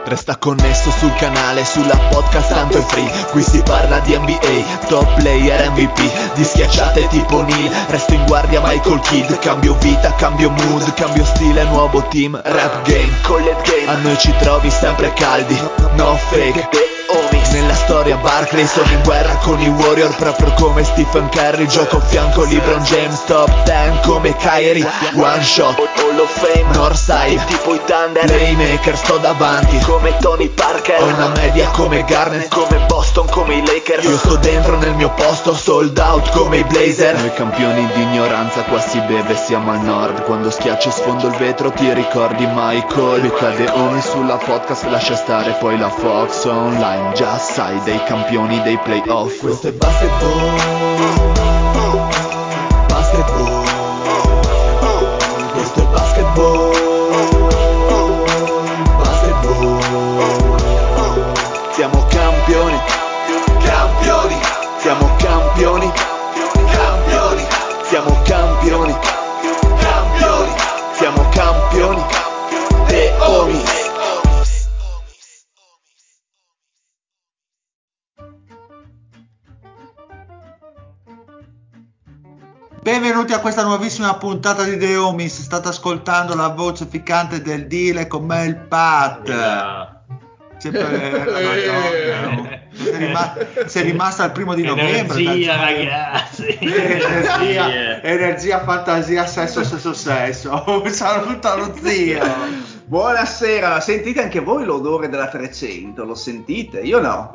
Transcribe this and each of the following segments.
Resta connesso sul canale, sulla podcast tanto è free. Qui si parla di NBA, top player MVP, di schiacciate tipo Neil. Resto in guardia Michael Kidd. Cambio vita, cambio mood, cambio stile, nuovo team. Rap game, collet game, a noi ci trovi sempre caldi. No fake, nella storia Barkley, sono in guerra con i Warrior, proprio come Stephen Curry. Gioco a fianco LeBron James, top 10 come Kyrie. One shot, Hall of Fame, Northside, tipo i Thunder. Playmaker, sto davanti come Tony Parker. Ho una media come Garnett, come Boston, come i Lakers. Io sto dentro nel mio posto, sold out come i Blazer. Noi campioni di ignoranza, qua si beve, siamo al nord. Quando schiaccio e sfondo il vetro ti ricordi Michael. Mi cade ogni sulla podcast, lascia stare poi la Fox online. Già sai, dei campioni dei playoff. Questo è basketball, basketball. Questo è basketball, basketball. Siamo campioni, campioni. Siamo campioni, campioni. Siamo campioni, campioni. Siamo campioni, The Homies. Benvenuti a questa nuovissima puntata di The Homies. State ascoltando la voce ficcante del Dile, con me il Pat. Sempre sei rimasta al 1 novembre. Energia, ragazzi. Energia, fantasia, sesso. Un saluto allo zio. Buonasera, sentite anche voi l'odore della 300? Lo sentite? Io no.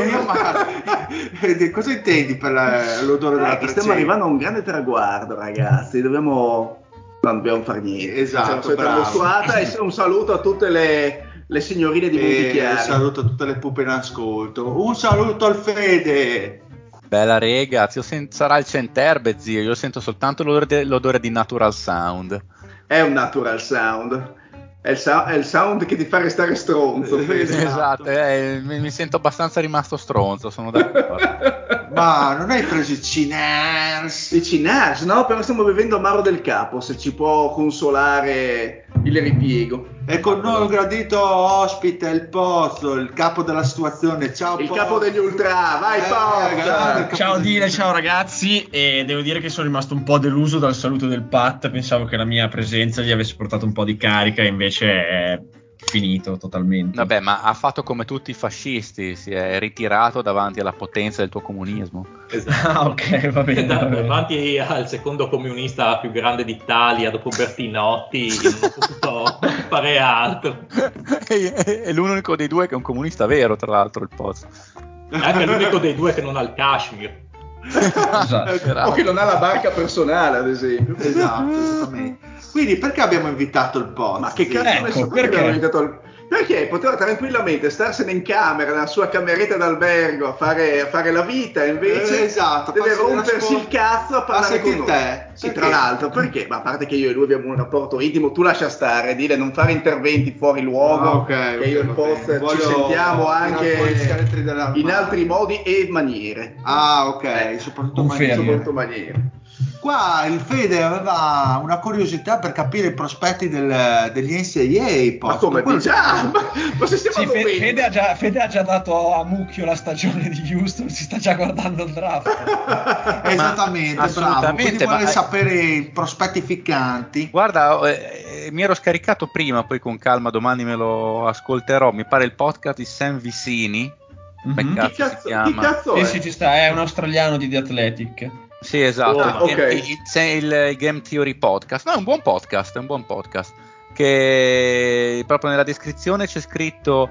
Cosa intendi per l'odore della 300? Stiamo arrivando a un grande traguardo, ragazzi. Non dobbiamo fare niente. Esatto, bravo. E un saluto a tutte le signorine di Montichiari. Un saluto a tutte le pupe in ascolto. Un saluto al Fede. Bella rega, sarà il Centerbe, zio. Io sento soltanto l'odore di Natural Sound. È un Natural Sound. È il sound che ti fa restare stronzo. Esatto, mi sento abbastanza rimasto stronzo, sono d'accordo. Ma non hai preso i Ciners? I Ciners, no? Però stiamo bevendo amaro del capo, se ci può consolare il ripiego. E con noi gradito ospite il Pozzo, il capo della situazione. Ciao il Pozzo. Capo degli Ultra, vai Pozzo! Ciao Dile, ciao ragazzi, e devo dire che sono rimasto un po' deluso dal saluto del Pat. Pensavo che la mia presenza gli avesse portato un po' di carica, e invece è finito totalmente. Vabbè, ma ha fatto come tutti i fascisti, si è ritirato davanti alla potenza del tuo comunismo. Esatto. Ah, ok, va bene. Davanti al secondo comunista più grande d'Italia dopo Bertinotti non ho potuto fare altro. È l'unico dei due che è un comunista vero, tra l'altro, il Pozzo. È anche l'unico dei due che non ha il Kashmir. O che non ha la barca personale, ad esempio. Esatto, esattamente. Quindi perché abbiamo invitato il Pozzo? Ma che cazzo perché abbiamo invitato Perché poteva tranquillamente starsene in camera, nella sua cameretta d'albergo, a fare la vita, invece esatto, deve rompersi il cazzo a parlare con noi. Te. Sì, tra l'altro, perché? Ma a parte che io e lui abbiamo un rapporto intimo, tu lascia stare, dire non fare interventi fuori luogo, che io e il Post ci sentiamo anche in altri modi e maniere. Ah, ok, soprattutto maniere. Qua il Fede aveva una curiosità per capire i prospetti degli NCAA. Ma come diciamo? Ma se stiamo Fede ha già dato a mucchio la stagione di Houston, si sta già guardando il draft. Esattamente, bravo. Quindi vuole sapere i prospetti ficcanti. Guarda, mi ero scaricato prima, poi con calma domani me lo ascolterò. Mi pare il podcast di Sam Vicini. Chi cazzo è? Sì, ci sta, è un australiano di The Athletic. Sì, esatto, il Game Theory Podcast. No, è un buon podcast, che proprio nella descrizione c'è scritto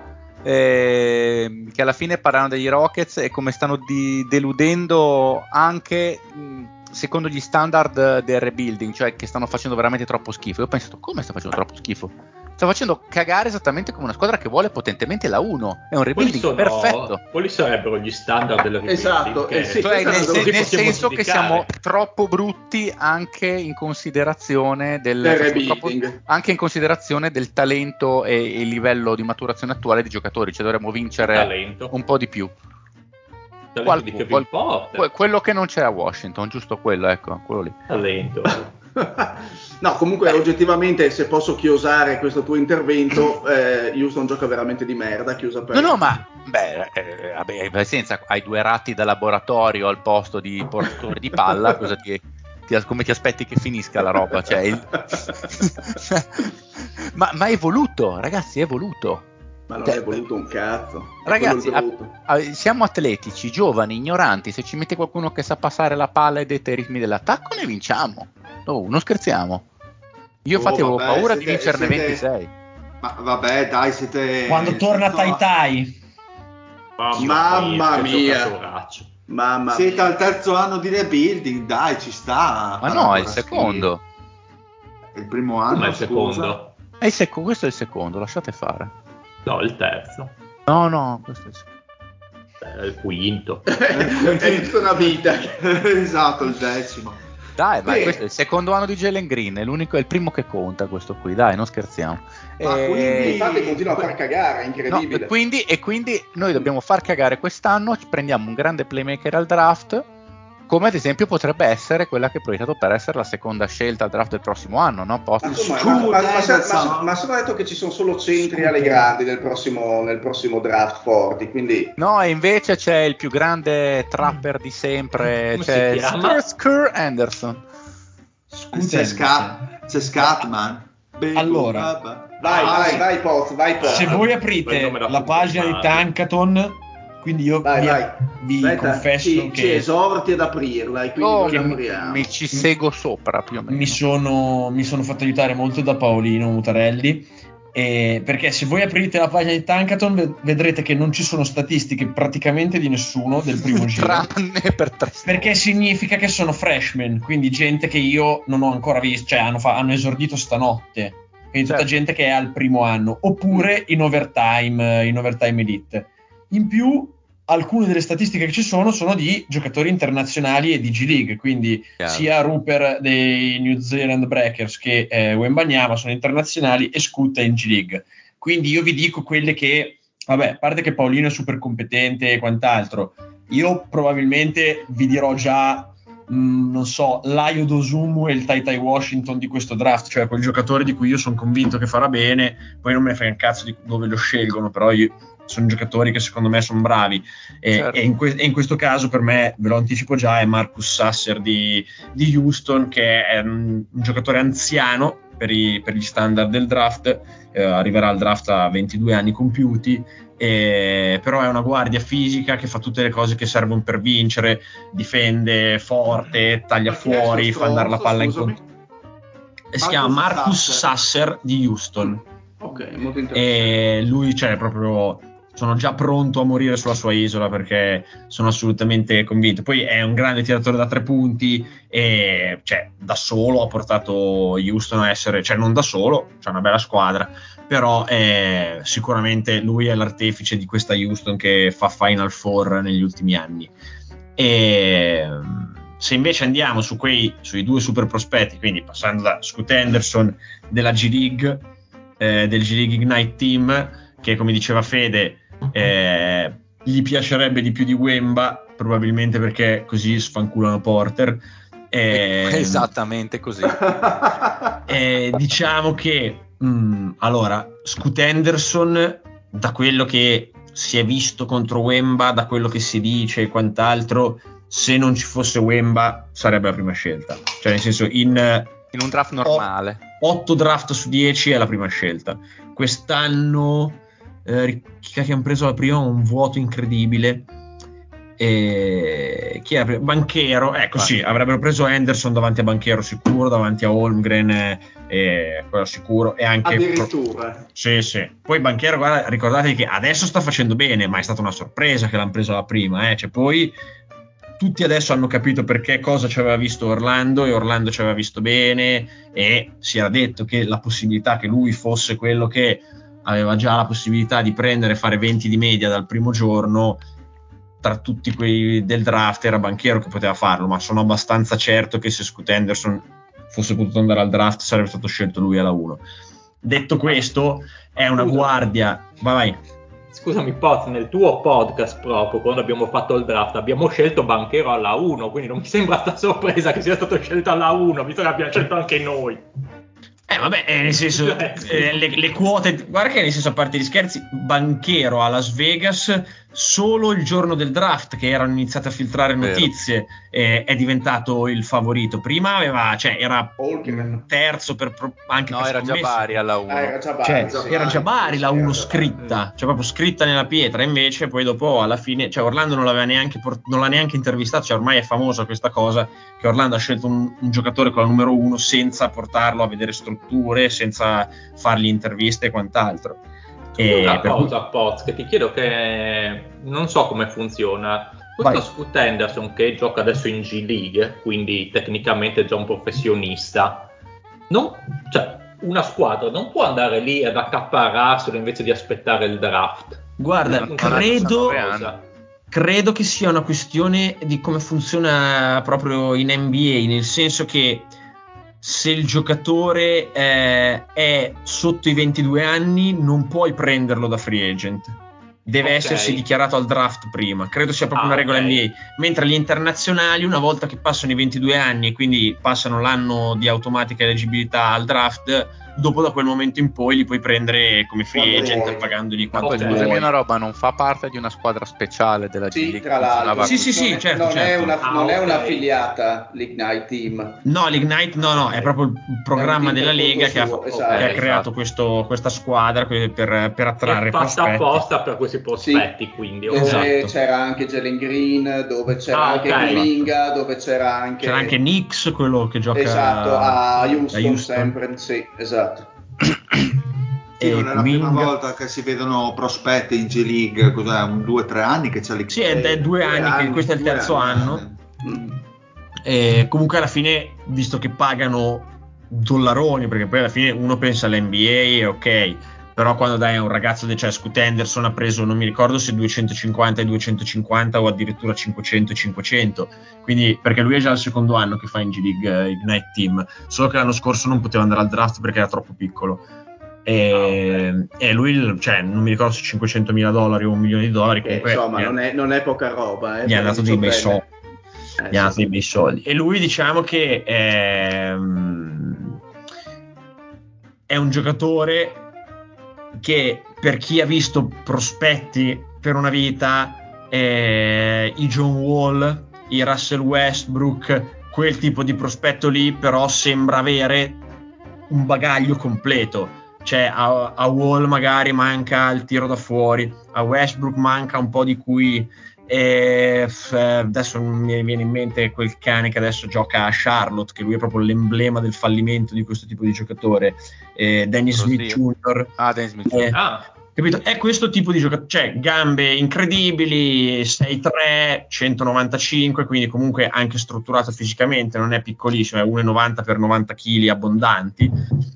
che alla fine parlano degli Rockets e come stanno deludendo anche secondo gli standard del rebuilding, cioè che stanno facendo veramente troppo schifo. Io ho pensato, come sta facendo troppo schifo? Sta facendo cagare esattamente come una squadra che vuole potentemente la 1. È un rebuilding perfetto. Quali sarebbero gli standard del rebuilding? Esatto, cioè nel senso che siamo troppo brutti anche in considerazione del rebuilding, anche in considerazione del talento e il livello di maturazione attuale dei giocatori. Cioè dovremmo vincere un po' di più. Quello che non c'è a Washington, giusto quello, ecco, quello lì. Talento. No, comunque oggettivamente, se posso chiosare questo tuo intervento, Houston gioca veramente di merda, chiusa per... No, ma vabbè, senza, hai 2 ratti da laboratorio al posto di portatore di palla, come ti aspetti che finisca la roba? Cioè, ma è evoluto, ragazzi, è evoluto. Ma non è voluto un cazzo. Ragazzi, siamo atletici, giovani, ignoranti. Se ci mette qualcuno che sa passare la palla e detta i ritmi dell'attacco, ne vinciamo. Non scherziamo. Io infatti avevo paura di vincerne 26. Ma vabbè, dai, siete... Quando torna Tai Tai. Mamma mia. Siete al terzo anno di rebuilding, dai, ci sta. Ma no, è il secondo. È il primo anno. Come è il secondo? Questo è il secondo, lasciate fare. No, il terzo. No, questo è il secondo. È il quinto. È tutta una vita. Esatto, il 10º. Dai, ma questo è il secondo anno di Jalen Green, è il primo che conta questo qui, dai, non scherziamo. Ma quindi infatti continua a far cagare, è incredibile. No, quindi noi dobbiamo far cagare quest'anno, prendiamo un grande playmaker al draft, come ad esempio potrebbe essere quella che è proiettato per essere la seconda scelta al draft del prossimo anno, no? Ma sono detto che ci sono solo centri alle grandi nel prossimo draft forti, quindi... No, e invece c'è il più grande trapper di sempre, come c'è Skur Anderson. C'è Scatman. Allora, vai Poz. Se voi aprite la pagina di Tankathon, quindi io vi confesso che ci esorti ad aprirla e quindi mi ci seguo sopra più o meno. Mi sono fatto aiutare molto da Paolino Mutarelli, perché se voi aprite la pagina di Tankathon vedrete che non ci sono statistiche praticamente di nessuno del primo giro, tranne per 3 perché significa che sono freshman, quindi gente che io non ho ancora visto, cioè hanno esordito stanotte, quindi tutta gente che è al primo anno oppure in overtime elite. In più alcune delle statistiche che ci sono di giocatori internazionali e di G-League, quindi sia Rupert dei New Zealand Breakers che Wembanyama sono internazionali e Scoot è in G-League. Quindi io vi dico quelle che, vabbè, a parte che Paolino è super competente e quant'altro, io probabilmente vi dirò già, non so, l'Ayo Dosunmu e il Tai Tai Washington di questo draft, cioè quel giocatore di cui io sono convinto che farà bene, poi non me ne frega un cazzo di dove lo scelgono, però sono giocatori che secondo me sono bravi e in questo caso per me, ve lo anticipo già, è Marcus Sasser di Houston, che è un giocatore anziano per gli standard del draft, arriverà al draft a 22 anni compiuti, però è una guardia fisica che fa tutte le cose che servono per vincere, difende forte, taglia fuori, fa andare la palla in conto. Si chiama Marcus Sasser di Houston. Ok, molto interessante. E lui, cioè, proprio sono già pronto a morire sulla sua isola perché sono assolutamente convinto. Poi è un grande tiratore da 3 punti e cioè da solo ha portato Houston a essere, cioè non da solo, c'è una bella squadra, però sicuramente lui è l'artefice di questa Houston che fa Final Four negli ultimi anni. E se invece andiamo sui 2 super prospetti, quindi passando da Scoot Henderson della G-League, del G-League Ignite Team, che come diceva Fede gli piacerebbe di più di Wemba, probabilmente perché così sfanculano Porter, esattamente così. Diciamo che allora Scoot Henderson, da quello che si è visto contro Wemba, da quello che si dice e quant'altro, se non ci fosse Wemba sarebbe la prima scelta, cioè nel senso in un draft normale 8 draft su 10 è la prima scelta. Quest'anno chi hanno preso la prima, un vuoto incredibile, chi era? Banchero, ecco, sì, avrebbero preso Henderson davanti a Banchero sicuro, davanti a Holmgren, quello sicuro, e anche addirittura sì. Poi Banchero, guarda, ricordatevi che adesso sta facendo bene, ma è stata una sorpresa che l'hanno preso la prima, cioè poi tutti adesso hanno capito perché cosa ci aveva visto Orlando, e Orlando ci aveva visto bene, e si era detto che la possibilità che lui fosse quello che aveva già la possibilità di prendere e fare 20 di media dal primo giorno, tra tutti quei del draft era Banchero che poteva farlo, ma sono abbastanza certo che se Scoot Henderson fosse potuto andare al draft sarebbe stato scelto lui alla 1. Detto questo, è una guardia, vai. scusami Poz, nel tuo podcast proprio, quando abbiamo fatto il draft, abbiamo scelto Banchero alla 1, quindi non mi sembra sta sorpresa che sia stato scelto alla 1, visto che abbiamo scelto anche noi. Vabbè, nel senso, le quote, guarda che nel senso, a parte gli scherzi, Banchero a Las Vegas solo il giorno del draft, che erano iniziate a filtrare notizie, è diventato il favorito. Prima era terzo anche per era già Bari alla 1. Era già Bari la 1 scritta, cioè proprio scritta nella pietra. Invece poi dopo alla fine, cioè Orlando non l'ha neanche intervistato, cioè ormai è famosa questa cosa che Orlando ha scelto un giocatore con la numero 1 senza portarlo a vedere strutture, senza fargli interviste e quant'altro. Una cosa, Poz, che ti chiedo, che non so come funziona. Questo Scoot Henderson, che gioca adesso in G League, quindi tecnicamente è già un professionista, una squadra non può andare lì ad accaparrarselo invece di aspettare il draft. Guarda, credo che sia una questione di come funziona proprio in NBA, nel senso che se il giocatore è sotto i 22 anni non puoi prenderlo da free agent, deve essersi dichiarato al draft prima. Credo sia proprio una regola NBA, mentre gli internazionali, una volta che passano i 22 anni e quindi passano l'anno di automatica eleggibilità al draft, dopo da quel momento in poi li puoi prendere come free agent pagandogli quanto vuoi. Scusami una roba, non fa parte di una squadra speciale della G League? Tra l'altro. Sì, certo. Non è un'affiliata l'Ignite Team. No, l'Ignite no, è proprio il programma della Lega che ha creato questa squadra per attrarre prospetti. È fatta apposta per questi prospetti, quindi. Dove c'era anche Jalen Green, dove c'era anche Kuminga, dove c'era anche Nix, quello che gioca a Houston sempre, sì, esatto. Non è la prima volta che si vedono prospetti in G League, cos'è, 2 o 3 anni che c'è l'X. Sì, è 2 anni, questo è il terzo anno. E comunque alla fine, visto che pagano dollaroni, perché poi alla fine uno pensa all'NBA, ok, però quando dai a un ragazzo, cioè Scoot Henderson ha preso, non mi ricordo se 250 e 250 o addirittura 500 e 500, quindi perché lui è già il secondo anno che fa in G League Ignite Team, solo che l'anno scorso non poteva andare al draft perché era troppo piccolo. E lui, cioè, non mi ricordo se $500,000 o $1 milione, comunque insomma non è poca roba, gli hanno dato dei bei soldi. Gli hanno dato dei bei soldi. E lui, diciamo che è un giocatore che, per chi ha visto prospetti per una vita, i John Wall, i Russell Westbrook, quel tipo di prospetto lì, però sembra avere un bagaglio completo. Cioè a Wall magari manca il tiro da fuori, a Westbrook manca un po' di cui adesso mi viene in mente quel cane che adesso gioca a Charlotte, che lui è proprio l'emblema del fallimento di questo tipo di giocatore, Dennis Smith Jr. Dennis Smith capito? È questo tipo di giocatore, cioè gambe incredibili, 6'3", 195, quindi comunque anche strutturato fisicamente, non è piccolissimo, è 1,90 per 90 kg abbondanti,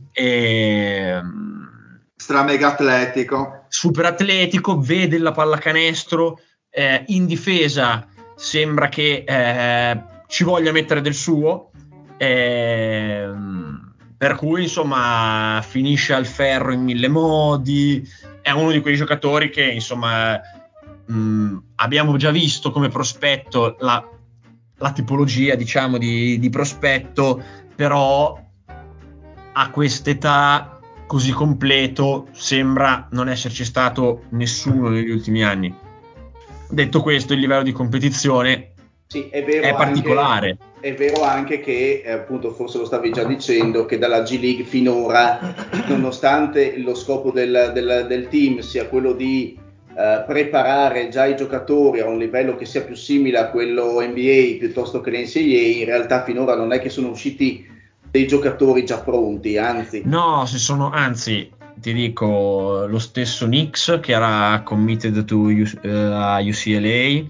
stra mega atletico, super atletico, vede la pallacanestro, in difesa sembra che ci voglia mettere del suo, per cui insomma finisce al ferro in 1000 modi. È uno di quei giocatori che insomma abbiamo già visto come prospetto la tipologia, diciamo, di prospetto, però a quest'età così completo sembra non esserci stato nessuno negli ultimi anni. Detto questo, il livello di competizione è particolare. È vero anche che, appunto, forse lo stavi già dicendo, che dalla G League finora, nonostante lo scopo del team sia quello di preparare già i giocatori a un livello che sia più simile a quello NBA piuttosto che l'NCAA, in realtà finora non è che sono usciti dei giocatori già pronti, anzi. No, anzi, ti dico, lo stesso Knicks che era committed a UCLA,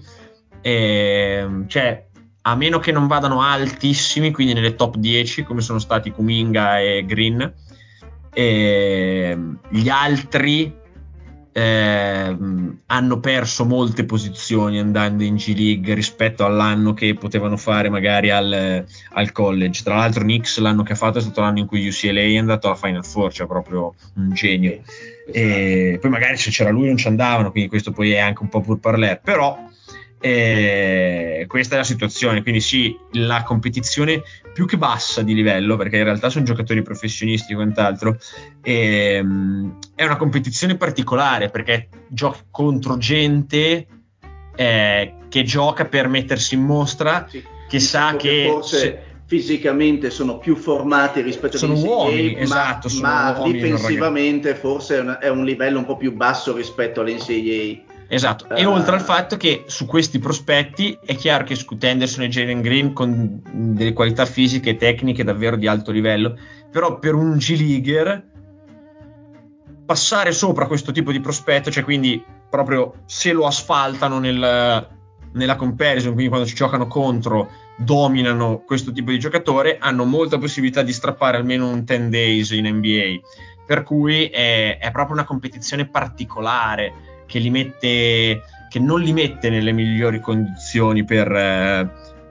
cioè, a meno che non vadano altissimi, quindi nelle top 10 come sono stati Kuminga e Green, gli altri hanno perso molte posizioni andando in G League rispetto all'anno che potevano fare magari al college. Tra l'altro Knicks l'anno che ha fatto è stato l'anno in cui UCLA è andato alla Final Four, cioè proprio un genio. E poi magari se c'era lui non ci andavano, quindi questo poi è anche un po' pur parler, però questa è la situazione. Quindi sì, la competizione più che bassa di livello, perché in realtà sono giocatori professionisti e quant'altro, è una competizione particolare perché giochi contro gente che gioca per mettersi in mostra, sì, che sa che forse fisicamente sono più formati rispetto sono agli uomini, NCAA, esatto, ma uomini, difensivamente forse è un livello un po' più basso rispetto all'NCAA. Esatto, e oltre al fatto che su questi prospetti è chiaro che Scoot Henderson e Jalen Green con delle qualità fisiche e tecniche davvero di alto livello, però per un G-Leaguer passare sopra questo tipo di prospetto, cioè quindi proprio se lo asfaltano nella comparison, quindi quando ci giocano contro dominano questo tipo di giocatore, hanno molta possibilità di strappare almeno un 10 days in NBA, per cui è proprio una competizione particolare che non li mette nelle migliori condizioni per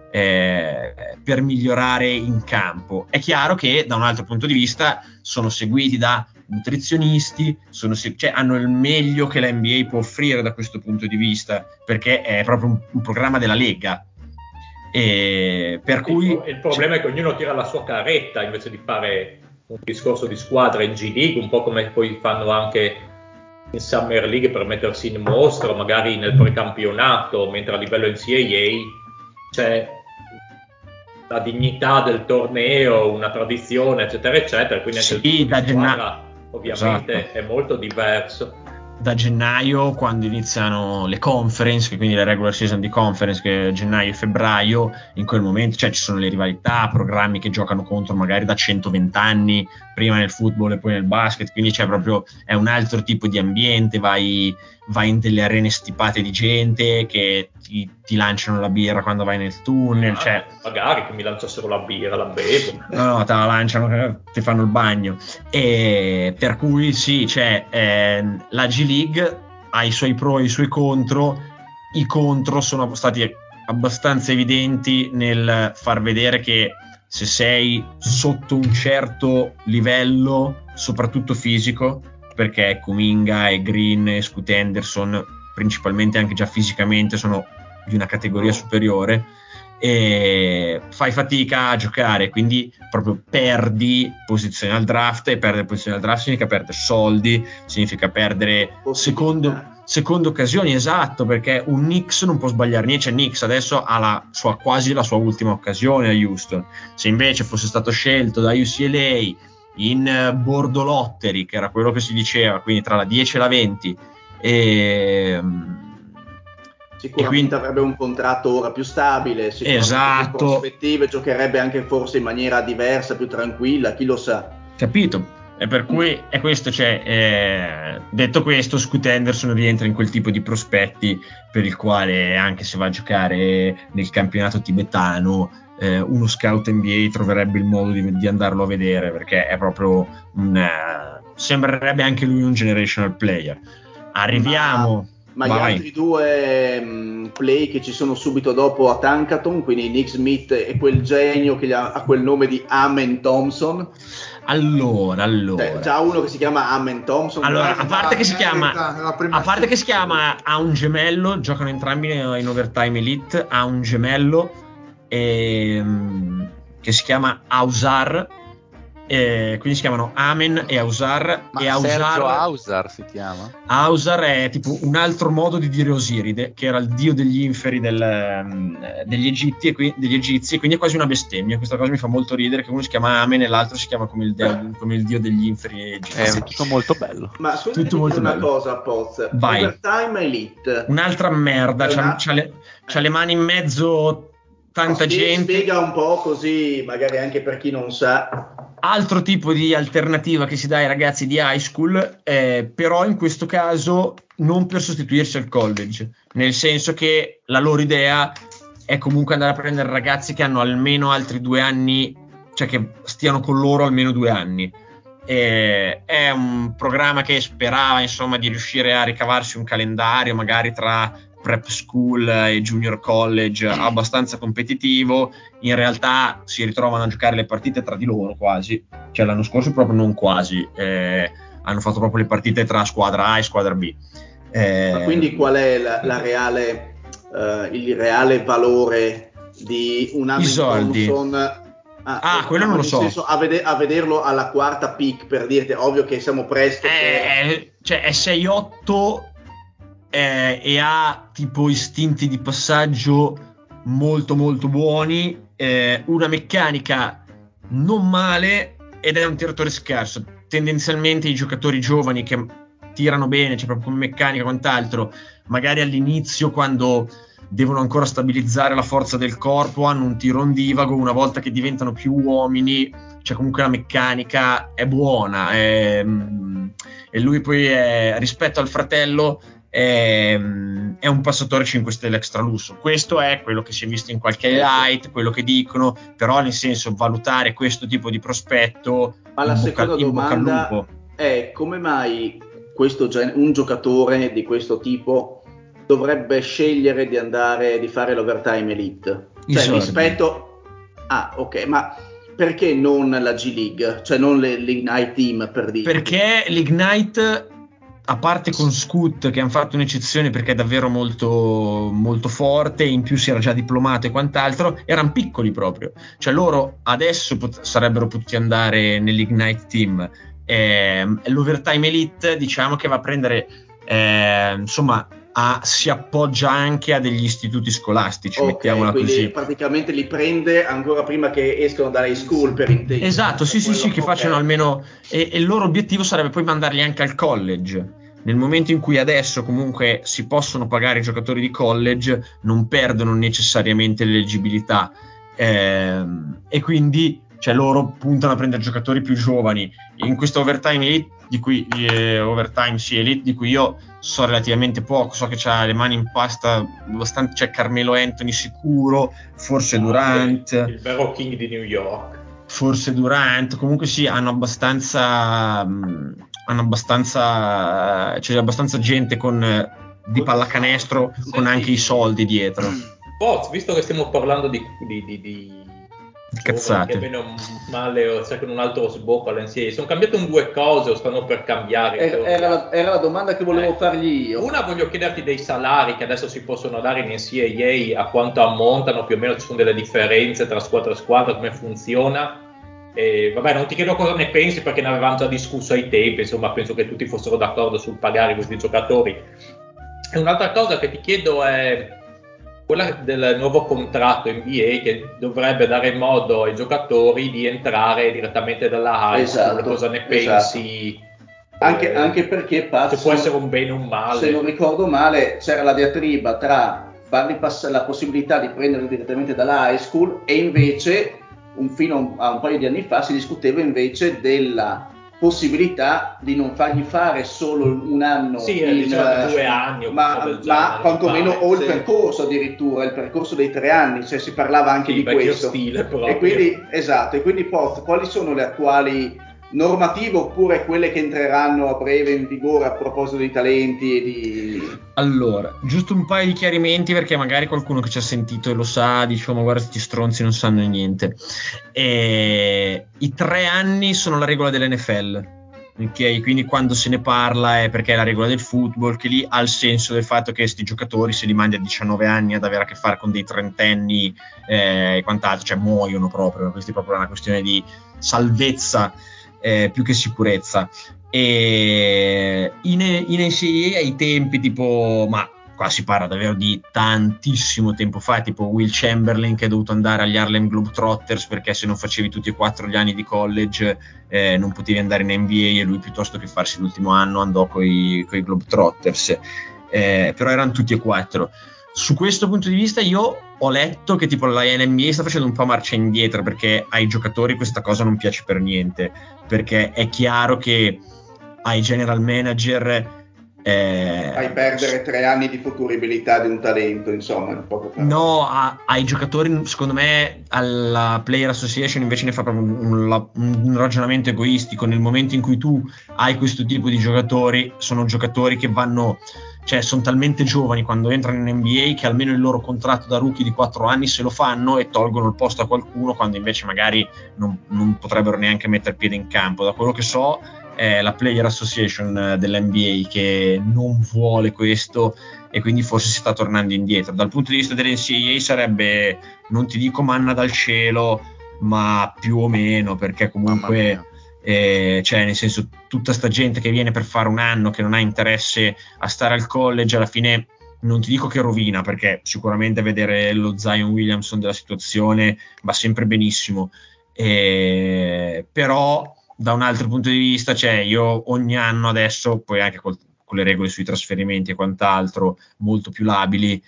migliorare in campo. È chiaro che da un altro punto di vista sono seguiti da nutrizionisti, cioè hanno il meglio che la NBA può offrire da questo punto di vista, perché è proprio un programma della Lega. E per cui il problema è che ognuno tira la sua carretta invece di fare un discorso di squadra in G League, un po' come poi fanno anche in Summer League per mettersi in mostra, magari nel precampionato, mentre a livello NCAA c'è la dignità del torneo, una tradizione, eccetera, eccetera. Quindi anche il gioco di squadra ovviamente esatto. È molto diverso. Da gennaio, quando iniziano le conference, quindi la regular season di conference, che è gennaio e febbraio, in quel momento cioè, ci sono le rivalità, programmi che giocano contro magari da 120 anni, prima nel football e poi nel basket, quindi c'è proprio, è un altro tipo di ambiente, vai in delle arene stipate di gente che ti lanciano la birra quando vai nel tunnel, cioè magari che mi lanciassero la birra, la bevo. No, te la lanciano, ti fanno il bagno. E per cui sì, cioè, la G League ha i suoi pro e i suoi contro. I contro sono stati abbastanza evidenti nel far vedere che se sei sotto un certo livello, soprattutto fisico, perché Kuminga e Green e Scoot Henderson, principalmente anche già fisicamente, sono di una categoria superiore, e fai fatica a giocare, quindi proprio perdi posizione al draft, e perdere posizione al draft significa perdere soldi, significa perdere seconde occasioni, esatto, perché un Knicks non può sbagliare niente, cioè Knicks adesso ha quasi la sua ultima occasione a Houston. Se invece fosse stato scelto da UCLA in bordo lottery, che era quello che si diceva, quindi tra la 10 e la 20, sicuramente avrebbe un contratto ora più stabile, sicuramente esatto, più prospettive, giocherebbe anche forse in maniera diversa, più tranquilla, chi lo sa. Capito? E per cui è questo, cioè, detto questo, Scoot Henderson rientra in quel tipo di prospetti per il quale, anche se va a giocare nel campionato tibetano, uno scout NBA troverebbe il modo di andarlo a vedere, perché è proprio sembrerebbe anche lui un generational player. Arriviamo. Ma gli altri due play che ci sono subito dopo a Tankaton, quindi Nick Smith e quel genio che ha quel nome di Amen Thompson. Allora. Già uno che si chiama Amen Thompson. Allora, a parte che si chiama, ha un gemello, giocano entrambi in Overtime Elite, ha un gemello che si chiama Ausar, quindi si chiamano Amen e Ausar. Ma e Sergio Ausar si chiama? Ausar è tipo un altro modo di dire Osiride, che era il dio degli inferi degli Egizi, quindi è quasi una bestemmia. Questa cosa mi fa molto ridere, che uno si chiama Amen e l'altro si chiama come il dio degli inferi egizi. È tutto molto bello. Ma scusate, una cosa, Poz. Vai. Overtime Elite, un'altra merda, c'ha le mani in mezzo, tanta gente. Spiega un po' così, magari anche per chi non sa. Altro tipo di alternativa che si dà ai ragazzi di high school, però in questo caso non per sostituirsi al college, nel senso che la loro idea è comunque andare a prendere ragazzi che hanno almeno altri 2 anni, cioè che stiano con loro almeno 2 anni, È un programma che sperava insomma di riuscire a ricavarsi un calendario magari tra prep school e junior college abbastanza competitivo. In realtà si ritrovano a giocare le partite tra di loro quasi, cioè l'anno scorso proprio non quasi, hanno fatto proprio le partite tra squadra A e squadra B. Ma quindi qual è il reale valore di un Amen Thompson? Quello non lo so. Nel senso, a vederlo alla quarta pick, per dirti, ovvio che siamo presto. Cioè è 6-8 e ha tipo istinti di passaggio molto molto buoni, una meccanica non male ed è un tiratore scarso. Tendenzialmente i giocatori giovani che tirano bene, cioè proprio come meccanica e quant'altro, magari all'inizio quando devono ancora stabilizzare la forza del corpo hanno un tiro ondivago. Una volta che diventano più uomini, cioè comunque la meccanica è buona, e lui poi rispetto al fratello è un passatore 5 stelle extra lusso. Questo è quello che si è visto in qualche highlight, quello che dicono, però nel senso valutare questo tipo di prospetto. Ma la seconda domanda è: come mai un giocatore di questo tipo dovrebbe scegliere di fare l'overtime elite? Cioè rispetto ok, ma perché non la G League, cioè non l'Ignite Team, per dire? Perché l'Ignite, a parte con Scoot che hanno fatto un'eccezione perché è davvero molto, molto forte, in più si era già diplomato e quant'altro, erano piccoli proprio, cioè loro adesso sarebbero potuti andare nell'Ignite Team. L'Overtime Elite diciamo che va a prendere insomma si appoggia anche a degli istituti scolastici, mettiamola quindi così. Praticamente li prende ancora prima che escono dalle school, per intendere. Esatto, sì, che facciano almeno, e il loro obiettivo sarebbe poi mandarli anche al college. Nel momento in cui adesso comunque si possono pagare i giocatori di college, non perdono necessariamente l'elegibilità, e quindi loro puntano a prendere giocatori più giovani. In questo Overtime Elite Elite di cui io so relativamente poco, so che c'ha le mani in pasta abbastanza, c'è Carmelo Anthony sicuro, forse Durant, il vero king di New York, forse Durant, comunque sì, hanno abbastanza c'è abbastanza gente di pallacanestro con anche i soldi dietro. Visto che stiamo parlando di cazzate, che bene o male o con un altro sbocco all'NCAA, sono cambiate due cose o stanno per cambiare? Era la domanda che volevo fargli io. Una, voglio chiederti dei salari che adesso si possono dare in NCAA, a quanto ammontano, più o meno ci sono delle differenze tra squadra e squadra, come funziona? Vabbè, non ti chiedo cosa ne pensi perché ne avevamo già discusso ai tempi, insomma penso che tutti fossero d'accordo sul pagare questi giocatori. E un'altra cosa che ti chiedo è quella del nuovo contratto NBA che dovrebbe dare modo ai giocatori di entrare direttamente dalla high school. Cosa ne pensi? Anche perché se può essere un bene o un male. Se non ricordo male c'era la diatriba tra fargli passare la possibilità di prenderli direttamente dalla high school e invece fino a un paio di anni fa si discuteva invece della possibilità di non fargli fare solo un anno, 2 anni, ma quantomeno il percorso, addirittura il percorso dei 3 anni, cioè si parlava anche di questo. E quindi quali sono le attuali normative oppure quelle che entreranno a breve in vigore a proposito dei talenti e di... Allora, giusto un paio di chiarimenti perché magari qualcuno che ci ha sentito e lo sa dice ma guarda questi stronzi non sanno niente. I 3 anni sono la regola dell'NFL, ok? Quindi quando se ne parla è perché è la regola del football, che lì ha il senso del fatto che questi giocatori se li mandi a 19 anni ad avere a che fare con dei trentenni e quant'altro, cioè muoiono proprio, questa è proprio una questione di salvezza più che sicurezza. E in NCAA ai tempi tipo, ma qua si parla davvero di tantissimo tempo fa, tipo Will Chamberlain che è dovuto andare agli Harlem Globetrotters perché se non facevi tutti e 4 gli anni di college non potevi andare in NBA, e lui piuttosto che farsi l'ultimo anno andò coi Globetrotters, però erano tutti e 4. Su questo punto di vista io ho letto che tipo la NBA sta facendo un po' marcia indietro perché ai giocatori questa cosa non piace per niente, perché è chiaro che ai general manager Fai perdere 3 anni di futuribilità di un talento, insomma, in poche parole. No, ai giocatori, secondo me, alla Player Association invece ne fa proprio un ragionamento egoistico. Nel momento in cui tu hai questo tipo di giocatori, sono giocatori che sono talmente giovani quando entrano in NBA che almeno il loro contratto da rookie di 4 anni se lo fanno e tolgono il posto a qualcuno, quando invece magari non potrebbero neanche mettere piede in campo. Da quello che so, è la Player Association dell'NBA che non vuole questo, e quindi forse si sta tornando indietro. Dal punto di vista dell'NCAA sarebbe, non ti dico manna dal cielo, ma più o meno, perché comunque nel senso, tutta sta gente che viene per fare un anno, che non ha interesse a stare al college, alla fine non ti dico che rovina, perché sicuramente vedere lo Zion Williamson della situazione va sempre benissimo, però da un altro punto di vista, io ogni anno adesso, poi anche con le regole sui trasferimenti e quant'altro molto più labili,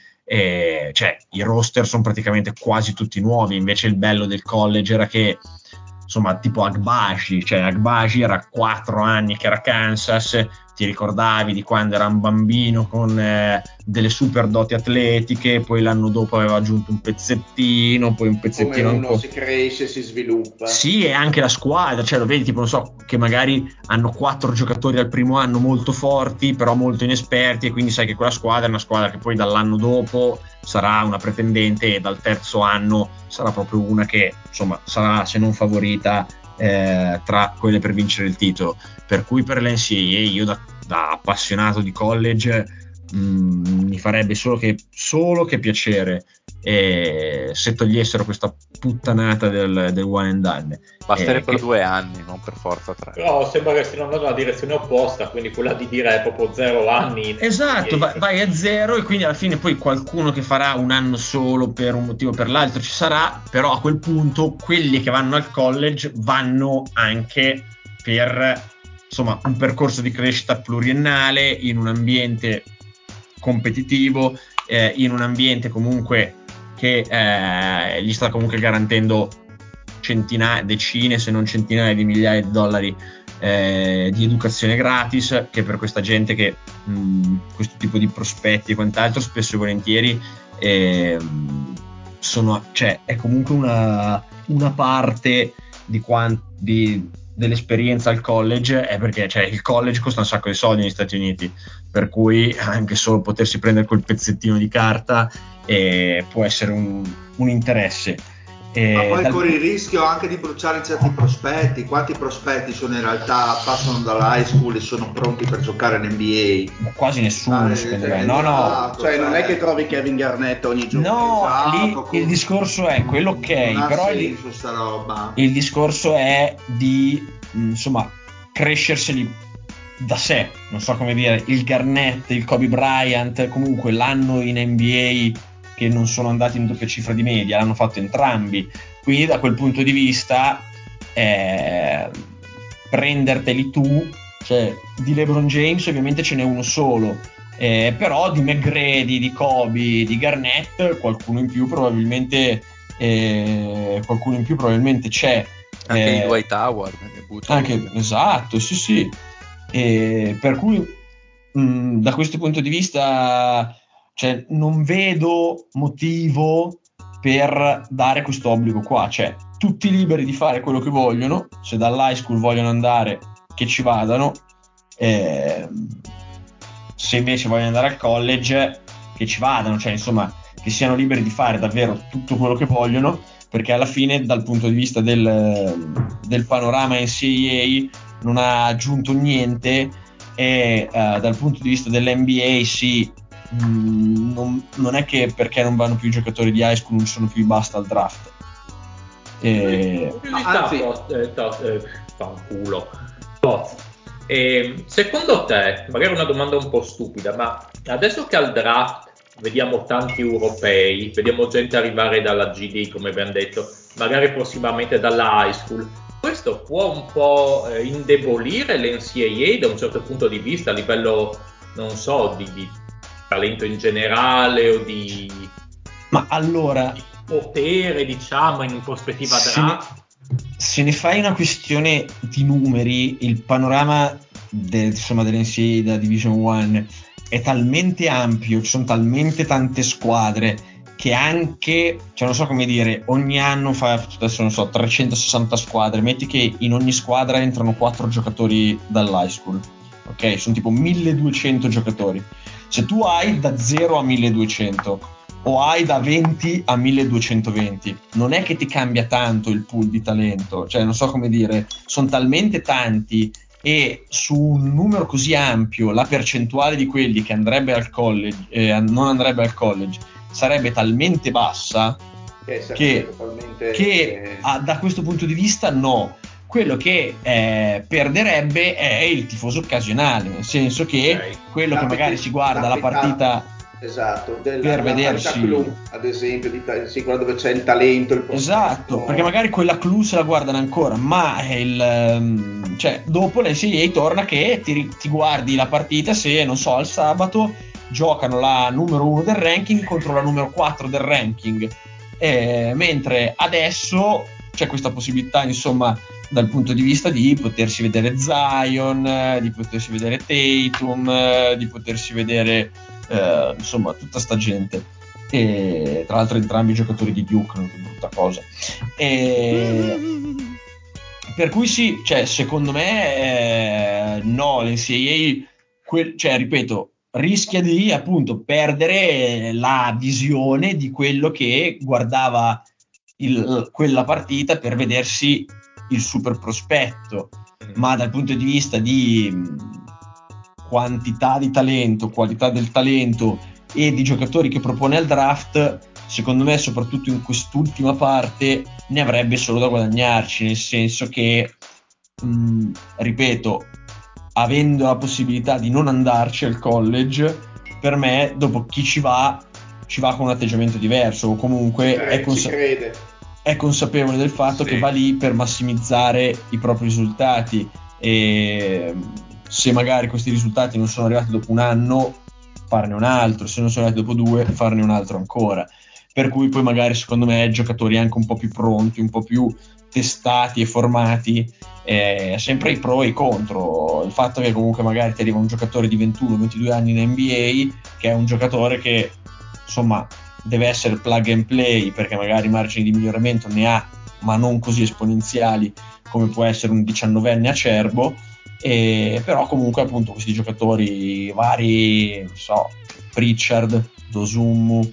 i roster sono praticamente quasi tutti nuovi. Invece il bello del college era che, insomma, tipo Agbaji era 4 anni che era a Kansas, ti ricordavi di quando era un bambino con delle super doti atletiche, poi l'anno dopo aveva aggiunto un pezzettino, poi un pezzettino come uno si cresce, si sviluppa. Sì, e anche la squadra, lo vedi, tipo, non so, che magari hanno 4 giocatori al primo anno molto forti, però molto inesperti, e quindi sai che quella squadra è una squadra che poi dall'anno dopo sarà una pretendente, e dal terzo anno sarà proprio una che, insomma, sarà, se non favorita, tra quelle per vincere il titolo. Per cui per l'NCAA io da appassionato di college mi farebbe solo che piacere se togliessero questa puttanata del one and done. Basterebbero 2 anni, non per forza 3. Però sembra che stiano andando nella direzione opposta, quindi quella di dire proprio 0 anni. Esatto, vai a 0, e quindi alla fine poi qualcuno che farà un anno solo per un motivo o per l'altro ci sarà, però a quel punto quelli che vanno al college vanno anche per, insomma, un percorso di crescita pluriennale in un ambiente competitivo, in un ambiente comunque che gli sta comunque garantendo decine se non centinaia di migliaia di dollari di educazione gratis, che per questa gente che questo tipo di prospetti e quant'altro spesso e volentieri è comunque una parte dell'esperienza al college, è perché il college costa un sacco di soldi negli Stati Uniti, per cui anche solo potersi prendere quel pezzettino di carta può essere un interesse. Ma poi corri il rischio anche di bruciare certi prospetti. Quanti prospetti sono in realtà, passano dall'high school e sono pronti per giocare in NBA? Quasi nessuno, secondo me. No. Cioè non è che trovi Kevin Garnett ogni giorno. No, esatto, lì il discorso è quello, ok, non però ha senso sta roba. il discorso è di, insomma, crescerseli da sé. Non so come dire, il Garnett, il Kobe Bryant, comunque l'anno in NBA che non sono andati in doppia cifra di media, l'hanno fatto entrambi. Quindi da quel punto di vista prenderteli tu, di LeBron James ovviamente ce n'è uno solo, però di McGrady, di Kobe, di Garnett qualcuno in più probabilmente c'è. Anche di Dwight Howard esatto, sì. Per cui da questo punto di vista non vedo motivo per dare questo obbligo qua. Tutti liberi di fare quello che vogliono, se dall'high school vogliono andare che ci vadano, se invece vogliono andare al college che ci vadano, insomma, che siano liberi di fare davvero tutto quello che vogliono, perché alla fine dal punto di vista del panorama NCAA non ha aggiunto niente, e dal punto di vista dell'NBA non è che perché non vanno più i giocatori di high school non sono più i basta al draft. Fanculo. Secondo te, magari una domanda un po' stupida, ma adesso che al draft vediamo tanti europei, vediamo gente arrivare dalla GD, come abbiamo detto, magari prossimamente dalla high school, questo può un po' indebolire l'NCAA da un certo punto di vista a livello, non so, di talento in generale o di potere, diciamo, in prospettiva draft? Se ne fai una questione di numeri, il panorama dell'NCAA, della Division 1 è talmente ampio, ci sono talmente tante squadre che anche, cioè non so come dire, ogni anno fa, adesso non so, 360 squadre, metti che in ogni squadra entrano 4 giocatori dall'high school, ok? Sono tipo 1200 giocatori. Se tu hai da 0 a 1200 o hai da 20 a 1220, non è che ti cambia tanto il pool di talento, cioè non so come dire, sono talmente tanti, e su un numero così ampio la percentuale di quelli che andrebbe al college, non andrebbe al college, sarebbe talmente bassa che da questo punto di vista no. Quello che perderebbe è il tifoso occasionale, nel senso che quello che magari si guarda la partita, esatto, per vedersi clou, ad esempio, quella dove c'è il talento, il prospetto. Esatto, perché magari quella clou se la guardano ancora, ma cioè, dopo l'NCAA torna che ti guardi la partita se, non so, al sabato giocano la numero 1 del ranking contro la numero 4 del ranking, mentre adesso c'è questa possibilità, insomma, dal punto di vista di potersi vedere Zion, di potersi vedere Tatum, di potersi vedere insomma tutta sta gente, e tra l'altro entrambi i giocatori di Duke, che brutta cosa, per cui sì, cioè secondo me no, l'NCAA cioè ripeto, rischia di appunto perdere la visione di quello che guardava quella partita per vedersi il super prospetto, ma dal punto di vista di quantità di talento, qualità del talento e di giocatori che propone al draft, secondo me soprattutto in quest'ultima parte ne avrebbe solo da guadagnarci, nel senso che ripeto, avendo la possibilità di non andarci al college, per me dopo chi ci va con un atteggiamento diverso, o comunque è consapevole del fatto che va lì per massimizzare i propri risultati, e se magari questi risultati non sono arrivati dopo un anno, farne un altro, se non sono arrivati dopo 2, farne un altro ancora, per cui poi magari secondo me giocatori anche un po' più pronti, un po' più testati e formati, sempre i pro e i contro. Il fatto che comunque magari ti arriva un giocatore di 21-22 anni in NBA, che è un giocatore che insomma deve essere plug and play, perché magari margini di miglioramento ne ha, ma non così esponenziali come può essere un 19enne acerbo, però comunque appunto questi giocatori vari, non so, Pritchard, Dosummu,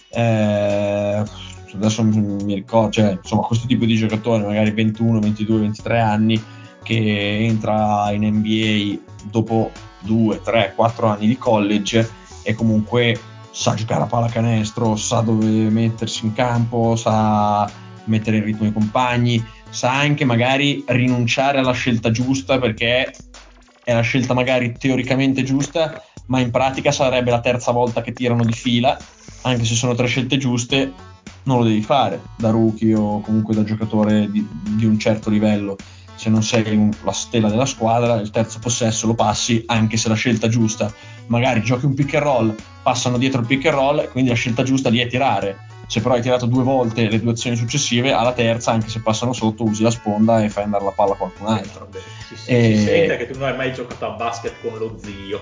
adesso mi ricordo, cioè, insomma questo tipo di giocatore magari 21, 22, 23 anni che entra in NBA dopo 2, 3, 4 anni di college e comunque sa giocare a pallacanestro, sa dove mettersi in campo, sa mettere in ritmo i compagni, sa anche magari rinunciare alla scelta giusta, perché è la scelta magari teoricamente giusta, ma in pratica sarebbe la terza volta che tirano di fila, anche se sono 3 scelte giuste, non lo devi fare da rookie o comunque da giocatore di un certo livello. Se non sei la stella della squadra, il terzo possesso lo passi anche se la scelta giusta, magari giochi un pick and roll, passano dietro il pick and roll, quindi la scelta giusta lì è tirare. Se però hai tirato 2 volte le 2 azioni successive, alla terza, anche se passano sotto, usi la sponda e fai andare la palla a qualcun altro. Si sente che tu non hai mai giocato a basket con lo zio.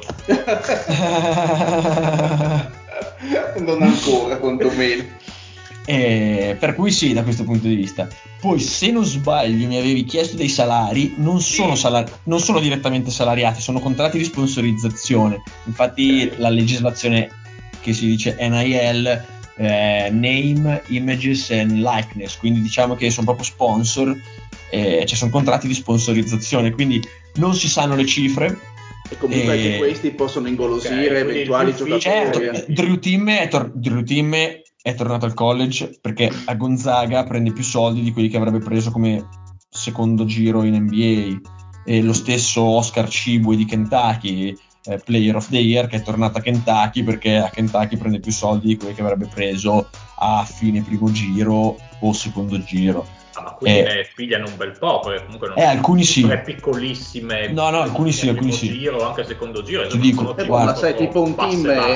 Non ancora, quantomeno. Per cui sì, da questo punto di vista. Poi, se non sbaglio, mi avevi chiesto dei salari, non sono direttamente salariati, sono contratti di sponsorizzazione. Infatti la legislazione che si dice NIL, Name, Images and Likeness, quindi diciamo che sono proprio sponsor, cioè sono contratti di sponsorizzazione, quindi non si sanno le cifre. E comunque anche questi possono ingolosire eventuali giocatori. Certo, Drew Timm è tornato al college perché a Gonzaga prende più soldi di quelli che avrebbe preso come secondo giro in NBA, e lo stesso Oscar Tshiebwe di Kentucky, Player of the Year, che è tornato a Kentucky perché a Kentucky prende più soldi di quelli che avrebbe preso a fine primo giro o secondo giro. Ma quindi ne pigliano un bel po', perché comunque non alcuni sì, piccolissime. No, alcuni sì, Giro, anche secondo giro. Ti dico, ma sai, tipo un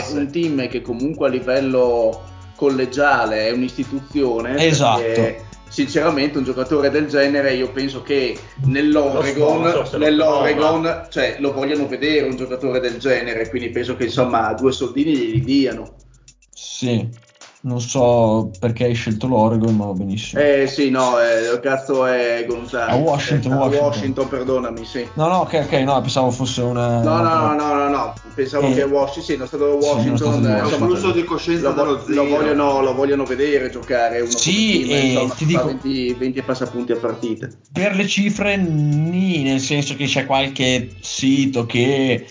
team che comunque a livello collegiale è un'istituzione, esatto, sinceramente un giocatore del genere io penso che nell'Oregon cioè, lo vogliano vedere un giocatore del genere, quindi penso che insomma 2 soldini glieli diano. Sì, non so perché hai scelto l'Oregon, ma va benissimo. Sì, no, cazzo è Gonzaga. A Washington, perdonami, sì. No, ok, no, pensavo fosse una... No, pensavo che Washington, sì, non stato Washington, è un flusso di coscienza dello zero. Lo vogliono vedere giocare uno sì, come team, insomma, ti dico, 20 e passapunti a partita. Per le cifre, nel senso che c'è qualche sito che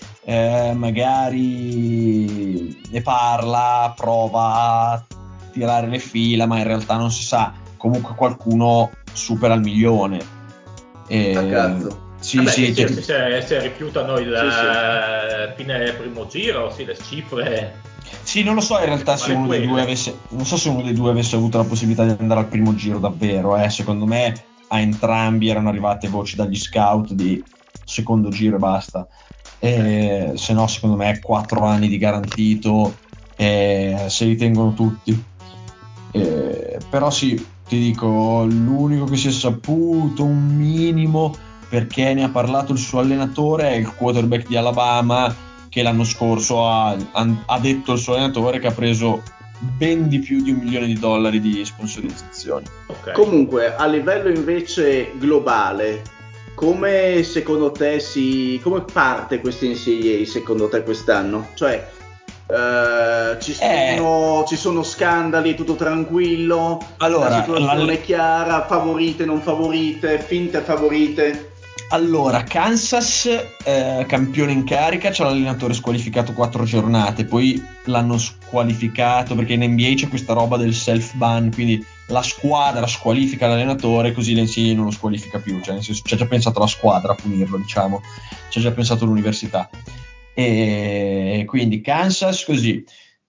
magari ne parla, prova a tirare le fila, ma in realtà non si sa. Comunque qualcuno supera il 1.000.000. Cazzo. Se rifiutano il fine primo giro, sì, le cifre. Sì, non lo so in realtà se uno dei due avesse avuto la possibilità di andare al primo giro davvero. Secondo me a entrambi erano arrivate voci dagli scout di secondo giro e basta. Se no, secondo me 4 anni di garantito se li tengono tutti. Però sì, ti dico, l'unico che si è saputo un minimo, perché ne ha parlato il suo allenatore, è il quarterback di Alabama, che l'anno scorso ha detto il suo allenatore che ha preso ben di più di $1 milione di sponsorizzazioni. Okay. Comunque, a livello invece globale, come secondo te come parte questa NCAA secondo te quest'anno? Cioè, ci sono scandali, tutto tranquillo, allora, la situazione è chiara, favorite, non favorite, finte favorite? Allora, Kansas, campione in carica, c'ha l'allenatore squalificato 4 giornate, poi l'hanno squalificato perché in NBA c'è questa roba del self-ban, quindi la squadra squalifica l'allenatore, così l'NCAA non lo squalifica più, cioè nel senso, c'è già pensato la squadra a punirlo, diciamo, c'è già pensato l'università. E quindi Kansas così.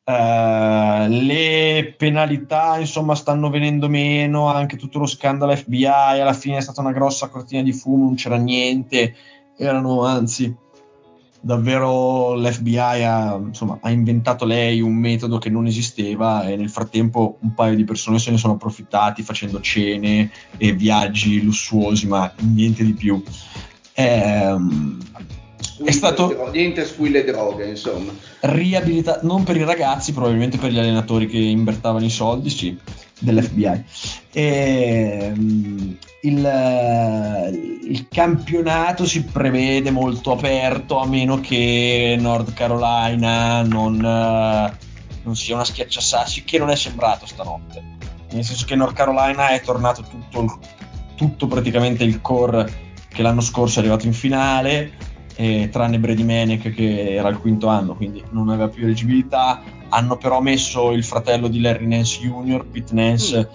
Le penalità insomma stanno venendo meno, anche tutto lo scandalo FBI alla fine è stata una grossa cortina di fumo, non c'era niente, erano anzi davvero l'FBI ha inventato lei un metodo che non esisteva e nel frattempo un paio di persone se ne sono approfittati facendo cene e viaggi lussuosi, ma niente di più. È stato niente squille droghe, insomma. Riabilitato, non per i ragazzi, probabilmente per gli allenatori che invertavano i soldi, sì, dell'FBI. Il campionato si prevede molto aperto, a meno che North Carolina non sia una schiacciasassi, che non è sembrato stanotte. Nel senso che North Carolina è tornato tutto praticamente il core che l'anno scorso è arrivato in finale, tranne Brady Manek che era il quinto anno, quindi non aveva più eligibilità. Hanno però messo il fratello di Larry Nance Jr., Pete Nance,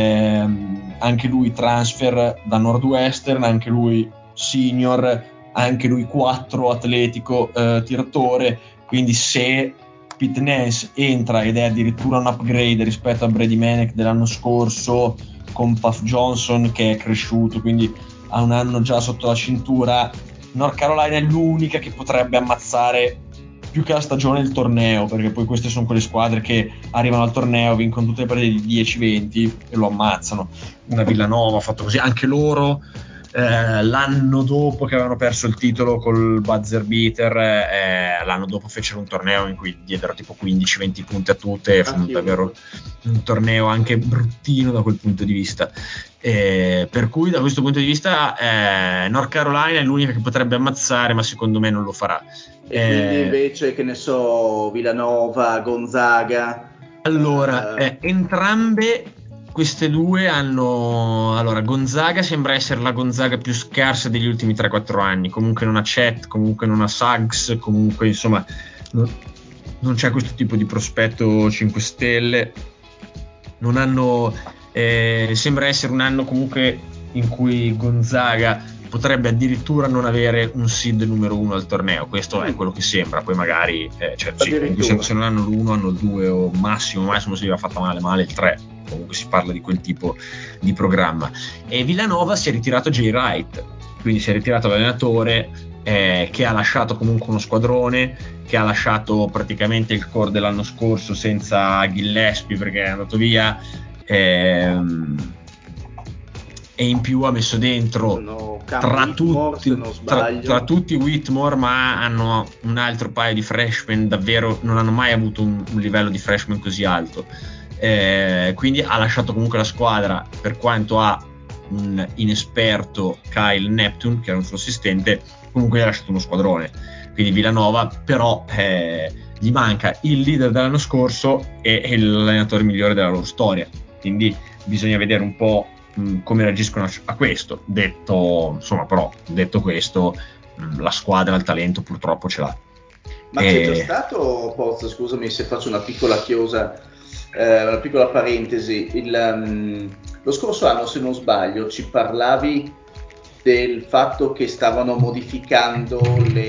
anche lui transfer da Northwestern, anche lui senior, anche lui 4 atletico, tiratore, quindi se Pete Nance entra ed è addirittura un upgrade rispetto a Brady Manek dell'anno scorso, con Puff Johnson che è cresciuto, quindi ha un anno già sotto la cintura, North Carolina è l'unica che potrebbe ammazzare più che la stagione il torneo, perché poi queste sono quelle squadre che arrivano al torneo, vincono tutte le partite di 10-20 e lo ammazzano. Una Villanova ha fatto così, anche loro l'anno dopo che avevano perso il titolo col buzzer beater, l'anno dopo fecero un torneo in cui diedero tipo 15-20 punti a tutte, fu davvero un torneo anche bruttino da quel punto di vista. Per cui da questo punto di vista North Carolina è l'unica che potrebbe ammazzare, ma secondo me non lo farà. E quindi invece, che ne so, Villanova, Gonzaga? Allora, entrambe queste due hanno... Allora, Gonzaga sembra essere la Gonzaga più scarsa degli ultimi 3-4 anni, comunque non ha Chet, comunque non ha Suggs, comunque insomma non c'è questo tipo di prospetto 5 stelle, non hanno... sembra essere un anno comunque in cui Gonzaga potrebbe addirittura non avere un seed numero 1 al torneo, questo è quello che sembra, poi magari se non hanno l'1 hanno il 2 o massimo se gli va fatta male il 3, comunque si parla di quel tipo di programma. E Villanova si è ritirato Jay Wright, quindi si è ritirato l'allenatore che ha lasciato comunque uno squadrone, che ha lasciato praticamente il core dell'anno scorso senza Gillespie perché è andato via, e in più ha messo dentro tra tutti Whitmore, ma hanno un altro paio di freshman, davvero non hanno mai avuto un livello di freshman così alto, quindi ha lasciato comunque la squadra, per quanto ha un inesperto Kyle Neptune che era un suo assistente, comunque gli ha lasciato uno squadrone. Quindi Villanova però gli manca il leader dell'anno scorso e l'allenatore migliore della loro storia, quindi bisogna vedere un po' come reagiscono a questo. Detto questo, la squadra, il talento purtroppo ce l'ha. Ma c'è già stato, Pozzo, scusami se faccio una piccola chiosa, una piccola parentesi, lo scorso anno, se non sbaglio, ci parlavi del fatto che stavano modificando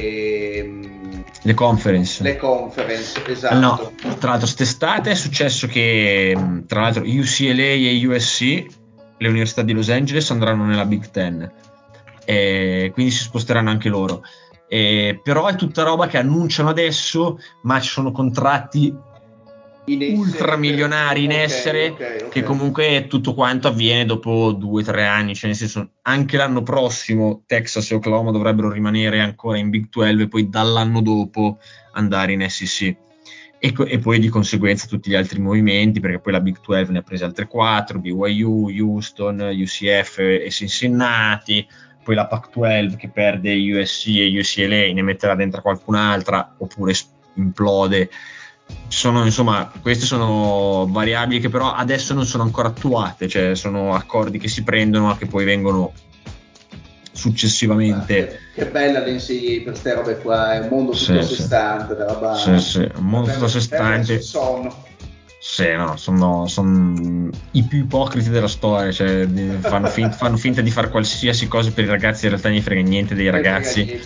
le conference. Esatto. No, tra l'altro quest'estate è successo che tra l'altro UCLA e USC, le università di Los Angeles, andranno nella Big Ten, quindi si sposteranno anche loro, però è tutta roba che annunciano adesso, ma ci sono contratti ultramilionari in essere, che comunque tutto quanto avviene dopo 2-3 anni, cioè nel senso anche l'anno prossimo Texas e Oklahoma dovrebbero rimanere ancora in Big 12 e poi dall'anno dopo andare in SEC e poi di conseguenza tutti gli altri movimenti, perché poi la Big 12 ne ha prese altre 4, BYU, Houston, UCF e Cincinnati, poi la Pac-12 che perde USC e UCLA ne metterà dentro qualcun'altra oppure implode. Queste sono variabili che però adesso non sono ancora attuate, cioè sono accordi che si prendono ma che poi vengono successivamente. Che bella l'NCAA per queste robe qua, è un mondo tutto a sé stante, roba. Un mondo tutto a sé stante. Sono i più ipocriti della storia, cioè fanno finta di fare qualsiasi cosa per i ragazzi, in realtà non frega niente dei ragazzi,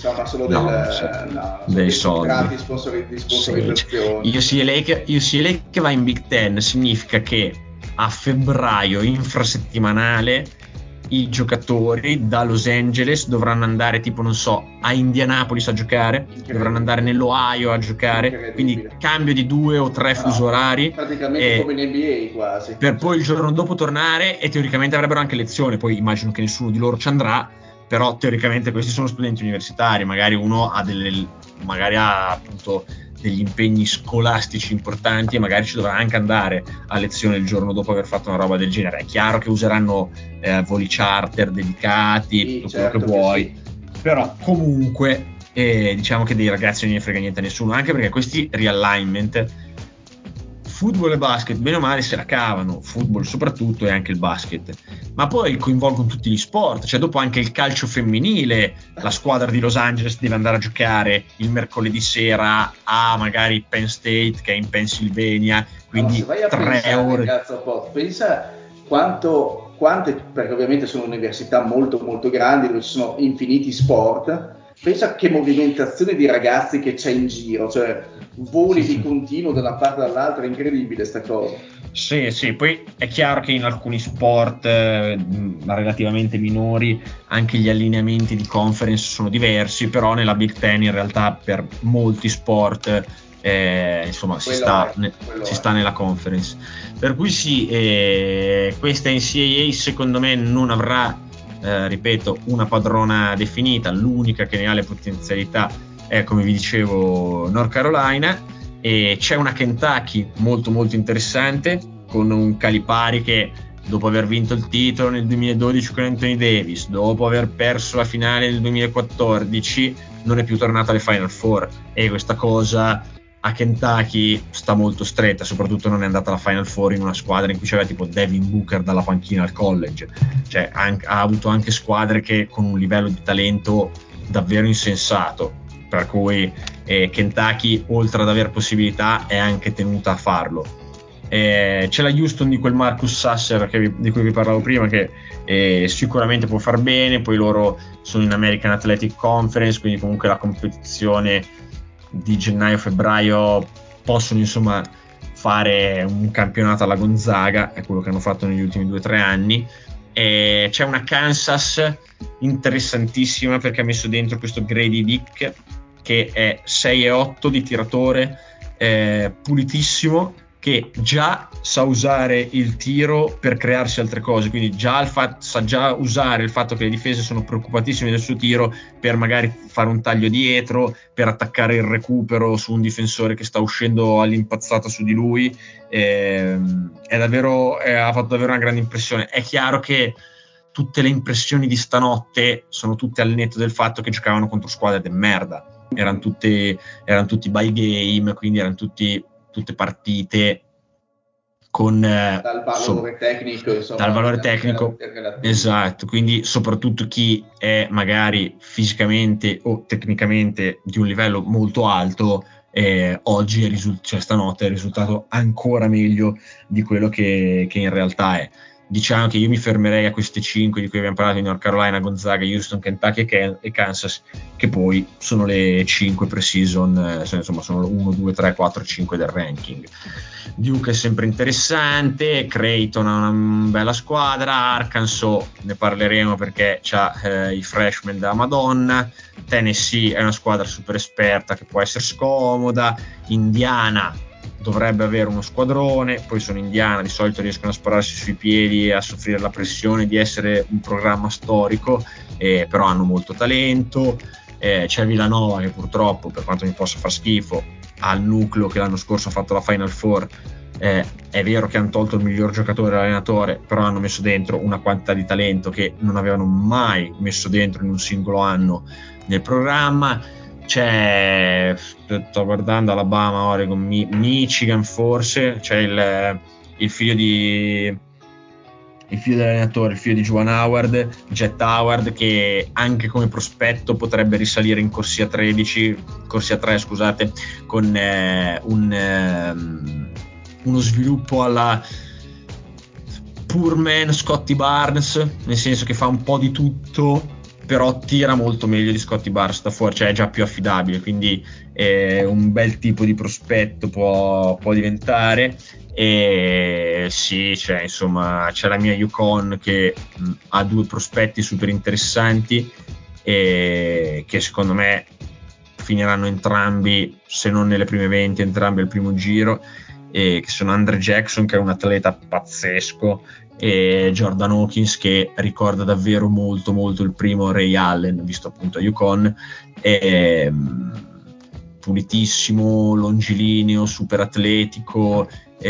dei soldi. Sponsorizzazioni. UCLA che va in Big Ten significa che a febbraio infrasettimanale i giocatori da Los Angeles dovranno andare tipo a Indianapolis a giocare, dovranno andare nell'Ohio a giocare, quindi cambio di 2 o 3 fuso orari, praticamente come in NBA quasi, per poi il giorno dopo tornare, e teoricamente avrebbero anche lezione, poi immagino che nessuno di loro ci andrà, però teoricamente questi sono studenti universitari, magari uno ha appunto degli impegni scolastici importanti e magari ci dovrà anche andare a lezione il giorno dopo aver fatto una roba del genere. È chiaro che useranno voli charter dedicati, tutto quello che vuoi, però comunque diciamo che dei ragazzi non ne frega niente a nessuno, anche perché questi realignment, football e basket bene o male se la cavano, football soprattutto e anche il basket, ma poi coinvolgono tutti gli sport, cioè dopo anche il calcio femminile, la squadra di Los Angeles deve andare a giocare il mercoledì sera a magari Penn State che è in Pennsylvania, quindi 3 ore. Cazzo, pensa quante, perché ovviamente sono università molto molto grandi dove ci sono infiniti sport. Pensa che movimentazione di ragazzi che c'è in giro, cioè voli di continuo da una parte all'altra, è incredibile sta cosa. Sì, poi è chiaro che in alcuni sport relativamente minori anche gli allineamenti di conference sono diversi, però nella Big Ten in realtà per molti sport si sta nella conference. Per cui questa NCAA secondo me non avrà ripeto, una padrona definita, l'unica che ne ha le potenzialità è, come vi dicevo, North Carolina, e c'è una Kentucky molto molto interessante con un Calipari che dopo aver vinto il titolo nel 2012 con Anthony Davis, dopo aver perso la finale nel 2014 non è più tornato alle Final Four, e questa cosa a Kentucky sta molto stretta, soprattutto non è andata alla Final Four in una squadra in cui c'era tipo Devin Booker dalla panchina al college, cioè ha avuto anche squadre che con un livello di talento davvero insensato, per cui Kentucky oltre ad aver possibilità è anche tenuta a farlo. C'è la Houston di quel Marcus Sasser di cui vi parlavo prima, che sicuramente può far bene, poi loro sono in American Athletic Conference, quindi comunque la competizione di gennaio-febbraio possono insomma fare un campionato alla Gonzaga, è quello che hanno fatto negli ultimi 2-3 anni. E c'è una Kansas interessantissima perché ha messo dentro questo Grady Dick che è 6'8" di tiratore, pulitissimo, che già sa usare il tiro per crearsi altre cose, quindi sa già usare il fatto che le difese sono preoccupatissime del suo tiro per magari fare un taglio dietro, per attaccare il recupero su un difensore che sta uscendo all'impazzata su di lui. Ha fatto davvero una grande impressione. È chiaro che tutte le impressioni di stanotte sono tutte al netto del fatto che giocavano contro squadre de merda, erano tutti by game, quindi erano tutte partite con dal valore tecnico, insomma, dal valore tecnico esatto, quindi soprattutto chi è magari fisicamente o tecnicamente di un livello molto alto, oggi stanotte è risultato ancora meglio di quello che in realtà è. Diciamo che io mi fermerei a queste 5 di cui abbiamo parlato, di North Carolina, Gonzaga, Houston, Kentucky e Kansas, che poi sono le 5 pre-season, insomma sono 1, 2, 3, 4, 5 del ranking. Duke è sempre interessante, Creighton ha una bella squadra, Arkansas ne parleremo perché c'ha i freshman della Madonna, Tennessee è una squadra super esperta che può essere scomoda, Indiana dovrebbe avere uno squadrone, poi sono Indiana, di solito riescono a spararsi sui piedi e a soffrire la pressione di essere un programma storico, però hanno molto talento. C'è Villanova che purtroppo, per quanto mi possa far schifo, ha il nucleo che l'anno scorso ha fatto la Final Four. È vero che hanno tolto il miglior giocatore dell'allenatore, però hanno messo dentro una quantità di talento che non avevano mai messo dentro in un singolo anno nel programma. Sto guardando Alabama, Oregon, Michigan forse, c'è il figlio dell'allenatore, il figlio di Juwan Howard, Jet Howard, che anche come prospetto potrebbe risalire in corsia 3, scusate, con uno sviluppo alla poor man Scotty Barnes, nel senso che fa un po' di tutto, però tira molto meglio di Scotty Barnes da fuori, cioè è già più affidabile, quindi un bel tipo di prospetto può diventare. E sì, insomma, c'è la mia UConn che ha 2 prospetti super interessanti e che secondo me finiranno entrambi, se non nelle prime 20, entrambi al primo giro, che sono Andre Jackson, che è un atleta pazzesco, e Jordan Hawkins, che ricorda davvero molto molto il primo Ray Allen visto appunto a UConn, pulitissimo, longilineo, super atletico,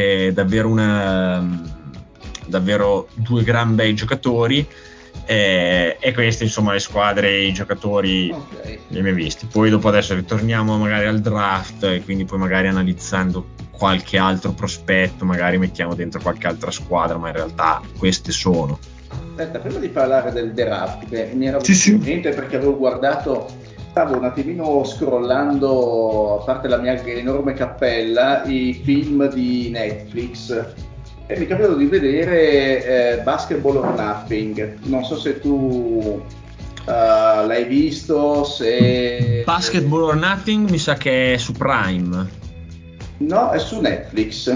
davvero 2 gran bei giocatori, e queste insomma le squadre, i giocatori li abbiamo visti. Poi dopo adesso ritorniamo magari al draft e quindi poi magari analizzando qualche altro prospetto magari mettiamo dentro qualche altra squadra, ma in realtà queste sono. Aspetta, prima di parlare del draft, che mi era venuto in mente perché avevo guardato, stavo un attimino scrollando, a parte la mia enorme cappella, i film di Netflix e mi è capitato di vedere Basketball or Nothing. Non so se tu l'hai visto, se... Basketball or Nothing mi sa che è su Prime. No, è su Netflix.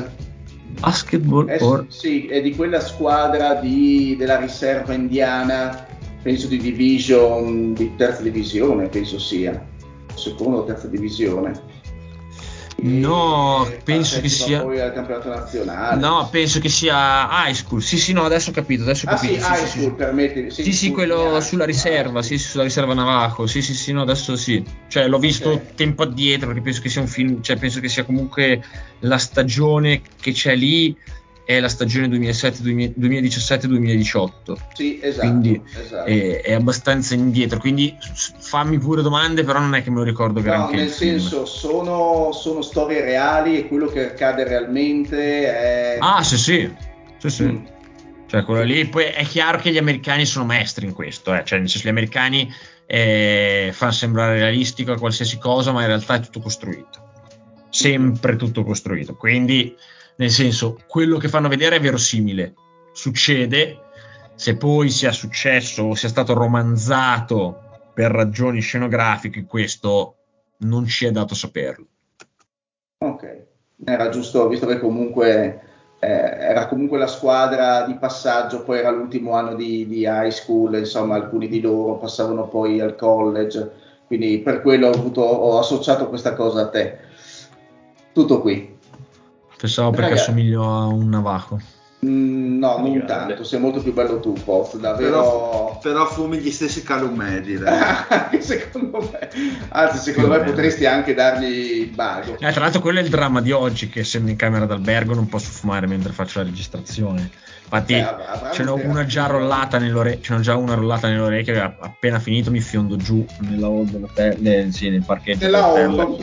Sì, è di quella squadra della riserva indiana, penso di division, di terza divisione, penso sia, seconda o terza divisione. No, penso che sia poi al campionato nazionale. No, penso che sia high school. Sì, no, adesso ho capito. High school, permettimi. Sì, quello sulla riserva, sulla riserva Navajo. Sì, no, adesso sì. Cioè, l'ho visto tempo addietro perché penso che sia un film, cioè penso che sia comunque la stagione che c'è lì è la stagione 2017-2018. Sì, esatto. Quindi è abbastanza indietro, quindi fammi pure domande, però non è che me lo ricordo granché. No, nel senso, sono storie reali e quello che accade realmente è... Sì. Cioè quello lì, poi è chiaro che gli americani sono maestri in questo, cioè nel senso gli americani fanno sembrare realistico qualsiasi cosa, ma in realtà è tutto costruito, sempre tutto costruito, quindi nel senso quello che fanno vedere è verosimile, succede. Se poi sia successo o sia stato romanzato per ragioni scenografiche, questo non ci è dato saperlo. Ok, era giusto, visto che comunque era comunque la squadra di passaggio, poi era l'ultimo anno di high school, insomma alcuni di loro passavano poi al college, quindi per quello ho associato questa cosa a te. Tutto qui. Pensavo perché assomiglio a un navajo. No, non tanto, sei molto più bello tu, Post, davvero. Però fumi gli stessi calumè, direi. Secondo me. Anzi, secondo me potresti anche dargli il bago. Tra l'altro quello è il dramma di oggi, che essendo in camera d'albergo non posso fumare mentre faccio la registrazione. Infatti ce n'ho una già rollata nell'orecchio, ce n'ho già una rollata nell'orecchio che appena finito mi fiondo giù nella hall dell'hotel, nel parcheggio. Nella hall,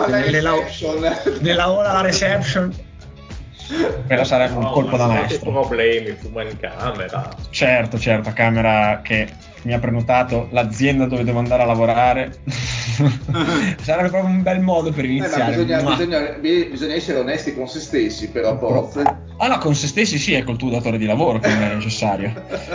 nella hall alla reception. Quello sarebbe un colpo da maestro. Problemi, fuma in camera. Certo, a camera che mi ha prenotato l'azienda dove devo andare a lavorare. Sarebbe proprio un bel modo per iniziare. Bisogna essere onesti con se stessi, però Post. Ah no, con se stessi sì, è col tuo datore di lavoro che non è necessario.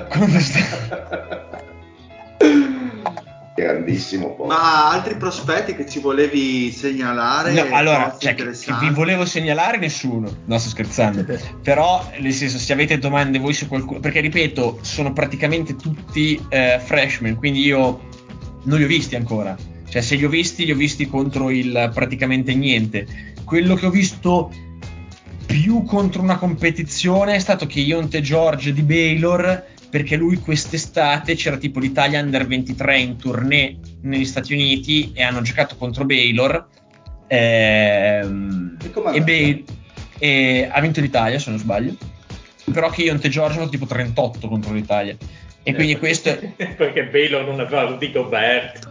Grandissimo Post. Ma altri prospetti che ci volevi segnalare? No, allora, che vi volevo segnalare nessuno, no, sto scherzando. Però, nel senso, se avete domande voi su qualcuno, perché ripeto, sono praticamente tutti freshman, quindi io non li ho visti ancora. Cioè, se li ho visti contro il praticamente niente. Quello che ho visto più contro una competizione è stato Keontae George di Baylor, perché lui quest'estate c'era tipo l'Italia Under 23 in tournée negli Stati Uniti e hanno giocato contro Baylor e ha vinto l'Italia, se non sbaglio, però Keontae George ha fatto tipo 38 contro l'Italia e quindi questo è perché Baylor non aveva Rudy Gobert.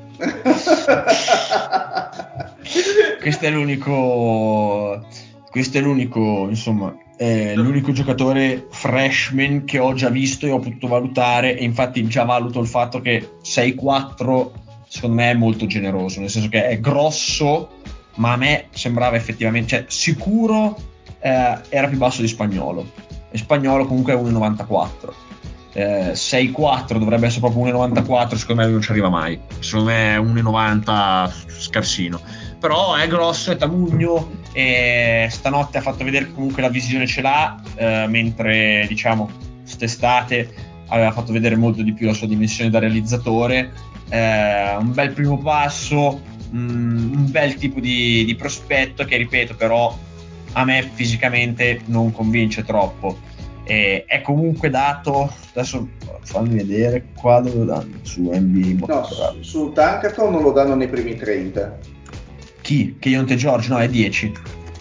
questo è l'unico, insomma, l'unico giocatore freshman che ho già visto e ho potuto valutare, e infatti già valuto il fatto che 6-4 secondo me è molto generoso, nel senso che è grosso, ma a me sembrava effettivamente, cioè sicuro era più basso di Spagnolo, e Spagnolo comunque è 1,94. 6-4 dovrebbe essere proprio 1,94, secondo me lui non ci arriva mai, secondo me è 1,90 scarsino, però è grosso, è tagugno e stanotte ha fatto vedere che comunque la visione ce l'ha, mentre diciamo quest'estate aveva fatto vedere molto di più la sua dimensione da realizzatore. Un bel primo passo, un bel tipo di prospetto che, ripeto, però a me fisicamente non convince troppo. È comunque dato, adesso fammi vedere qua dove lo danno su NBA. No, su Tankathon non lo danno nei primi 30. Chi? Keontae George? No, è 10.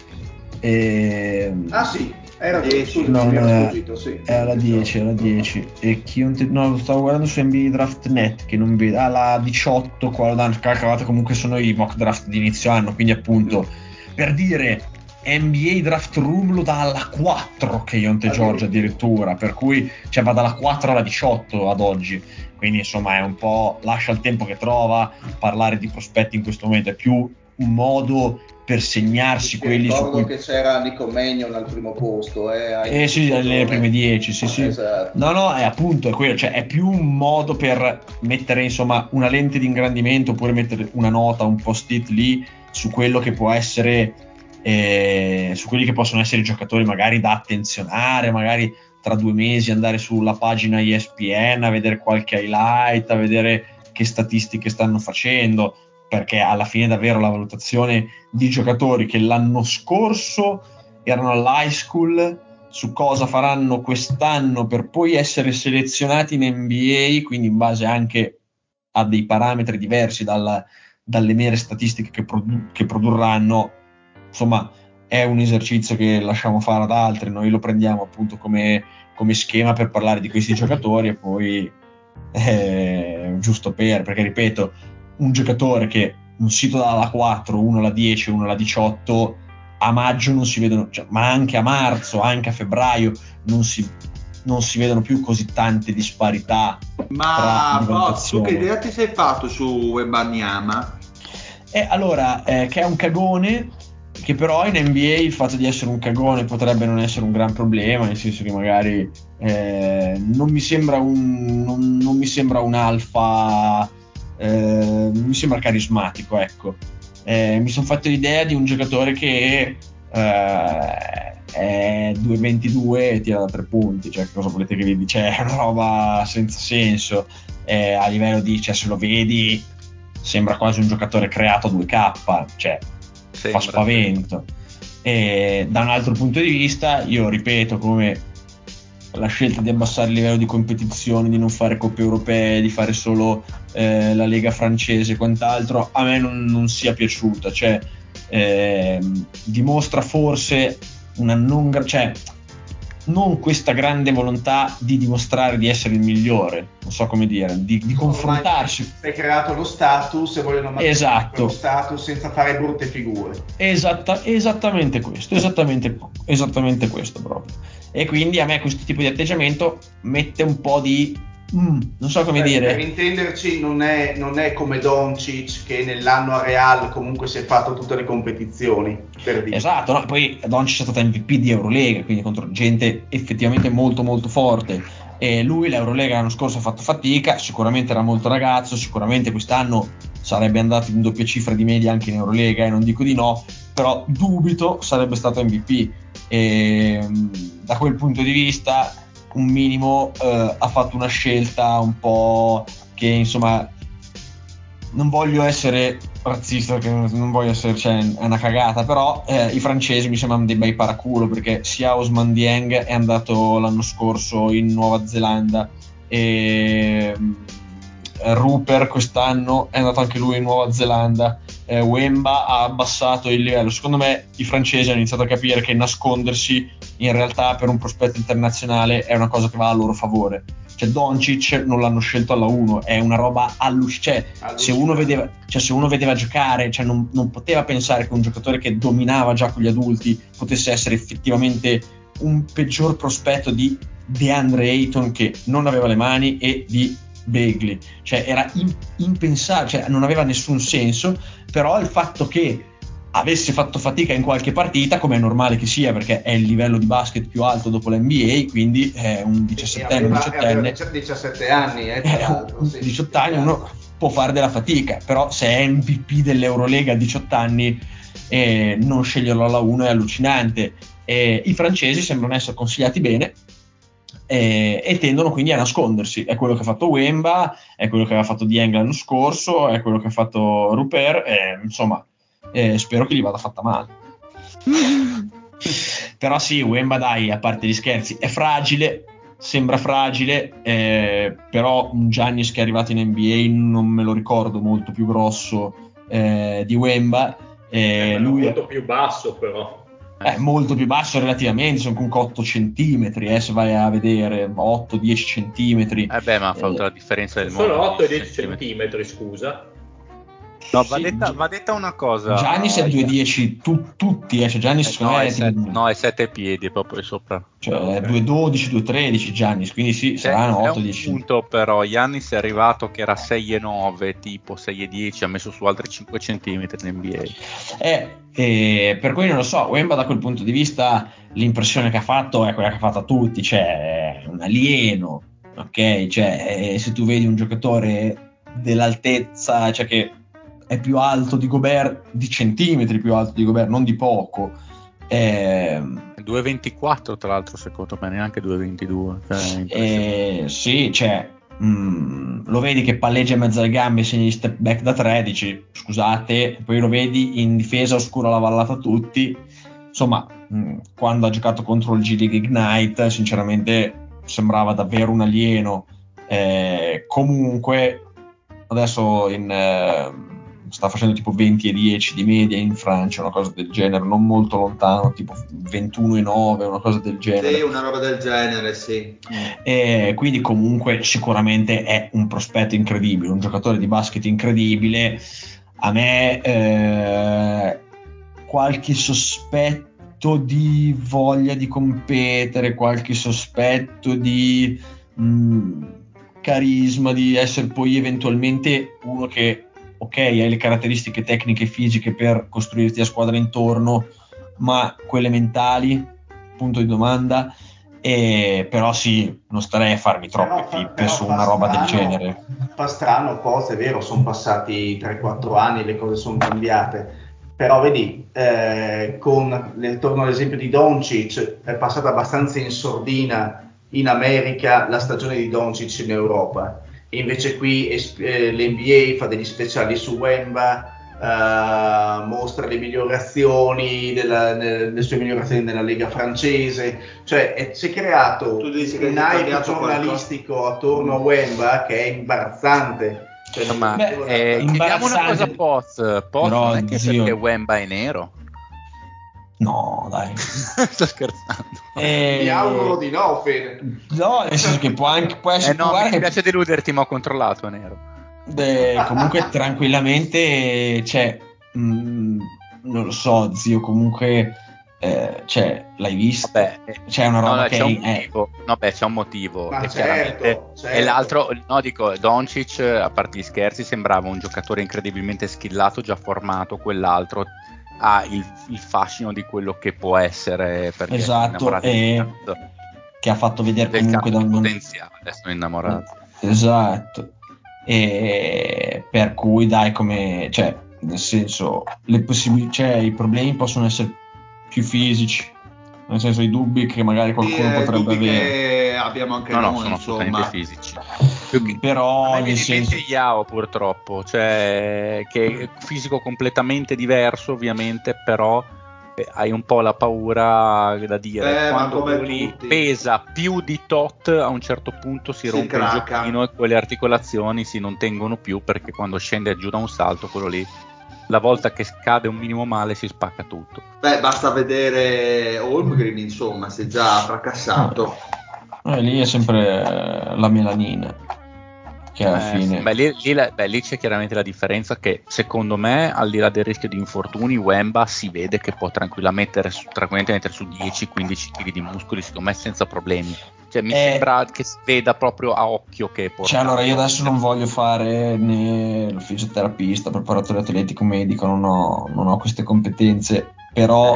Ah sì, era 10. No, sì. Era 10. E Keontae, no, lo stavo guardando su NBA Draft Net che non vedo. La 18 qua lo danno, calcolate, comunque sono i mock draft di inizio anno, quindi appunto per dire NBA Draft Room lo dà alla 4 Keontae George addirittura, per cui cioè va dalla 4 alla 18 ad oggi, quindi insomma è un po', lascia il tempo che trova. Parlare di prospetti in questo momento è più un modo per segnarsi quelli su cui... che c'era Nico Mannion al primo posto sì, nelle prime 10, sì. Esatto. No, è appunto è quello, cioè è più un modo per mettere insomma una lente di ingrandimento, oppure mettere una nota, un post-it lì su quello che può essere su quelli che possono essere i giocatori magari da attenzionare, magari tra 2 mesi andare sulla pagina ESPN a vedere qualche highlight, a vedere che statistiche stanno facendo, perché alla fine davvero la valutazione di giocatori che l'anno scorso erano all'high school su cosa faranno quest'anno per poi essere selezionati in NBA, quindi in base anche a dei parametri diversi dalle mere statistiche che produrranno, insomma è un esercizio che lasciamo fare ad altri, noi lo prendiamo appunto come schema per parlare di questi giocatori e poi giusto perché ripeto, un giocatore che un sito dà la 4, uno la 10, uno la 18, a maggio non si vedono, cioè, ma anche a marzo, anche a febbraio non si vedono più così tante disparità. Ma tu che idea ti sei fatto su Wembanyama? Allora, che è un cagone, che però in NBA il fatto di essere un cagone potrebbe non essere un gran problema, nel senso che magari non mi sembra un alfa, non mi sembra carismatico, ecco. Mi sono fatto l'idea di un giocatore che è 2,22 e tira da 3 punti, cioè cosa volete che vi dica? È una roba senza senso, a livello di, cioè se lo vedi sembra quasi un giocatore creato a 2K, cioè fa spavento. E da un altro punto di vista, io ripeto, come la scelta di abbassare il livello di competizione, di non fare coppe europee, di fare solo la Lega francese e quant'altro, a me non sia piaciuta. Cioè, dimostra forse una non questa grande volontà di dimostrare di essere il migliore, non so come dire, di confrontarsi. Si è creato lo status e vogliono mantenere lo status senza fare brutte figure. Esattamente questo proprio. E quindi a me questo tipo di atteggiamento mette un po' di non so come dire. Per intenderci, non è come Doncic che nell'anno a Real comunque si è fatto tutte le competizioni, per dire. Esatto, no? Poi Doncic è stato MVP di Eurolega, quindi contro gente effettivamente molto molto forte, e lui l'Eurolega l'anno scorso ha fatto fatica, sicuramente era molto ragazzo, sicuramente quest'anno sarebbe andato in doppia cifra di media anche in Eurolega, e non dico di no, però dubito sarebbe stato MVP, e da quel punto di vista un minimo ha fatto una scelta un po' che, insomma, non voglio essere razzista, perché non voglio essere, cioè, è una cagata, però i francesi mi sembrano dei bei paraculo, perché sia Ousmane Dieng è andato l'anno scorso in Nuova Zelanda e Rupert quest'anno è andato anche lui in Nuova Zelanda. Wemba ha abbassato il livello. Secondo me i francesi hanno iniziato a capire che nascondersi in realtà per un prospetto internazionale è una cosa che va a loro favore. Cioè Doncic non l'hanno scelto alla 1, è una roba allucinante. Se uno vedeva giocare, cioè non poteva pensare che un giocatore che dominava già con gli adulti potesse essere effettivamente un peggior prospetto di DeAndre Ayton, che non aveva le mani, e di Bagley. Cioè era impensabile, cioè non aveva nessun senso. Però il fatto che avesse fatto fatica in qualche partita, come è normale che sia, perché è il livello di basket più alto dopo l'NBA, quindi è un 17enne, 17 anni, un 18 anni, uno può fare della fatica, però se è MVP dell'Eurolega a 18 anni, non sceglierlo alla 1 è allucinante. I francesi sembrano essere consigliati bene, e tendono quindi a nascondersi. È quello che ha fatto Wemba, è quello che aveva fatto Dieng l'anno scorso, è quello che ha fatto Rupert, insomma, spero che gli vada fatta male. Però sì, Wemba, dai, a parte gli scherzi, è fragile, sembra fragile, però un Giannis che è arrivato in NBA non me lo ricordo molto più grosso di Wemba. Lui è molto più basso, però. È molto più basso relativamente, sono comunque 8 centimetri, se vai a vedere 8-10 centimetri. Ma ha fatto la differenza del mondo. Solo 8 e 10 centimetri, scusa. No, va detta una cosa. Giannis è 2,10 tutti, cioè Giannis secondo me è 7 piedi proprio sopra. Cioè 2,12, 2,13 Giannis, quindi sì, saranno 8-10. Punto, però Giannis è arrivato che era 6,9, tipo 6,10, ha messo su altri 5 centimetri in NBA. Per cui non lo so, Wemba da quel punto di vista l'impressione che ha fatto è quella che ha fatto a tutti, cioè è un alieno, ok? Cioè se tu vedi un giocatore dell'altezza, cioè che è più alto di Gobert, di centimetri più alto di Gobert, non di poco. 2,24 tra l'altro, secondo me, neanche 2,22. Sì, cioè lo vedi che palleggia in mezzo alle gambe, segna gli step back da 13, scusate, poi lo vedi in difesa, oscura la vallata a tutti. Insomma, quando ha giocato contro il G League Ignite, sinceramente sembrava davvero un alieno. Comunque adesso sta facendo tipo 20,10 di media in Francia, una cosa del genere, non molto lontano, tipo 21,9, una cosa del genere. Sì, una roba del genere, sì. Quindi comunque sicuramente è un prospetto incredibile, un giocatore di basket incredibile. A me qualche sospetto di voglia di competere, qualche sospetto di carisma, di essere poi eventualmente uno che hai le caratteristiche tecniche e fisiche per costruirti la squadra intorno, ma quelle mentali, punto di domanda. Però sì, non starei a farmi troppe pippe su una roba del genere. Fa strano, forse è vero, sono passati 3-4 anni, le cose sono cambiate, però vedi, torno all'esempio di Doncic, è passata abbastanza in sordina in America la stagione di Doncic in Europa. E invece qui l'NBA fa degli speciali su Wemba, mostra le migliorazioni le sue migliorazioni nella Lega francese, cioè si è creato un hype giornalistico attorno a Wemba che è imbarazzante. Chiediamo una cosa Poz, non è che perché Wemba è nero? No, dai. Sto scherzando. Mi auguro di no, Fede. No, nel senso che può essere. No, mi piace deluderti, ma ho controllato, è nero. Comunque tranquillamente, cioè, non lo so, zio, comunque, cioè, l'hai visto? Vabbè, c'è una roba che c'è un motivo. No, beh, c'è un motivo. Ma e chiaramente e l'altro, no, dico, Doncic, a parte gli scherzi, sembrava un giocatore incredibilmente skillato, già formato. Quell'altro ha il fascino di quello che può essere, perché esatto, e che ha fatto vedere comunque da un potenziale. Sono innamorato. Esatto. E per cui dai, come, cioè, nel senso, cioè, i problemi possono essere più fisici, nel senso, i dubbi che magari qualcuno potrebbe avere. Che abbiamo anche noi, sono assolutamente fisici. Però nel senso Yao, purtroppo, cioè, che è fisico completamente diverso, ovviamente, però hai un po' la paura da dire quando lui pesa più di tot, a un certo punto si rompe il giochino e quelle articolazioni non tengono più, perché quando scende giù da un salto, quello lì, la volta che cade un minimo male, si spacca tutto. Basta vedere Holmgren, insomma, si è già fracassato. Lì è sempre la melanina, che alla fine. Lì c'è chiaramente la differenza, che secondo me, al di là del rischio di infortuni, Wemba si vede che può tranquillamente mettere su 10-15 kg di muscoli, secondo me, senza problemi. Cioè, mi sembra che si veda proprio a occhio che porta. Cioè, allora, io adesso non voglio fare né il fisioterapista, preparatore atletico, medico, non ho queste competenze, però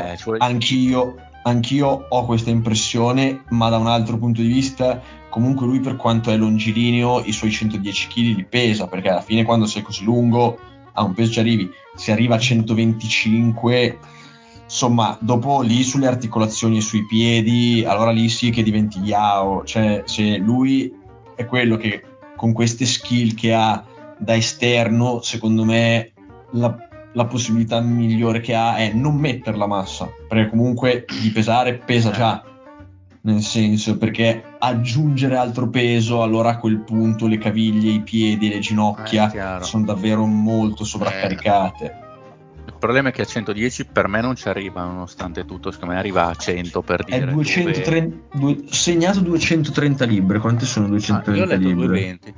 anch'io ho questa impressione, ma da un altro punto di vista, comunque lui, per quanto è longilineo, i suoi 110 kg li pesa, perché alla fine, quando sei così lungo, a un peso ci arrivi. Se arriva a 125, insomma, dopo lì sulle articolazioni e sui piedi, allora lì sì che diventi Yao. Cioè, se lui è quello che con queste skill che ha da esterno, secondo me la possibilità migliore che ha è non mettere la massa, perché comunque di pesare pesa già, nel senso, perché aggiungere altro peso, allora a quel punto le caviglie, i piedi, le ginocchia sono davvero molto sovraccaricate. Il problema è che a 110 per me non ci arriva, nonostante tutto. Secondo me arriva a 100, per dire. È 230, segnato 230 libbre. Quante sono 230 io ho letto libbre? 220.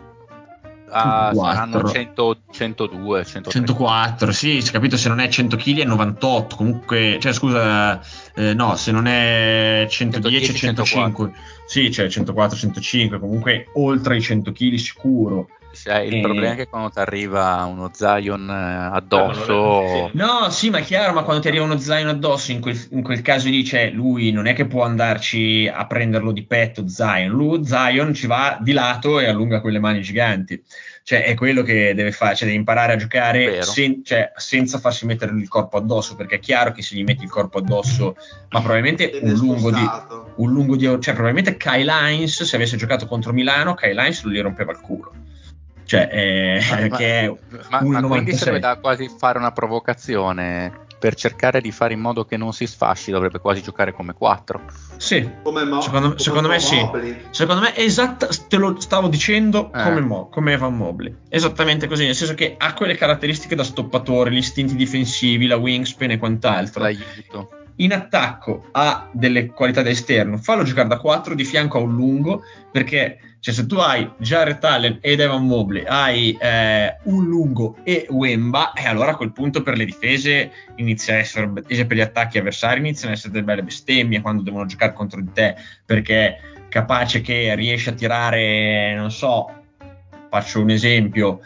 Saranno 100, 102, 103. 104, sì, si è capito. Se non è 100 kg è 98. Comunque, cioè, scusa, no, se non è 110 è 105. Sì, cioè 104, 105. Comunque oltre i 100 kg sicuro. Il problema è che quando ti arriva uno Zion addosso. No, sì, ma è chiaro, ma quando ti arriva uno Zion addosso, in quel caso lì, cioè, lui non è che può andarci a prenderlo di petto, Zion ci va di lato e allunga quelle mani giganti. Cioè, è quello che deve fare, cioè deve imparare a giocare senza farsi mettere il corpo addosso, perché è chiaro che se gli metti il corpo addosso, ma probabilmente un lungo di cioè probabilmente Kyle Hines, se avesse giocato contro Milano, Kyle Hines lui gli rompeva il culo. Cioè, che è ma quindi sarebbe da quasi fare una provocazione per cercare di fare in modo che non si sfasci. Dovrebbe quasi giocare come 4. Sì, secondo me sì. Secondo me te lo stavo dicendo come Evan Mobley. Esattamente così, nel senso che ha quelle caratteristiche da stoppatore, gli istinti difensivi, la wingspan e quant'altro. L'aiuto. In attacco ha delle qualità da esterno, fallo giocare da 4 di fianco a un lungo, perché cioè, se tu hai Jarrett Allen ed Evan Mobley, hai un lungo e Wemba, e allora a quel punto per le difese inizia a essere, per gli attacchi avversari iniziano a essere delle belle bestemmie quando devono giocare contro di te, perché capace che riesci a tirare, non so, faccio un esempio,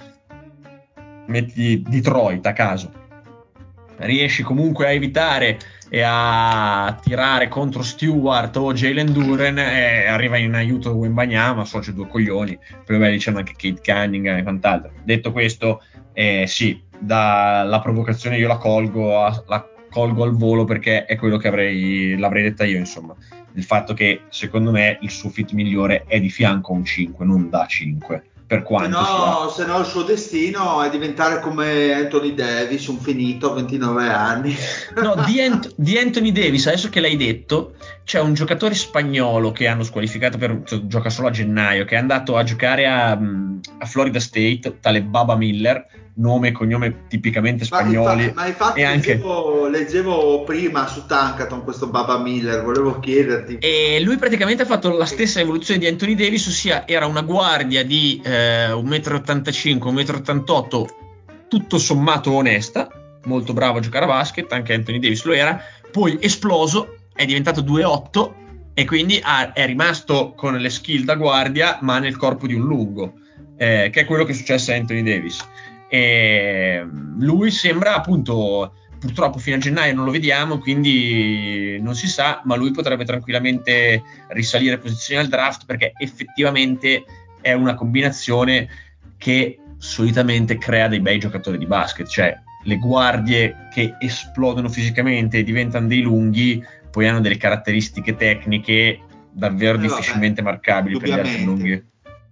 metti Detroit a caso, riesci comunque a evitare e a tirare contro Stewart o Jalen Duren, e arriva in aiuto Wembanyama, socio due coglioni, poi vabbè, c'erano anche Kate Cunningham e quant'altro. Detto questo, sì, la provocazione io la colgo al volo, perché è quello che l'avrei detta io, insomma, il fatto che secondo me il suo fit migliore è di fianco a un 5, non da 5, per quanto se no il suo destino è diventare come Anthony Davis, un finito a 29 anni. No, di Anthony Davis, adesso che l'hai detto, c'è un giocatore spagnolo che hanno squalificato gioca solo a gennaio, che è andato a giocare a Florida State, tale Baba Miller, nome e cognome tipicamente spagnoli. Ma infatti leggevo prima su Tankathon questo Baba Miller, volevo chiederti. E lui praticamente ha fatto la stessa evoluzione di Anthony Davis, ossia era una guardia di 1,85 m, 1,88 m, tutto sommato onesta, molto bravo a giocare a basket, anche Anthony Davis lo era, poi esploso, è diventato 2,8 m e quindi è rimasto con le skill da guardia ma nel corpo di un lungo, che è quello che è successo a Anthony Davis. E lui sembra, appunto, purtroppo fino a gennaio non lo vediamo, quindi non si sa, ma lui potrebbe tranquillamente risalire posizioni al draft, perché effettivamente è una combinazione che solitamente crea dei bei giocatori di basket, cioè le guardie che esplodono fisicamente e diventano dei lunghi poi hanno delle caratteristiche tecniche davvero difficilmente marcabili per gli altri lunghi.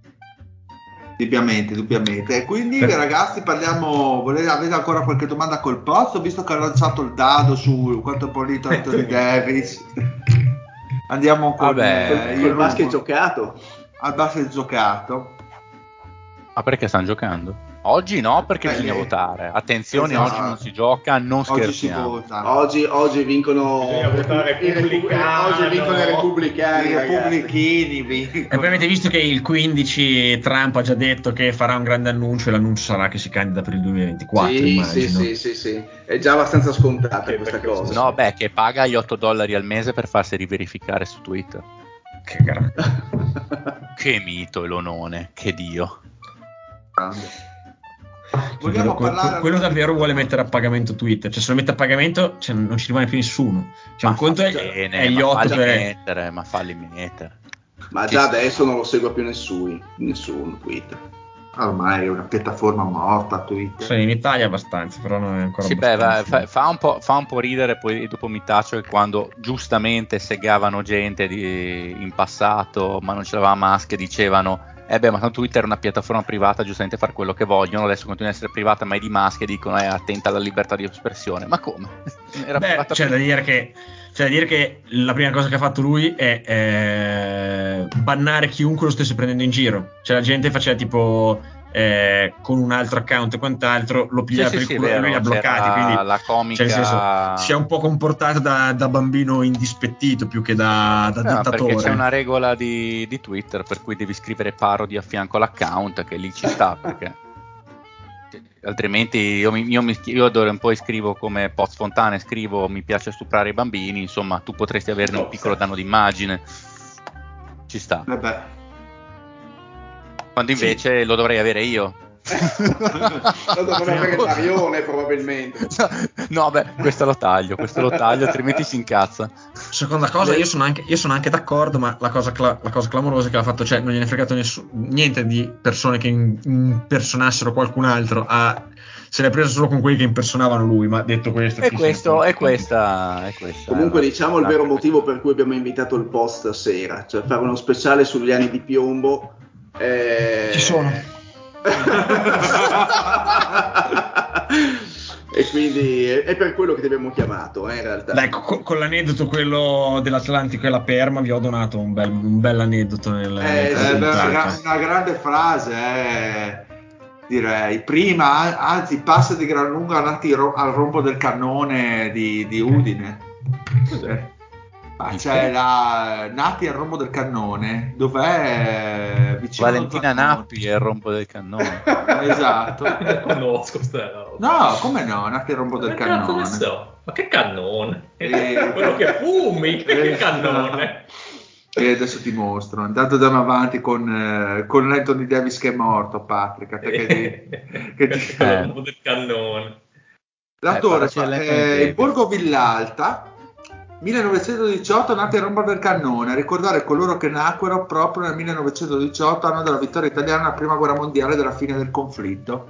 Dubbiamente. E quindi ragazzi parliamo, avete ancora qualche domanda col posto, visto che ha lanciato il dado su quanto è pulito Anthony Davis? Andiamo con il basket giocato. Al basket giocato. Ma perché stanno giocando? Oggi no, perché bisogna votare. Attenzione, esatto. Oggi non si gioca, non scherziamo. Oggi vincono i repubblicani. E poi avete visto che il 15 Trump ha già detto che farà un grande annuncio, e l'annuncio sarà che si candida per il 2024. Sì. È già abbastanza scontata questa cosa. No, che paga gli $8 al mese per farsi riverificare su Twitter. Che grande. Che mito, Elonone, che dio. Vogliamo parlare quello davvero vuole mettere a pagamento Twitter, cioè se lo mette a pagamento non ci rimane più nessuno, cioè un conto è gli 8 ma falli mettere. Ma già adesso non lo segue più nessuno Twitter. Ormai è una piattaforma morta Twitter. Sì, in Italia abbastanza, però non è ancora abbastanza. Fa un po' ridere, poi dopo mi taccio, che quando giustamente segavano gente in passato ma non ce l'aveva Musk, dicevano ma tanto Twitter è una piattaforma privata, giustamente fare quello che vogliono, adesso continua a essere privata ma è di Musk e dicono attenta alla libertà di espressione. Ma come? C'è da dire che la prima cosa che ha fatto lui è bannare chiunque lo stesse prendendo in giro, cioè la gente faceva tipo con un altro account e quant'altro lo pigliava per il culo e lui li ha bloccati, quindi la comica... cioè, nel senso, si è un po' comportato da bambino indispettito più che da dittatore, perché c'è una regola di Twitter per cui devi scrivere parodi a fianco all'account, che lì ci sta, perché altrimenti io d'ora in poi scrivo come Poz Fontane, scrivo mi piace stuprare i bambini, insomma tu potresti averne un piccolo danno d'immagine, ci sta. Vabbè. Quando invece lo dovrei avere io. Lo dovrei avere Marione probabilmente. No, questo lo taglio, altrimenti si incazza. Seconda cosa, io sono anche d'accordo, ma la cosa clamorosa è che l'ha fatto, cioè non gliene è fregato niente di persone che impersonassero qualcun altro, se l'è presa solo con quelli che impersonavano lui, ma detto questo... È questa. Comunque diciamo il vero motivo per cui abbiamo invitato il post stasera, cioè fare uno speciale sugli anni di piombo. Ci sono. E quindi è per quello che ti abbiamo chiamato, in realtà. Dai, con l'aneddoto quello dell'Atlantico e la Perma vi ho donato un bel aneddoto una grande frase, direi. Prima, anzi, passa di gran lunga nati al rombo del cannone di Udine. C'è Nati al rombo del cannone, dov'è? Vicino Valentina Nappi è il rombo del cannone. Esatto. Conosco sta roba. No, come no? Nati al rombo del cannone. Ma che cannone? Quello che fumi, che cannone? E adesso ti mostro. Intanto andiamo avanti con Anthony Davis che è morto, Patrick. Il rombo del cannone. L'autore il Borgo Villalta, 1918, nati a rombo del cannone, a ricordare coloro che nacquero proprio nel 1918, anno della vittoria italiana alla prima guerra mondiale, della fine del conflitto.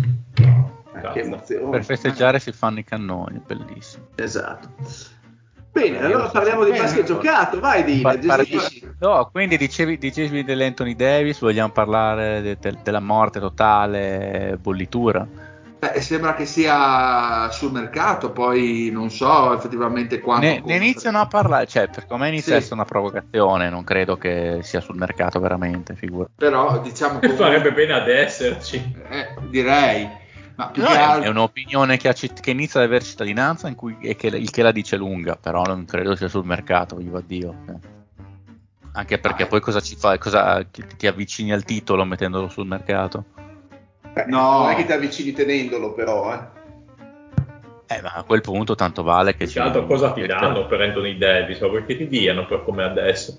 Che emozione. Per festeggiare si fanno i cannoni, bellissimo. Esatto. Bene, allora parliamo di basket giocato, vai Dile. No, quindi dicevi dell'Anthony Davis, vogliamo parlare della morte totale, bollitura? Sembra che sia sul mercato, poi non so effettivamente quanto ne iniziano a parlare, cioè per me inizia a essere una provocazione, non credo che sia sul mercato veramente, figura. Però diciamo che farebbe bene ad esserci, direi. Ma è un'opinione che inizia ad avere cittadinanza il che la dice lunga, però non credo sia sul mercato, viva Dio. Anche perché poi cosa ci fa? Ti avvicini al titolo mettendolo sul mercato? No, non è che ti avvicini tenendolo, però. Ma a quel punto tanto vale che cosa ti danno per Anthony Davis? O perché ti diano per come adesso?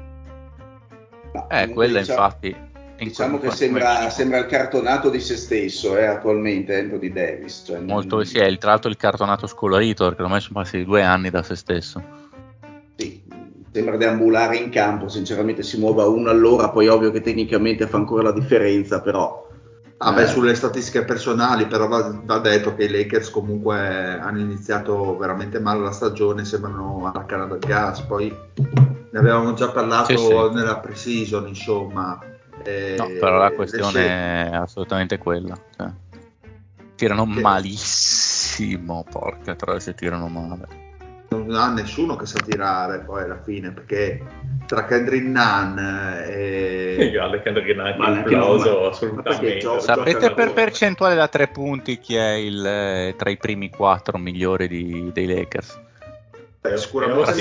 Quella infatti. Diciamo che sembra il cartonato di se stesso attualmente Anthony Davis. Cioè, molto tra l'altro il cartonato scolorito, perché ormai sono passati 2 anni da se stesso. Sì, sembra deambulare in campo, sinceramente si muova uno all'ora, poi ovvio che tecnicamente fa ancora la differenza, però... sulle statistiche personali però va detto che i Lakers comunque hanno iniziato veramente male la stagione, sembrano alla canna del gas, poi ne avevamo già parlato nella pre-season, insomma. No, però la questione è assolutamente quella, cioè, tirano malissimo, porca troia se tirano male. Non ha nessuno che sa tirare poi alla fine, perché tra Kendrick Nunn e grande Kendrick Nunn, applauso assolutamente. Sapete per percentuale da 3 punti chi è tra i primi 4 migliori dei Lakers? Sicuramente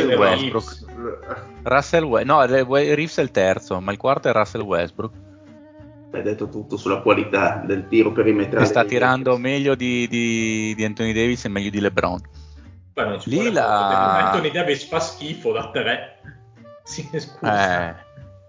Russell Westbrook. Reeves è il terzo, ma il quarto è Russell Westbrook. Hai detto tutto sulla qualità del tiro perimetrale. Che sta tirando meglio di Anthony Davis e meglio di LeBron. Beh, non ci vuole Anthony Davis fa schifo da 3. Sì, scusa.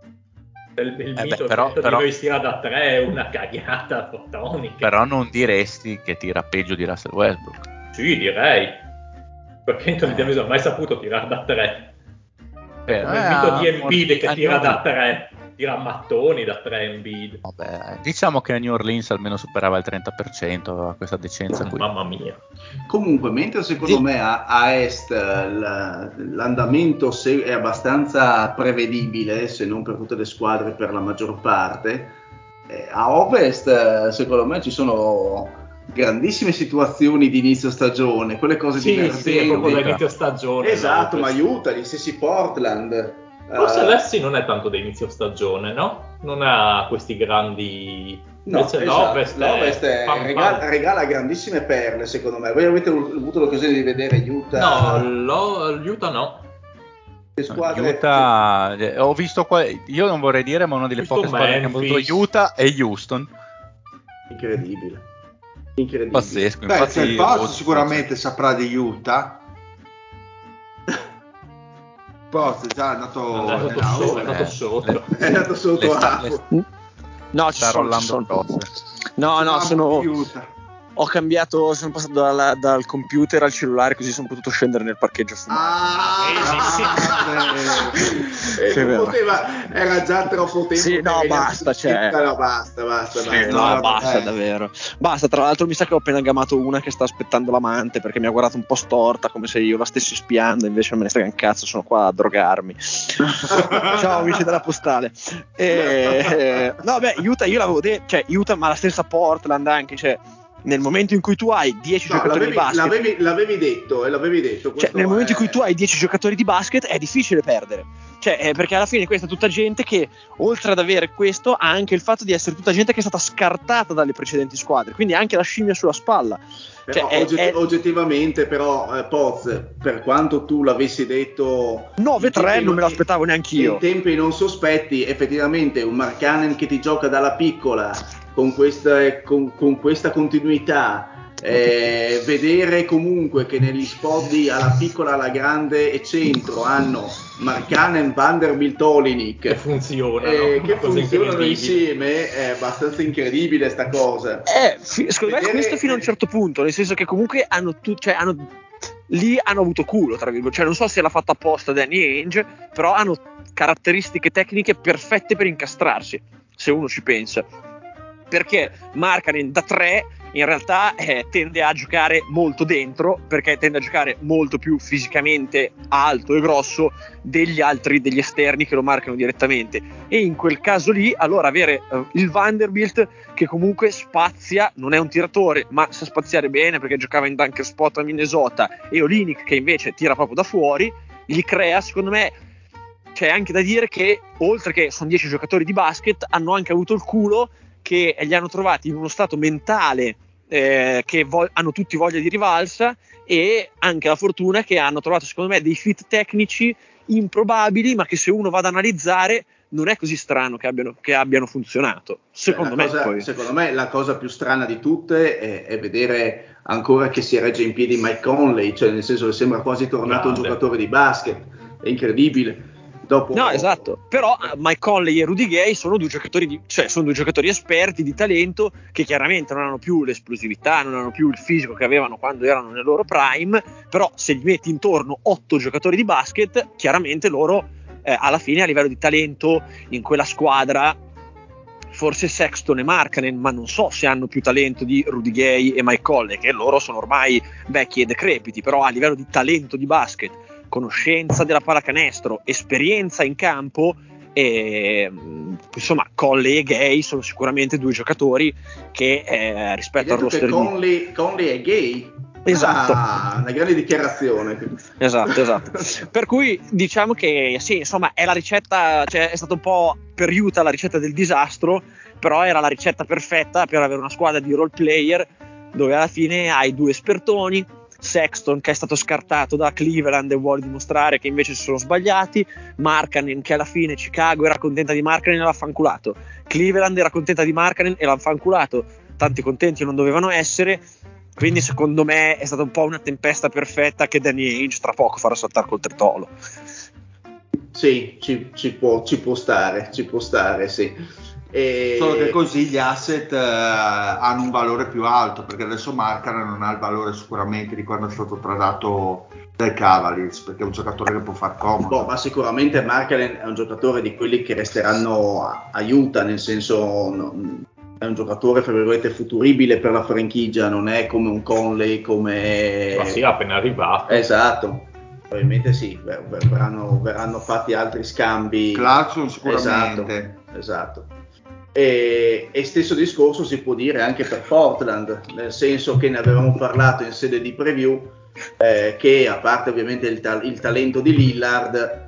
Il mito però di noi tira da 3 è una cagata fotonica. Però non diresti che tira peggio di Russell Westbrook. Sì, direi. Perché Anthony Davis ha mai saputo tirare da 3. È come il mito di Embiid che tira da 3. Tira mattoni da 3 Embiid. Vabbè, diciamo che a New Orleans almeno superava il 30%, aveva questa decenza qui. Mamma mia. Comunque, mentre secondo me a Est l'andamento è abbastanza prevedibile, se non per tutte le squadre, per la maggior parte, a Ovest secondo me ci sono grandissime situazioni di inizio stagione, quelle cose divertenti. Sì, proprio da inizio stagione. Esatto, ma aiuta, gli stessi Portland. Forse Alessi non è tanto da inizio stagione, no? Non ha questi grandi... No, esatto. L'Ovest regala grandissime perle, secondo me. Voi avete avuto l'occasione di vedere Utah? No, Utah no. Utah, ho visto io non vorrei dire, ma una delle poche squadre che hanno avuto Utah è Houston. Incredibile. Pazzesco. Infatti, il Post sicuramente saprà di Utah. Post è già andato sotto. È andato sotto acqua. No, ci sono. No, ho cambiato, sono passato dal computer al cellulare, così sono potuto scendere nel parcheggio a fumare. Era già troppo tempo. Sì, no, basta, basta, davvero. Basta, tra l'altro mi sa che ho appena gamato una che sta aspettando l'amante, perché mi ha guardato un po' storta, come se io la stessi spiando, invece non me ne frega un cazzo, sono qua a drogarmi. Ciao amici della postale. No, beh, Utah io l'avevo detto, cioè Utah, ma la stessa Portland anche, cioè nel momento in cui tu hai 10 giocatori di basket, l'avevi detto. Cioè, nel momento in cui tu hai 10 giocatori di basket è difficile perdere. Cioè, perché alla fine questa è tutta gente che, oltre ad avere questo, ha anche il fatto di essere tutta gente che è stata scartata dalle precedenti squadre, quindi anche la scimmia sulla spalla. Però, oggettivamente, però, Poz, per quanto tu l'avessi detto 9-3, non me lo aspettavo neanch'io. In tempi non sospetti, effettivamente, un Mark Cannon che ti gioca dalla piccola con questa continuità. Vedere comunque che negli spot alla piccola, alla grande e centro hanno Markkanen, Vanderbilt, Olynyk che funzionano insieme, è abbastanza incredibile sta cosa. Secondo me questo fino a un certo punto, nel senso che comunque lì hanno avuto culo, tra virgolette, cioè non so se l'ha fatta apposta Danny Ainge, però hanno caratteristiche tecniche perfette per incastrarsi, se uno ci pensa, perché Markkanen da 3 in realtà tende a giocare molto dentro, perché tende a giocare molto più fisicamente alto e grosso degli esterni che lo marcano direttamente, e in quel caso lì allora avere il Vanderbilt che comunque spazia, non è un tiratore ma sa spaziare bene perché giocava in dunker spot a Minnesota, e Olynyk che invece tira proprio da fuori, gli crea, secondo me c'è anche da dire che oltre che sono 10 giocatori di basket, hanno anche avuto il culo che li hanno trovati in uno stato mentale che hanno tutti voglia di rivalsa, e anche la fortuna che hanno trovato secondo me dei fit tecnici improbabili, ma che se uno va ad analizzare non è così strano che abbiano funzionato, secondo me la cosa più strana di tutte è vedere ancora che si regge in piedi Mike Conley, cioè nel senso che sembra quasi tornato un giocatore di basket, è incredibile. No, esatto, però Mike Conley e Rudy Gay sono due giocatori esperti di talento, che chiaramente non hanno più l'esplosività, non hanno più il fisico che avevano quando erano nel loro prime, però se gli metti intorno 8 giocatori di basket, chiaramente loro alla fine a livello di talento in quella squadra, forse Sexton e Markkanen, ma non so se hanno più talento di Rudy Gay e Mike Conley, che loro sono ormai vecchi e decrepiti, però a livello di talento di basket, conoscenza della pallacanestro, esperienza in campo, e insomma Conley e Gay sono sicuramente due giocatori che rispetto al roster Conley è gay? Esatto. Una grande dichiarazione. Esatto. Per cui diciamo che sì, insomma è la ricetta, cioè è stato un po' per Utah la ricetta del disastro, però era la ricetta perfetta per avere una squadra di role player dove alla fine hai due espertoni, Sexton che è stato scartato da Cleveland e vuole dimostrare che invece si sono sbagliati, Markkanen che alla fine Chicago era contenta di Markkanen e l'ha fanculato, Cleveland era contenta di Markkanen e l'ha fanculato, tanti contenti non dovevano essere, quindi secondo me è stata un po' una tempesta perfetta che Danny Ainge tra poco farà saltare col tritolo. Sì, ci può stare, sì. Solo che così gli asset hanno un valore più alto, perché adesso Markkanen non ha il valore sicuramente di quando è stato tradato dai Cavaliers, perché è un giocatore che può far comodo. Ma sicuramente Markkanen è un giocatore di quelli che resteranno a Utah, nel senso è un giocatore fra virgolette futuribile per la franchigia, non è come un Conley, ma sì, appena arrivato. Esatto. Probabilmente sì, verranno fatti altri scambi. Clarkson sicuramente. Esatto. E stesso discorso si può dire anche per Portland, nel senso che ne avevamo parlato in sede di preview, che a parte ovviamente il talento di Lillard,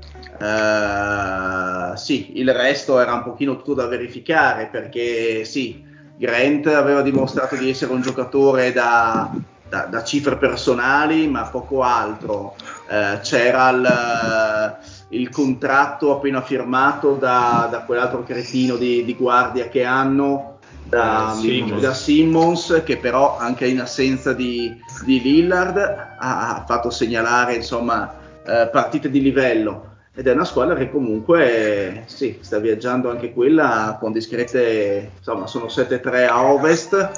sì, il resto era un pochino tutto da verificare, perché sì, Grant aveva dimostrato di essere un giocatore da cifre personali, ma poco altro. C'era il contratto appena firmato da quell'altro cretino di guardia che hanno, da Simmons, che però anche in assenza di Lillard ha fatto segnalare insomma partite di livello, ed è una squadra che comunque sì, sta viaggiando anche quella con discrete, insomma sono 7-3 a Ovest,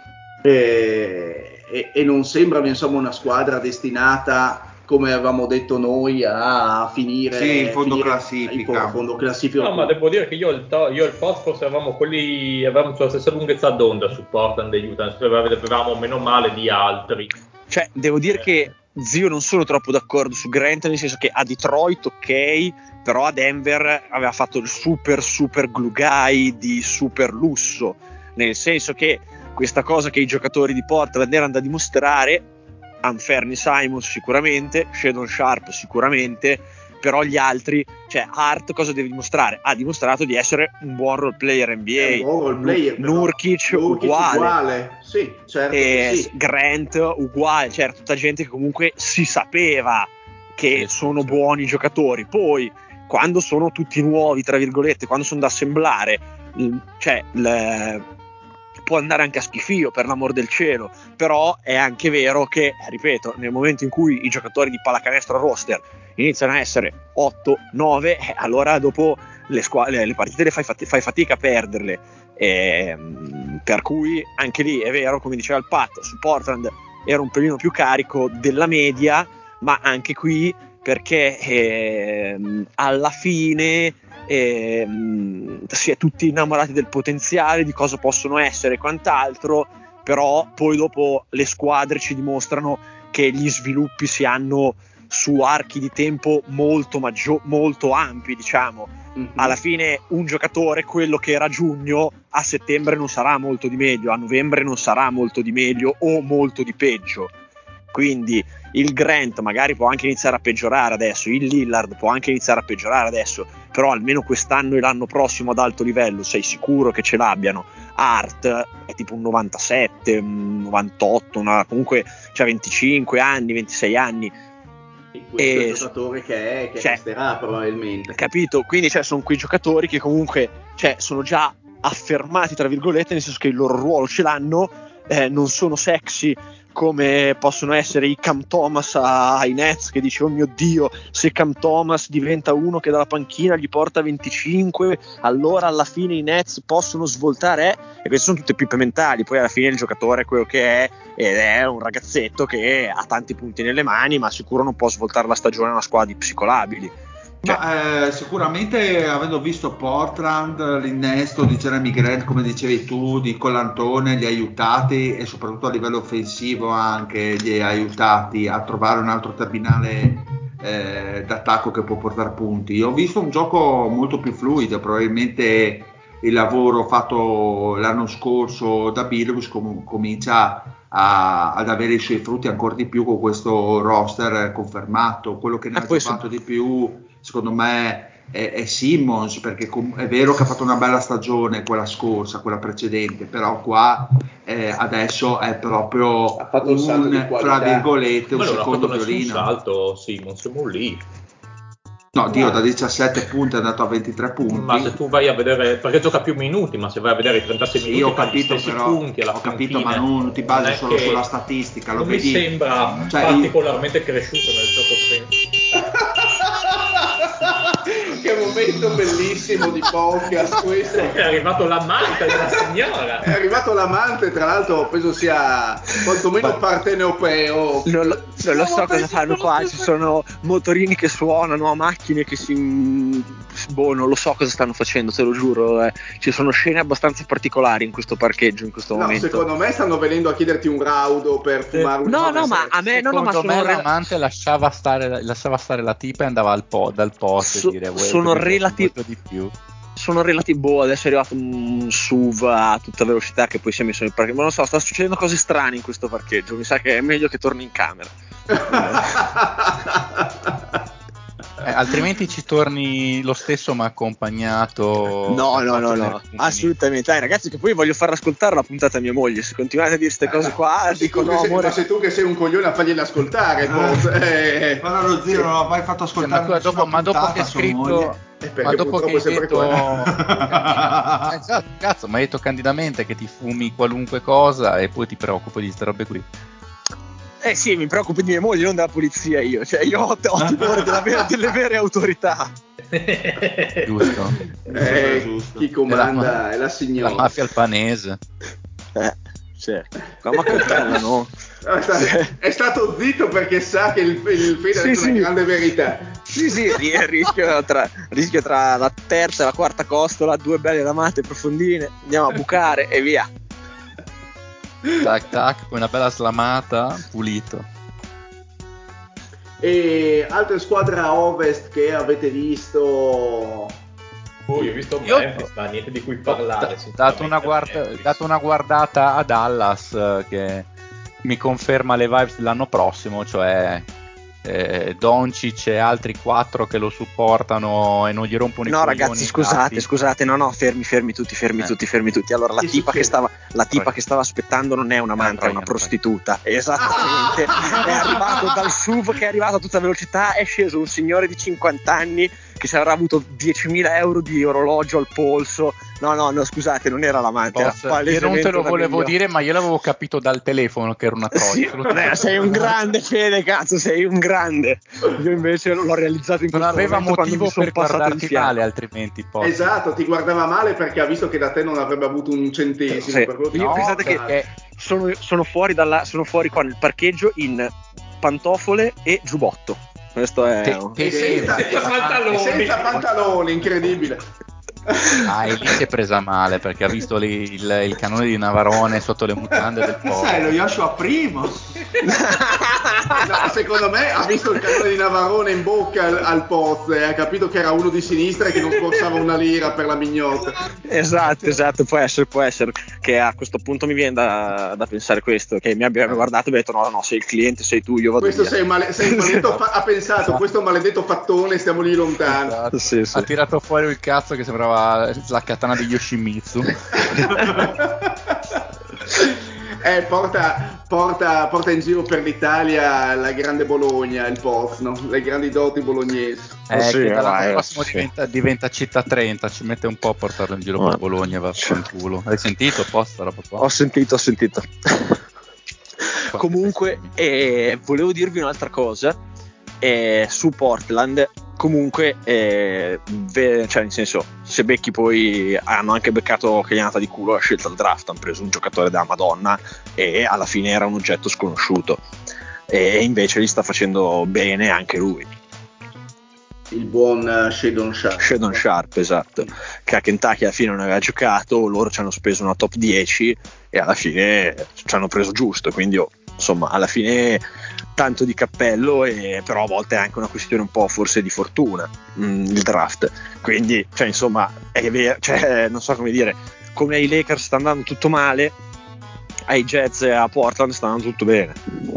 e non sembrano insomma una squadra destinata, come avevamo detto noi, a finire in fondo classifica. No, ma devo dire che io e il post forse avevamo sulla stessa lunghezza d'onda su Portland e Utah, avevamo meno male di altri. Cioè, devo dire che zio non sono troppo d'accordo su Grant, nel senso che a Detroit ok, però a Denver aveva fatto il super glue guy di super lusso, nel senso che questa cosa che i giocatori di Portland erano da dimostrare, Anthony Simons sicuramente, Shadon Sharp sicuramente, però gli altri, cioè Hart cosa deve dimostrare? Ha dimostrato di essere un buon role player NBA, Nurkic uguale. Sì, certo, sì. Grant uguale, cioè tutta gente che comunque si sapeva che sono buoni giocatori, poi quando sono tutti nuovi tra virgolette, quando sono da assemblare, cioè può andare anche a schifio, per l'amor del cielo, però è anche vero che, ripeto, nel momento in cui i giocatori di pallacanestro roster iniziano a essere 8-9, allora dopo le partite le fai fatica a perderle, per cui anche lì è vero, come diceva il Pat, su Portland era un pelino più carico della media, ma anche qui perché alla fine si è tutti innamorati del potenziale, di cosa possono essere e quant'altro, però poi dopo le squadre ci dimostrano che gli sviluppi si hanno su archi di tempo molto ampi, diciamo. Alla fine un giocatore, quello che era a giugno, a settembre non sarà molto di meglio, a novembre non sarà molto di meglio o molto di peggio. Quindi il Grant magari può anche iniziare a peggiorare adesso, il Lillard può anche iniziare a peggiorare adesso, però almeno quest'anno e l'anno prossimo ad alto livello sei sicuro che ce l'abbiano. Art è tipo un 97, un 98, comunque c'ha 25 anni, 26 anni. Questo è il giocatore che resterà probabilmente. Capito? Quindi sono quei giocatori che comunque sono già affermati, tra virgolette, nel senso che il loro ruolo ce l'hanno, non sono sexy come possono essere i Cam Thomas ai Nets, che dice oh mio Dio, se Cam Thomas diventa uno che dalla panchina gli porta 25, allora alla fine i Nets possono svoltare, e queste sono tutte pippe mentali. Poi alla fine il giocatore è quello che è, ed è un ragazzetto che ha tanti punti nelle mani, ma sicuro non può svoltare la stagione a una squadra di psicolabili. Sicuramente, avendo visto Portland, l'innesto di Jeremy Grant, come dicevi tu, di Collantone, li ha aiutati, e soprattutto a livello offensivo anche li ha aiutati a trovare un altro terminale d'attacco che può portare punti. Io ho visto un gioco molto più fluido, probabilmente il lavoro fatto l'anno scorso da Billups comincia ad avere i suoi frutti ancora di più con questo roster confermato. Quello che ne ha giocato di più secondo me è Simmons, perché è vero che ha fatto una bella stagione quella scorsa, quella precedente, però qua adesso è proprio tra virgolette un secondo violino. Salto Simmons, siamo lì. No, Dio, da 17 punti è andato a 23 punti. Ma se tu vai a vedere, perché gioca più minuti, ma se vai a vedere i 36 minuti, ho capito, però, punti alla fine, ma non ti basi solo sulla statistica. Non mi sembra particolarmente cresciuto nel gioco Che momento bellissimo di podcast questo. È arrivato l'amante della signora. È arrivato l'amante, tra l'altro penso sia quantomeno partenopeo. Non lo so cosa fanno qua, ci sono motorini che suonano, macchine che non lo so cosa stanno facendo, te lo giuro. Ci sono scene abbastanza particolari in questo parcheggio in questo momento. Secondo me stanno venendo a chiederti un raudo per fumare un ma a me secondo me l'amante lasciava stare la tipa e andava dal posto e dire sono relativi di più. Sono relativi, adesso è arrivato un SUV a tutta velocità che poi si è messo nel parcheggio, ma non so, sta succedendo cose strane in questo parcheggio, mi sa che è meglio che torni in camera. Altrimenti ci torni lo stesso ma accompagnato. No, assolutamente. Dai ragazzi, che poi voglio far ascoltare la puntata a mia moglie, se continuate a dire queste cose qua dico no amore. Ma sei tu che sei un coglione a fargliela ascoltare. Ma lo zio non l'ha mai fatto ascoltare. Ma dopo che hai scritto, ma dopo che hai detto cazzo, ma hai detto candidamente che ti fumi qualunque cosa e poi ti preoccupo di queste robe qui. Sì, mi preoccupo di mia moglie, non della polizia io ho timore delle vere autorità. Giusto. Chi comanda è la signora. La mafia albanese. Sì. Ma coltella no. È stato zitto perché sa che il Fede è una grande verità. Sì, rischio tra la terza e la quarta costola, 2 belle lamate profondine, andiamo a bucare e via. Tac tac, poi una bella slamata, pulito. E altre squadre a ovest che avete visto? Io ho visto Memphis, ma niente di cui parlare. Dato una guardata a Dallas che mi conferma le vibes dell'anno prossimo, cioè Doncic e altri 4 che lo supportano e non gli rompono i coglioni. No ragazzi, scusate, no, fermi tutti. Allora la tipa che stava aspettando non è un'amante, è una prostituta. Esattamente. È arrivato dal SUV che è arrivato a tutta velocità, è sceso un signore di 50 anni che se avrà avuto 10.000 euro di orologio al polso. No, scusate, non era l'amante. Io non te lo volevo dire, ma io l'avevo capito dal telefono che era una troia. Sei un grande, Fede, cazzo, sei un grande. Io invece l'ho realizzato in questo momento. Non aveva motivo per guardarti male, altrimenti poi. Esatto, ti guardava male perché ha visto che da te non avrebbe avuto un centesimo. Pensate che sono fuori qua nel parcheggio in pantofole e giubbotto. Questo è senza pantaloni, incredibile. E lì si è presa male perché ha visto lì il cannone di Navarone sotto le mutande del Che sei, lo Joshua primo? No, secondo me ha visto il cannone di Navarone in bocca al Poz e ha capito che era uno di sinistra e che non forzava una lira per la mignotta. Esatto, può essere che a questo punto mi viene da pensare questo, che mi abbia guardato e mi ha detto no, sei il cliente, sei tu, io vado questo via. sei un maledetto ha pensato, questo è un maledetto fattone, stiamo lì lontano. Esatto. Sì. Ha tirato fuori il cazzo che sembrava la katana di Yoshimitsu. Porta in giro per l'Italia la grande Bologna, il Poz, no? Le grandi doti bolognesi. Che dall'anno prossimo diventa città 30, ci mette un po' a portarlo in giro per Bologna, va fanculo. Hai sentito Poz, roba qua? Ho sentito. Comunque volevo dirvi un'altra cosa su Portland. Comunque cioè nel senso, se becchi poi hanno anche beccato che gli è andata di culo la scelta del draft, hanno preso un giocatore della Madonna e alla fine era un oggetto sconosciuto e invece gli sta facendo bene anche lui, il buon Shadon Sharp, esatto, che a Kentucky alla fine non aveva giocato, loro ci hanno speso una top 10 e alla fine ci hanno preso giusto, quindi insomma alla fine tanto di cappello, però a volte è anche una questione un po' forse di fortuna il draft, quindi cioè insomma è vero, cioè, non so come dire, come ai Lakers sta andando tutto male, ai Jazz e a Portland sta andando tutto bene.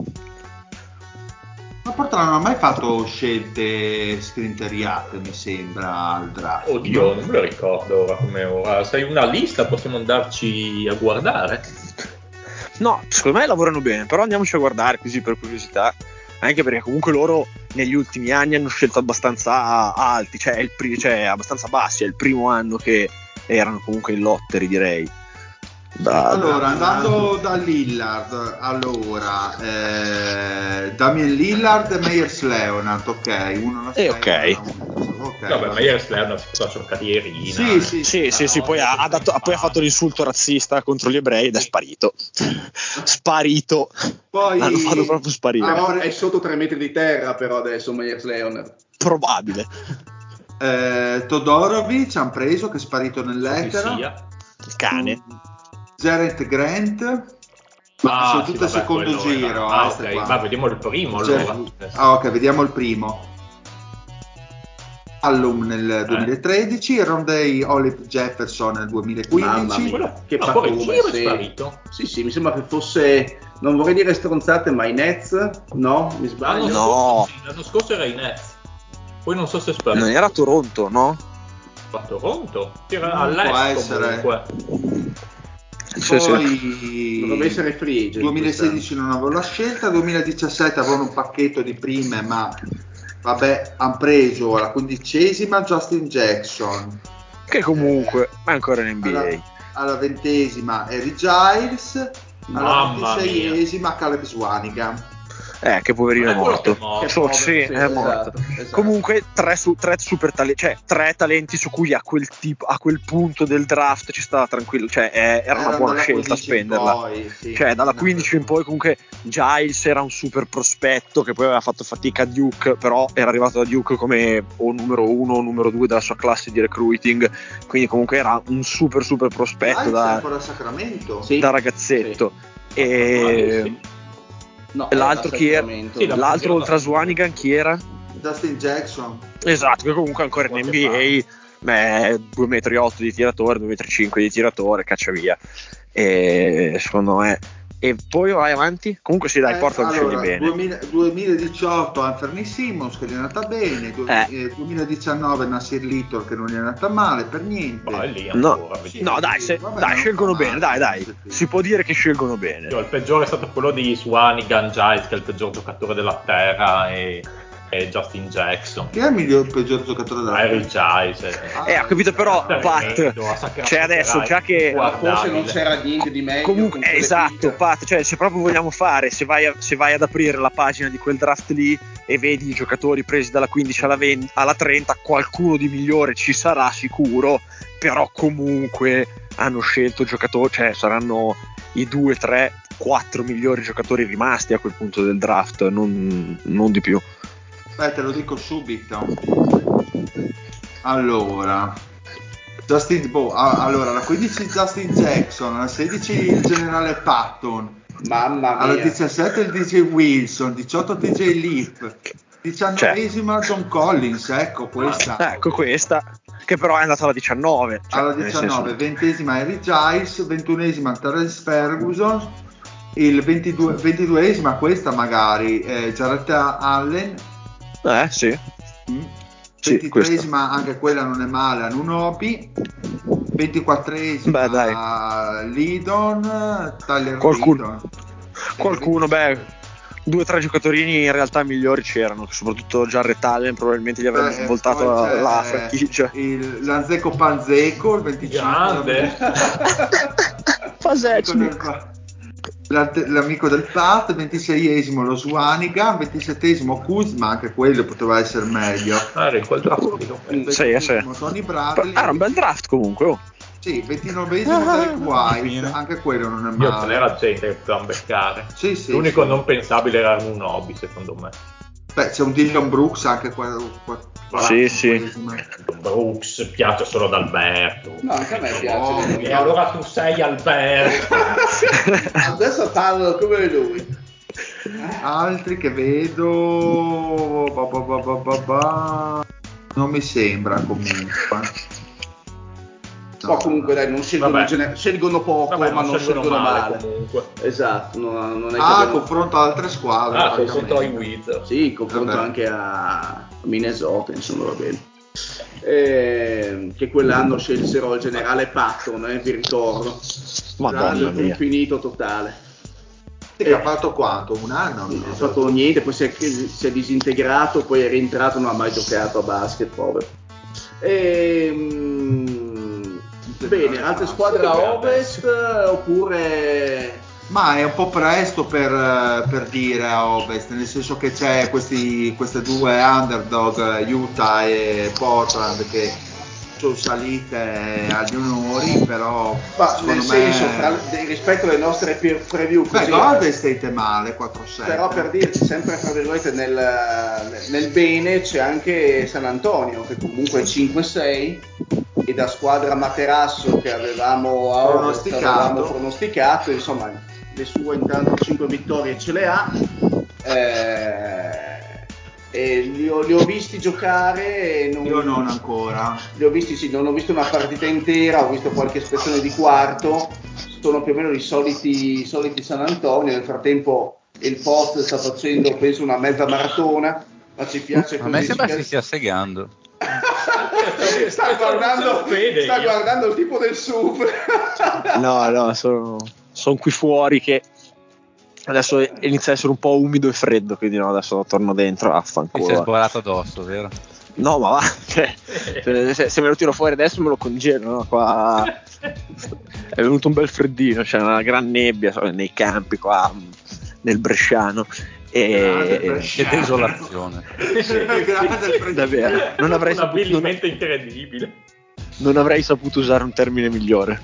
Ma Portland non ha mai fatto scelte sprinteriate, mi sembra, al draft. Oddio, non me lo ricordo ora come ora. Sei una lista, possiamo andarci a guardare. No, secondo me lavorano bene, però andiamoci a guardare così per curiosità, anche perché comunque loro negli ultimi anni hanno scelto abbastanza alti, cioè abbastanza bassi, è il primo anno che erano comunque in lottery, direi. Andando da Lillard, Damian Lillard e Meyers Leonard, ok, uno non ok. Vabbè, Meyers Leonard si fa una carrierina. Sì, poi ha fatto l'insulto razzista contro gli ebrei ed è sparito. Poi l'hanno fatto proprio sparire. Però è sotto 3 metri di terra però adesso Meyers Leonard. Probabile. Todorovic hanno preso, che è sparito nell'etera. Il cane. Jarrett Grant, sono tutte secondo giro. Ok, va, vediamo il primo allora. Ok, vediamo il primo. Allum nel 2013, Rondé Olip Jefferson nel 2015. Che pattume, è sparito. Sì, mi sembra che fosse, non vorrei dire stronzate, ma i Nets, no? Mi sbaglio? L'anno scorso era i Nets. Poi non so se è sparito. Non era Toronto, no? A Toronto? Era all'est comunque. Poi dovrebbe essere free agent. 2016 non avevo la scelta, 2017 avevano un pacchetto di prime, ma vabbè, hanno preso alla 15ª Justin Jackson, che comunque è ancora in NBA, alla 20ª Harry Giles, alla 26ª Caleb Swanigan. Che poverino è morto. È morto. Esatto. Comunque tre super talenti, cioè 3 talenti su cui a quel punto del draft ci stava tranquillo, cioè era una buona scelta spenderla. Cioè dalla 15 in poi comunque Giles era un super prospetto che poi aveva fatto fatica a Duke, però era arrivato da Duke come o numero 1 o numero 2 della sua classe di recruiting, quindi comunque era un super prospetto da ragazzetto. No, l'altro chi era? L'altro oltre a Swanigan chi era? Justin Jackson. Esatto, che comunque ancora in NBA, 2,8 metri di tiratore, 2,5 metri di tiratore, caccia via. E secondo me. E poi vai avanti? Comunque dai, Portland scegli bene. 2018 Anthony Simmons che gli è andata bene, 2019 Nasir Little che non gli è andata male per niente. Dai, scelgono bene, dai. Si può dire che scelgono bene. Il peggiore è stato quello di Swanigan Giles, che è il peggior giocatore della terra, e Justin Jackson. Chi è il peggior giocatore della Harry Giles. Ho capito, però Pat, cioè adesso già che forse non c'era niente di meglio. Comunque esatto, Pat, cioè se proprio vogliamo fare, se vai ad aprire la pagina di quel draft lì e vedi i giocatori presi dalla 15 alla 30, qualcuno di migliore ci sarà sicuro, però comunque hanno scelto giocatori, cioè saranno i 2, 3, 4 migliori giocatori rimasti a quel punto del draft, non di più. Te lo dico subito. Allora, Allora, la 15 Justin Jackson, la 16 il generale Patton, mamma mia, alla 17 il DJ Wilson, 18 DJ Leaf, 19esima John Collins, ecco questa. Ecco questa, che però è andata alla 19. Alla 19, 20esima Harry Giles, 21esima Terence Ferguson, il 22esima questa magari Jarrett Allen. Sì. 23esima anche quella non è male, Anunobi. 24esima Lidon, Tyler Lidon. Qualcuno, 2 o 3 giocatori in realtà migliori c'erano, soprattutto Jarrett Allen probabilmente gli avrebbe svoltato la franchigia. L'Anzeco Panzeco, il 25 l'amico del Pat, 26esimo lo Swanigan, 27esimo Kuzma, anche quello poteva essere meglio. Era in quel draft. Tony Bradley. Era un bel draft comunque. Sì, 29esimo Derek White, anche quello non è male. Io ce n'era gente che poteva beccare. Sì, l'unico non pensabile era un hobby, secondo me. C'è un Dillon Brooks anche qua. Sì. Brooks piace solo ad Alberto. No, anche a me piace. E allora tu sei Alberto. Adesso parlo come lui. Altri che vedo non mi sembra comunque. No, comunque dai, non scelgono poco, ma non scelgono male. Comunque. Esatto, non è confronto ad altre squadre. Confronto ai Wizards. Sì, confronto anche a Minnesota, insomma, va bene. Che quell'anno scelsero il generale Patton, vi ricordo. Madonna mia. Infinito totale. Che ha fatto quanto? Un anno? Non ha fatto niente, poi si è disintegrato, poi è rientrato, non ha mai giocato a basket, povero. Bene, altre squadre a Ovest oppure... Ma è un po' presto per dire a Ovest, nel senso che c'è queste due underdog, Utah e Portland, che sono salite agli onori, però nel senso, rispetto alle nostre preview così, Golden State è male 4-7, però per dirci sempre fra virgolette nel bene c'è anche San Antonio che comunque è 5-6 e da squadra materasso che avevamo pronosticato, insomma le sue intanto 5 vittorie ce le ha, e li ho visti giocare io non ancora, li ho visti, non ho visto una partita intera, ho visto qualche ispezione di quarto, sono più o meno i soliti San Antonio. Nel frattempo il post sta facendo penso una mezza maratona, ma ci piace così. A me sembra si stia segando. sta guardando il tipo del SUV. no, sono qui fuori che adesso inizia a essere un po' umido e freddo, quindi no, adesso torno dentro, affanculo. Ti sei sbarato addosso, vero? No, ma va, se me lo tiro fuori adesso me lo congelo, no? Qua è venuto un bel freddino, c'è una gran nebbia nei campi qua nel Bresciano e che desolazione. Davvero, non avrei un avvilimento incredibile. Non avrei saputo usare un termine migliore.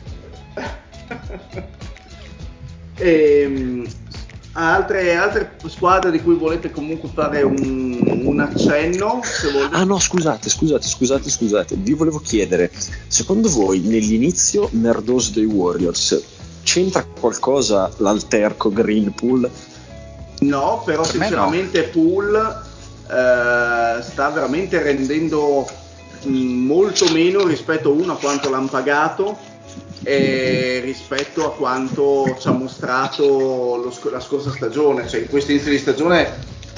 Altre squadre di cui volete comunque fare un accenno? Se volete... Ah no, scusate, vi volevo chiedere, secondo voi nell'inizio nerdoso dei Warriors c'entra qualcosa l'alterco Green Poole? No, però per sinceramente no. Poole sta veramente rendendo molto meno rispetto a quanto l'hanno pagato e rispetto a quanto ci ha mostrato la scorsa stagione, cioè in questo inizio di stagione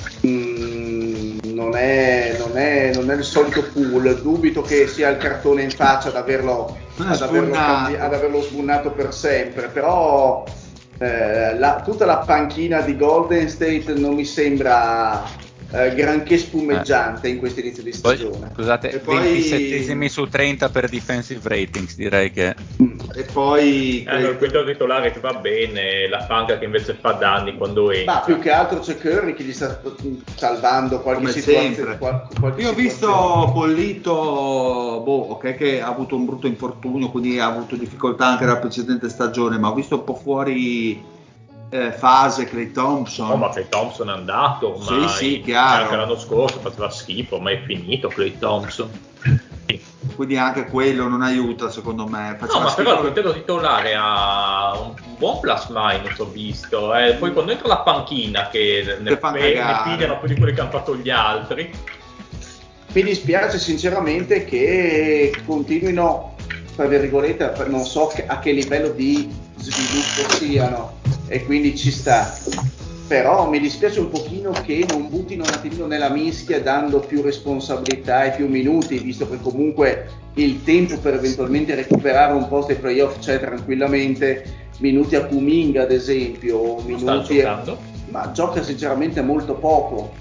non è il solito Poole. Dubito che sia il cartone in faccia ad averlo sbunnato per sempre, però tutta la panchina di Golden State non mi sembra granché spumeggiante in questo inizio di stagione. Poi, scusate, 27esimi su 30 per defensive ratings, direi che e poi il quinto titolare che va bene, la panca che invece fa danni quando entra. Ma più che altro c'è Curry che gli sta salvando qualche situazione. Io ho visto Pollito, ok, che ha avuto un brutto infortunio, quindi ha avuto difficoltà anche la precedente stagione, ma ho visto un po' fuori fase Klay Thompson. No, ma Klay Thompson è andato ormai. Sì, chiaro. Anche l'anno scorso faceva schifo, ma è finito Klay Thompson. quindi anche quello non aiuta secondo me. No, ma però il quintetto titolare ha un buon plus minus, ho visto. Poi quando entra la panchina che ne pigliano più di quelli che hanno fatto gli altri. Mi dispiace sinceramente che continuino, tra virgolette, non so a che livello di sviluppo siano, e quindi ci sta. Però mi dispiace un pochino che non buttino un attimino nella mischia, dando più responsabilità e più minuti, visto che comunque il tempo per eventualmente recuperare un posto ai playoff c'è tranquillamente. Minuti a Kuminga ad esempio, ma gioca sinceramente molto poco.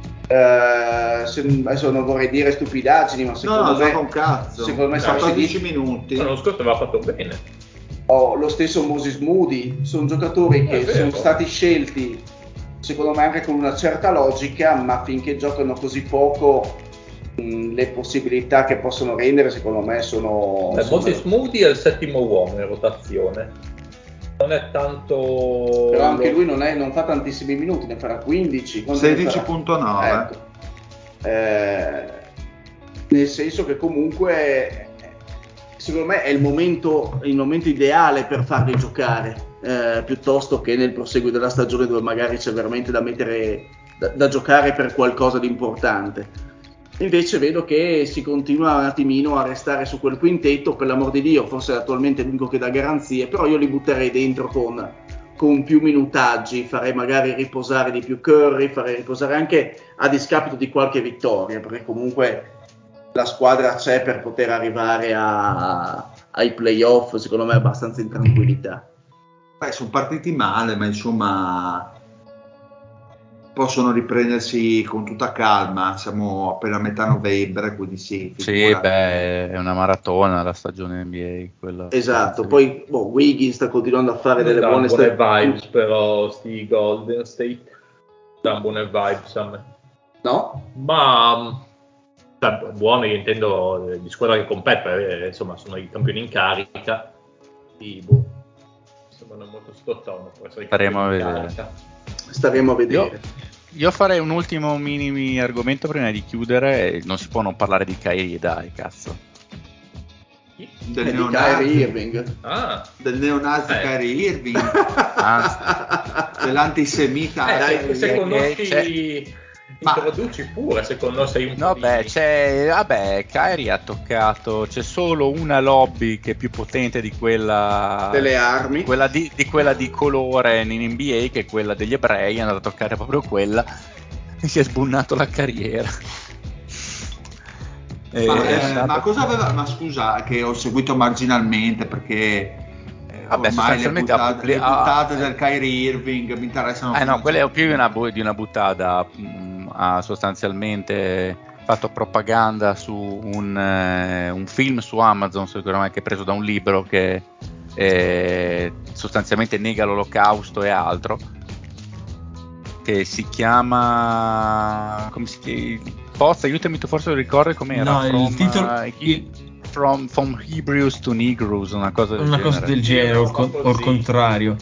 Adesso non vorrei dire stupidaggini, ma secondo me un cazzo. Secondo me sono 10 minuti. L'anno scorso aveva fatto bene. Lo stesso Moses Moody, sono giocatori che sono stati scelti secondo me anche con una certa logica, ma finché giocano così poco le possibilità che possono rendere secondo me sono Moses Moody è il settimo uomo in rotazione. Non è tanto, però anche lui non fa tantissimi minuti, ne farà 15, 16.9. Ecco. Nel senso che comunque secondo me è il momento ideale per farli giocare, piuttosto che nel proseguo della stagione dove magari c'è veramente da mettere da giocare per qualcosa di importante. Invece vedo che si continua un attimino a restare su quel quintetto, per l'amor di Dio, forse è attualmente l'unico che dà garanzie, però io li butterei dentro con più minutaggi, farei magari riposare di più Curry, farei riposare anche a discapito di qualche vittoria, perché comunque la squadra c'è per poter arrivare ai playoff, secondo me abbastanza in tranquillità. Sono partiti male, ma insomma possono riprendersi con tutta calma. Siamo appena a metà novembre, quindi sì, è una maratona la stagione NBA quella. Esatto, poi Wiggins sta continuando a fare delle buone vibes, però sti Golden State danno buone vibes a me. No? Ma buono, io intendo di squadra che compete, insomma sono i campioni in carica. Sembrano molto sottotono. Staremo a vedere. Io farei un ultimo mini argomento prima di chiudere. Non si può non parlare di Kyrie, dai, cazzo. Del neonazi Irving. Del neonazi Kyrie Irving. Dell'antisemita. Se conosci, introduci pure, se conosci un po'. Kyrie ha toccato, c'è solo una lobby che è più potente di quella delle armi, di quella di colore in NBA, che è quella degli ebrei. È andato a toccare proprio quella e si è sbunnato la carriera. Ma cosa aveva? Ma scusa, che ho seguito marginalmente perché ormai le buttate del Kyrie Irving mi interessano. No, quella è più di una buttata. Ha sostanzialmente fatto propaganda su un film su Amazon, sicuramente, che è preso da un libro che sostanzialmente nega l'olocausto e altro, che si chiama, come si chiama? Pozza, aiutami, tu forse lo ricordi com'era? No, il titolo From Hebrews to Negroes, una cosa del genere, o il contrario.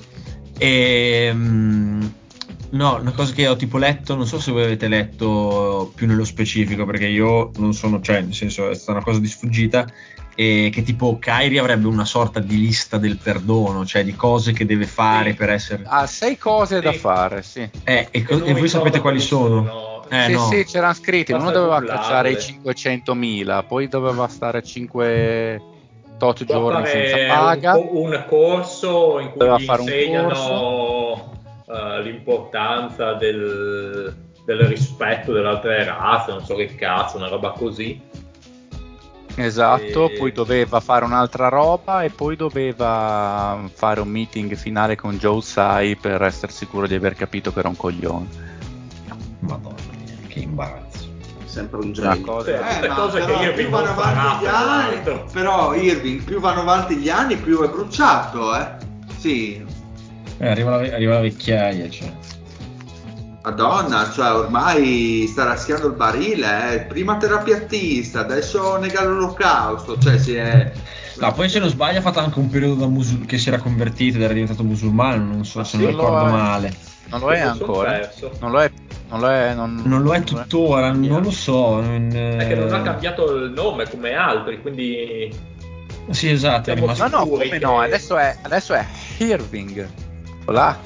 No, una cosa che ho tipo letto, non so se voi avete letto più nello specifico, perché io non sono, nel senso è stata una cosa di sfuggita, e che tipo Kyrie avrebbe una sorta di lista del perdono, cioè di cose che deve fare per essere... 6 cose da fare, sì. E voi sapete quali sono? Sì, c'erano scritti. Uno doveva cacciare i 500.000, poi doveva stare 5 tot giorni senza paga. Un corso in cui gli insegnano l'importanza del rispetto delle altre razze, non so che cazzo, una roba così. Esatto, poi doveva fare un'altra roba e poi doveva fare un meeting finale con Joe Tsai per essere sicuro di aver capito che era un coglione. Madonna mia, che imbarazzo. Sempre un genio. Più vanno avanti gli anni, però Irving, più vanno avanti gli anni, più è bruciato, Sì. Arriva la vecchiaia, cioè. Madonna, cioè ormai sta raschiando il barile, prima terapiattista, adesso nega l'olocausto, cioè si è... No, poi se non sbaglio ha fatto anche un periodo che si era convertito ed era diventato musulmano, non so se non ricordo male. Non lo è ancora. Non lo Non lo è tuttora, non lo so. Perché non ha cambiato il nome come altri, quindi... Sì, esatto, è rimasto... No, come no, adesso è Irving, con l'H.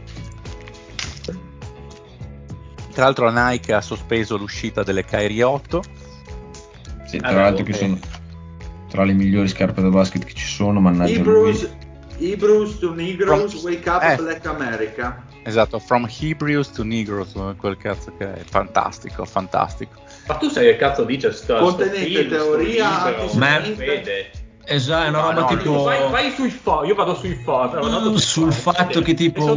Tra l'altro la Nike ha sospeso l'uscita delle Kyrie 8. Sì, tra l'altro che sono tra le migliori scarpe da basket che ci sono, mannaggia lui. Hebrews to Negroes, wake up Black America. Esatto, from Hebrews to Negroes, quel cazzo che è fantastico. Ma tu sai che cazzo dice contenente teoria vede. Esatto, è una roba tipo... Vai sui io vado sui forum. Sul fatto che tipo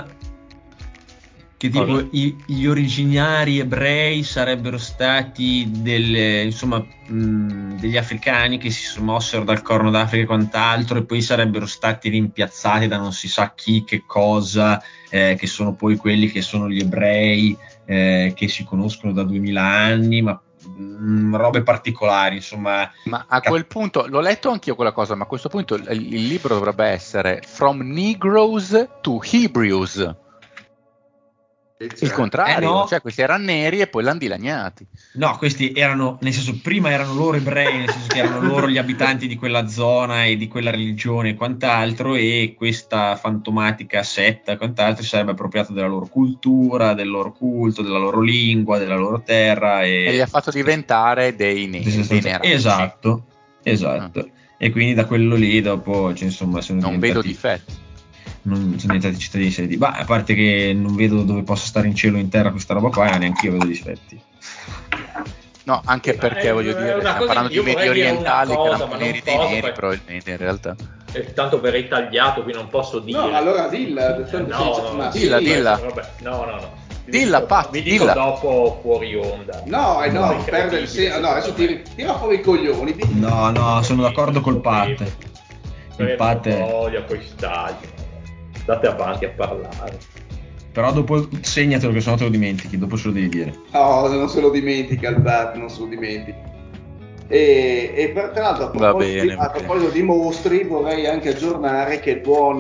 che tipo gli originari ebrei sarebbero stati degli africani che si mossero dal Corno d'Africa e quant'altro, e poi sarebbero stati rimpiazzati da non si sa chi, che cosa, che sono poi quelli che sono gli ebrei che si conoscono da 2000 anni, ma robe particolari, insomma. Ma a quel punto, l'ho letto anch'io quella cosa, ma a questo punto il libro dovrebbe essere From Negroes to Hebrews. Il contrario, cioè questi erano neri e poi l'hanno dilaniati. No, questi erano, nel senso, prima erano loro ebrei, nel senso che erano loro gli abitanti di quella zona e di quella religione e quant'altro, e questa fantomatica setta e quant'altro si sarebbe appropriata della loro cultura, del loro culto, della loro lingua, della loro terra e li ha fatto diventare dei neri. Esatto. E quindi da quello lì dopo, cioè, insomma, non vedo difetti. Non sono diventati cittadini seri. Ma a parte che non vedo dove possa stare in cielo o in terra questa roba qua, neanche io vedo difetti. No, anche perché voglio dire, stiamo parlando di medio orientali che erano neri dei neri, probabilmente in realtà. Tanto verrei tagliato, qui non posso dire. No, allora dilla. Dilla. No. Dilla, Pat, vi dico dopo fuori onda. No, perde il senso. No, adesso tira fuori i coglioni. No, sono d'accordo col Pat. Il Pat è... poi staglio. Andate avanti a parlare. Però dopo segnatelo, che sennò te lo dimentichi, dopo se lo devi dire. No, non se lo dimentica il Bat, non se lo dimentica. E tra l'altro a proposito di mostri, vorrei anche aggiornare che il buon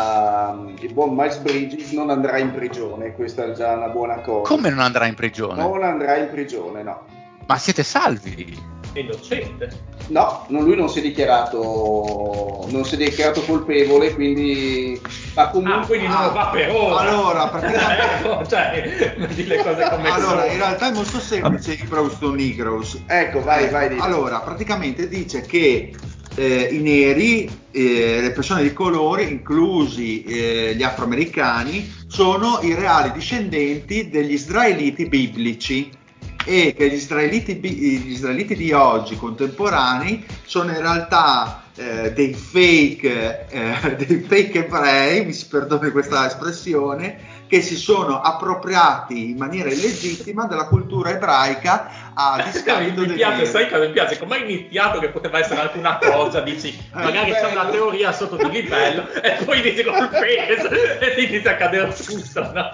Miles Bridges non andrà in prigione. Questa è già una buona cosa. Come non andrà in prigione? Non andrà in prigione, no. Ma siete salvi? È innocente? No, lui non si è dichiarato colpevole, quindi quindi non va per ora. Allora, praticamente cioè, di le cose come allora, in realtà è molto semplice il Brownston Negroes. Ecco, vai. Allora, praticamente dice che i neri, le persone di colore, inclusi gli afroamericani, sono i reali discendenti degli israeliti biblici, e che gli israeliti di oggi contemporanei sono in realtà dei fake ebrei, mi si perdoni questa espressione, che si sono appropriati in maniera illegittima della cultura ebraica a discapito dei neri. Sai cosa mi piace? Come hai iniziato che poteva essere alcuna cosa, dici magari c'è una teoria sotto di livello e poi dici col peso e ti inizia a cadere tutto, no?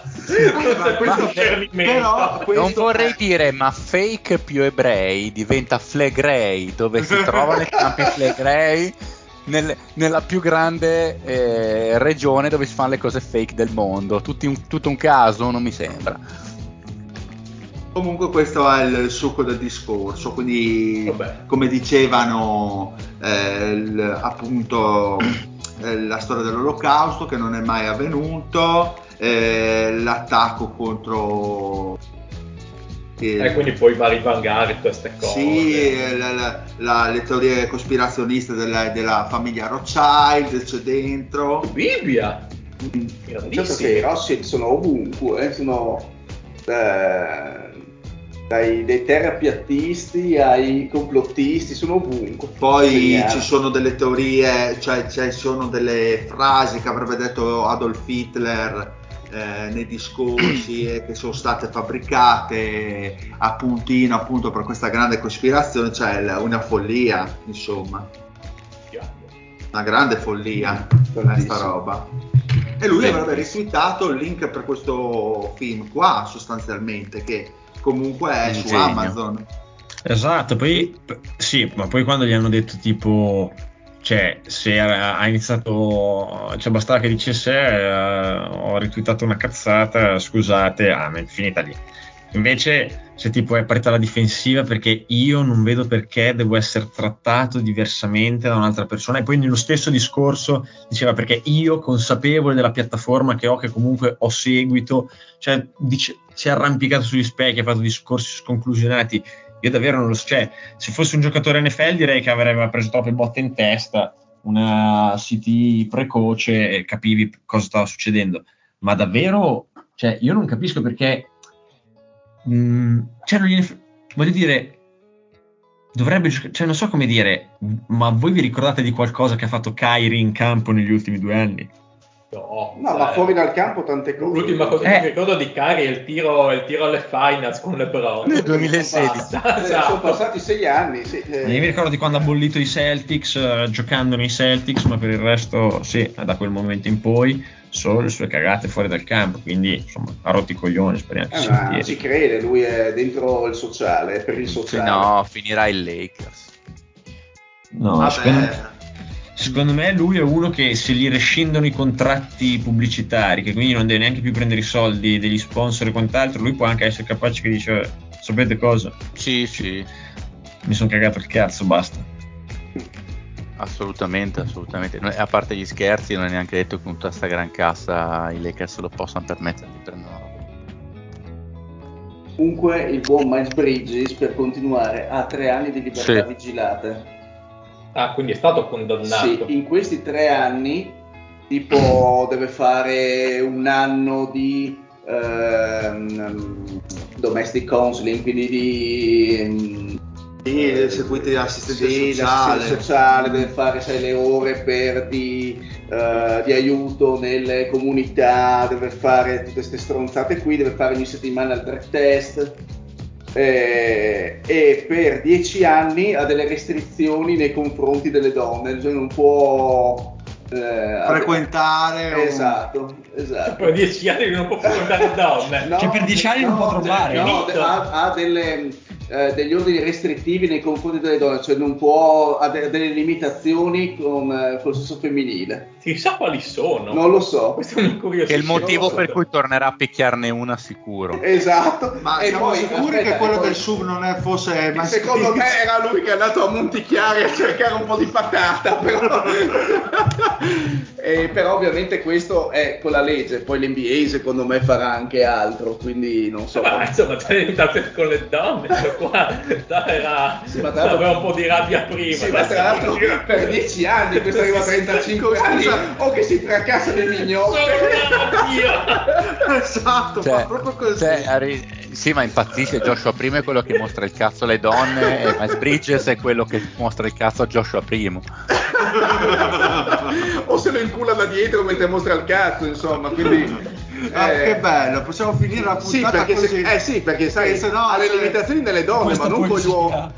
Non vorrei dire, ma fake più ebrei diventa flegrei, dove si trovano i campi flegrei nella più grande regione dove si fanno le cose fake del mondo. Tutto un caso, non mi sembra. Comunque questo è il succo del discorso, quindi come dicevano appunto la storia dell'Olocausto che non è mai avvenuto, l'attacco contro quindi poi va a rivangare queste cose. Sì, le teorie cospirazioniste della famiglia Rothschild c'è dentro. Bibbia! Certo che i Rothschild sono ovunque, sono dai terrapiattisti ai complottisti, sono ovunque. Poi ci sono delle teorie, cioè ci sono delle frasi che avrebbe detto Adolf Hitler nei discorsi che sono state fabbricate a puntino appunto per questa grande cospirazione, cioè una follia, insomma, una grande follia questa roba. E lui avrebbe retweetato il link per questo film qua, sostanzialmente, che comunque è su Amazon. Esatto, poi sì, ma poi quando gli hanno detto tipo, cioè, se ha iniziato, cioè bastava che dicesse ho retweetato una cazzata, scusate, finita lì. Invece se tipo è partita la difensiva perché io non vedo perché devo essere trattato diversamente da un'altra persona, e poi nello stesso discorso diceva perché io, consapevole della piattaforma che ho, che comunque ho seguito, cioè si è arrampicato sugli specchi, ha fatto discorsi sconclusionati. Io davvero non lo so, cioè se fosse un giocatore NFL direi che avrebbe preso troppe botte in testa, una CT precoce e capivi cosa stava succedendo, ma davvero, cioè io non capisco perché cioè, voglio dire, dovrebbe, cioè non so come dire, ma voi vi ricordate di qualcosa che ha fatto Kyrie in campo negli ultimi 2 anni? No, ma fuori dal campo tante cose. L'ultima cosa che ricordo di Kyrie è il tiro alle finals con LeBron nel 2016. Sono passati 6 anni. Sì. Io mi ricordo di quando ha bollito i Celtics, giocando nei Celtics, ma per il resto sì, da quel momento in poi solo le sue cagate fuori dal campo, quindi insomma ha rotto i coglioni, speriamo che non ci crede, lui è dentro il sociale, per il sociale. No, finirà il Lakers. No, secondo me lui è uno che se gli rescindono i contratti pubblicitari, che quindi non deve neanche più prendere i soldi degli sponsor e quant'altro, lui può anche essere capace che dice sapete cosa? Sì. Mi sono cagato il cazzo, basta. Assolutamente. A parte gli scherzi, non è neanche detto che con tutta sta gran cassa i Lakers lo possano permettere di prendere. Comunque il buon Miles Bridges, per continuare, ha 3 anni di libertà vigilata. Ah, quindi è stato condannato. Sì, in questi 3 anni tipo deve fare 1 anno di domestic counseling, quindi di seguiti dall'assistente sociale, deve fare le ore di aiuto nelle comunità, deve fare tutte queste stronzate qui, deve fare ogni settimana il drug test, e per 10 anni ha delle restrizioni nei confronti delle donne, cioè non può frequentare esatto. Per 10 anni non può frequentare donne, cioè per 10 anni non può trovare, ha degli ordini restrittivi nei confronti delle donne, cioè non può, ha delle limitazioni col sesso femminile. Chissà quali sono, non lo so, questo mi incuriosisce. Che è il motivo per cui tornerà a picchiarne una sicuro. Esatto. Ma siamo sicuri che quello del sub non fosse secondo me era lui che è andato a Montichiari a cercare un po' di patata, però però ovviamente questo è con la legge, poi l'NBA secondo me farà anche altro, quindi non so. Ma insomma, c'è limitazione con le donne, qua aveva un po' di rabbia prima. Sì, ma tra l'altro per 10 anni, questo arriva a 35 anni, o che si fracassano i mignotti. Esatto, fa proprio così. Sì, ma impazzisce. Joshua primo è quello che mostra il cazzo alle donne e Miles Bridges è quello che mostra il cazzo a Joshua primo. O se lo incula da dietro mentre mostra il cazzo, insomma, quindi che bello, possiamo finire la puntata così. Sì, perché sai, ha le limitazioni delle donne, ma non con gli uomini.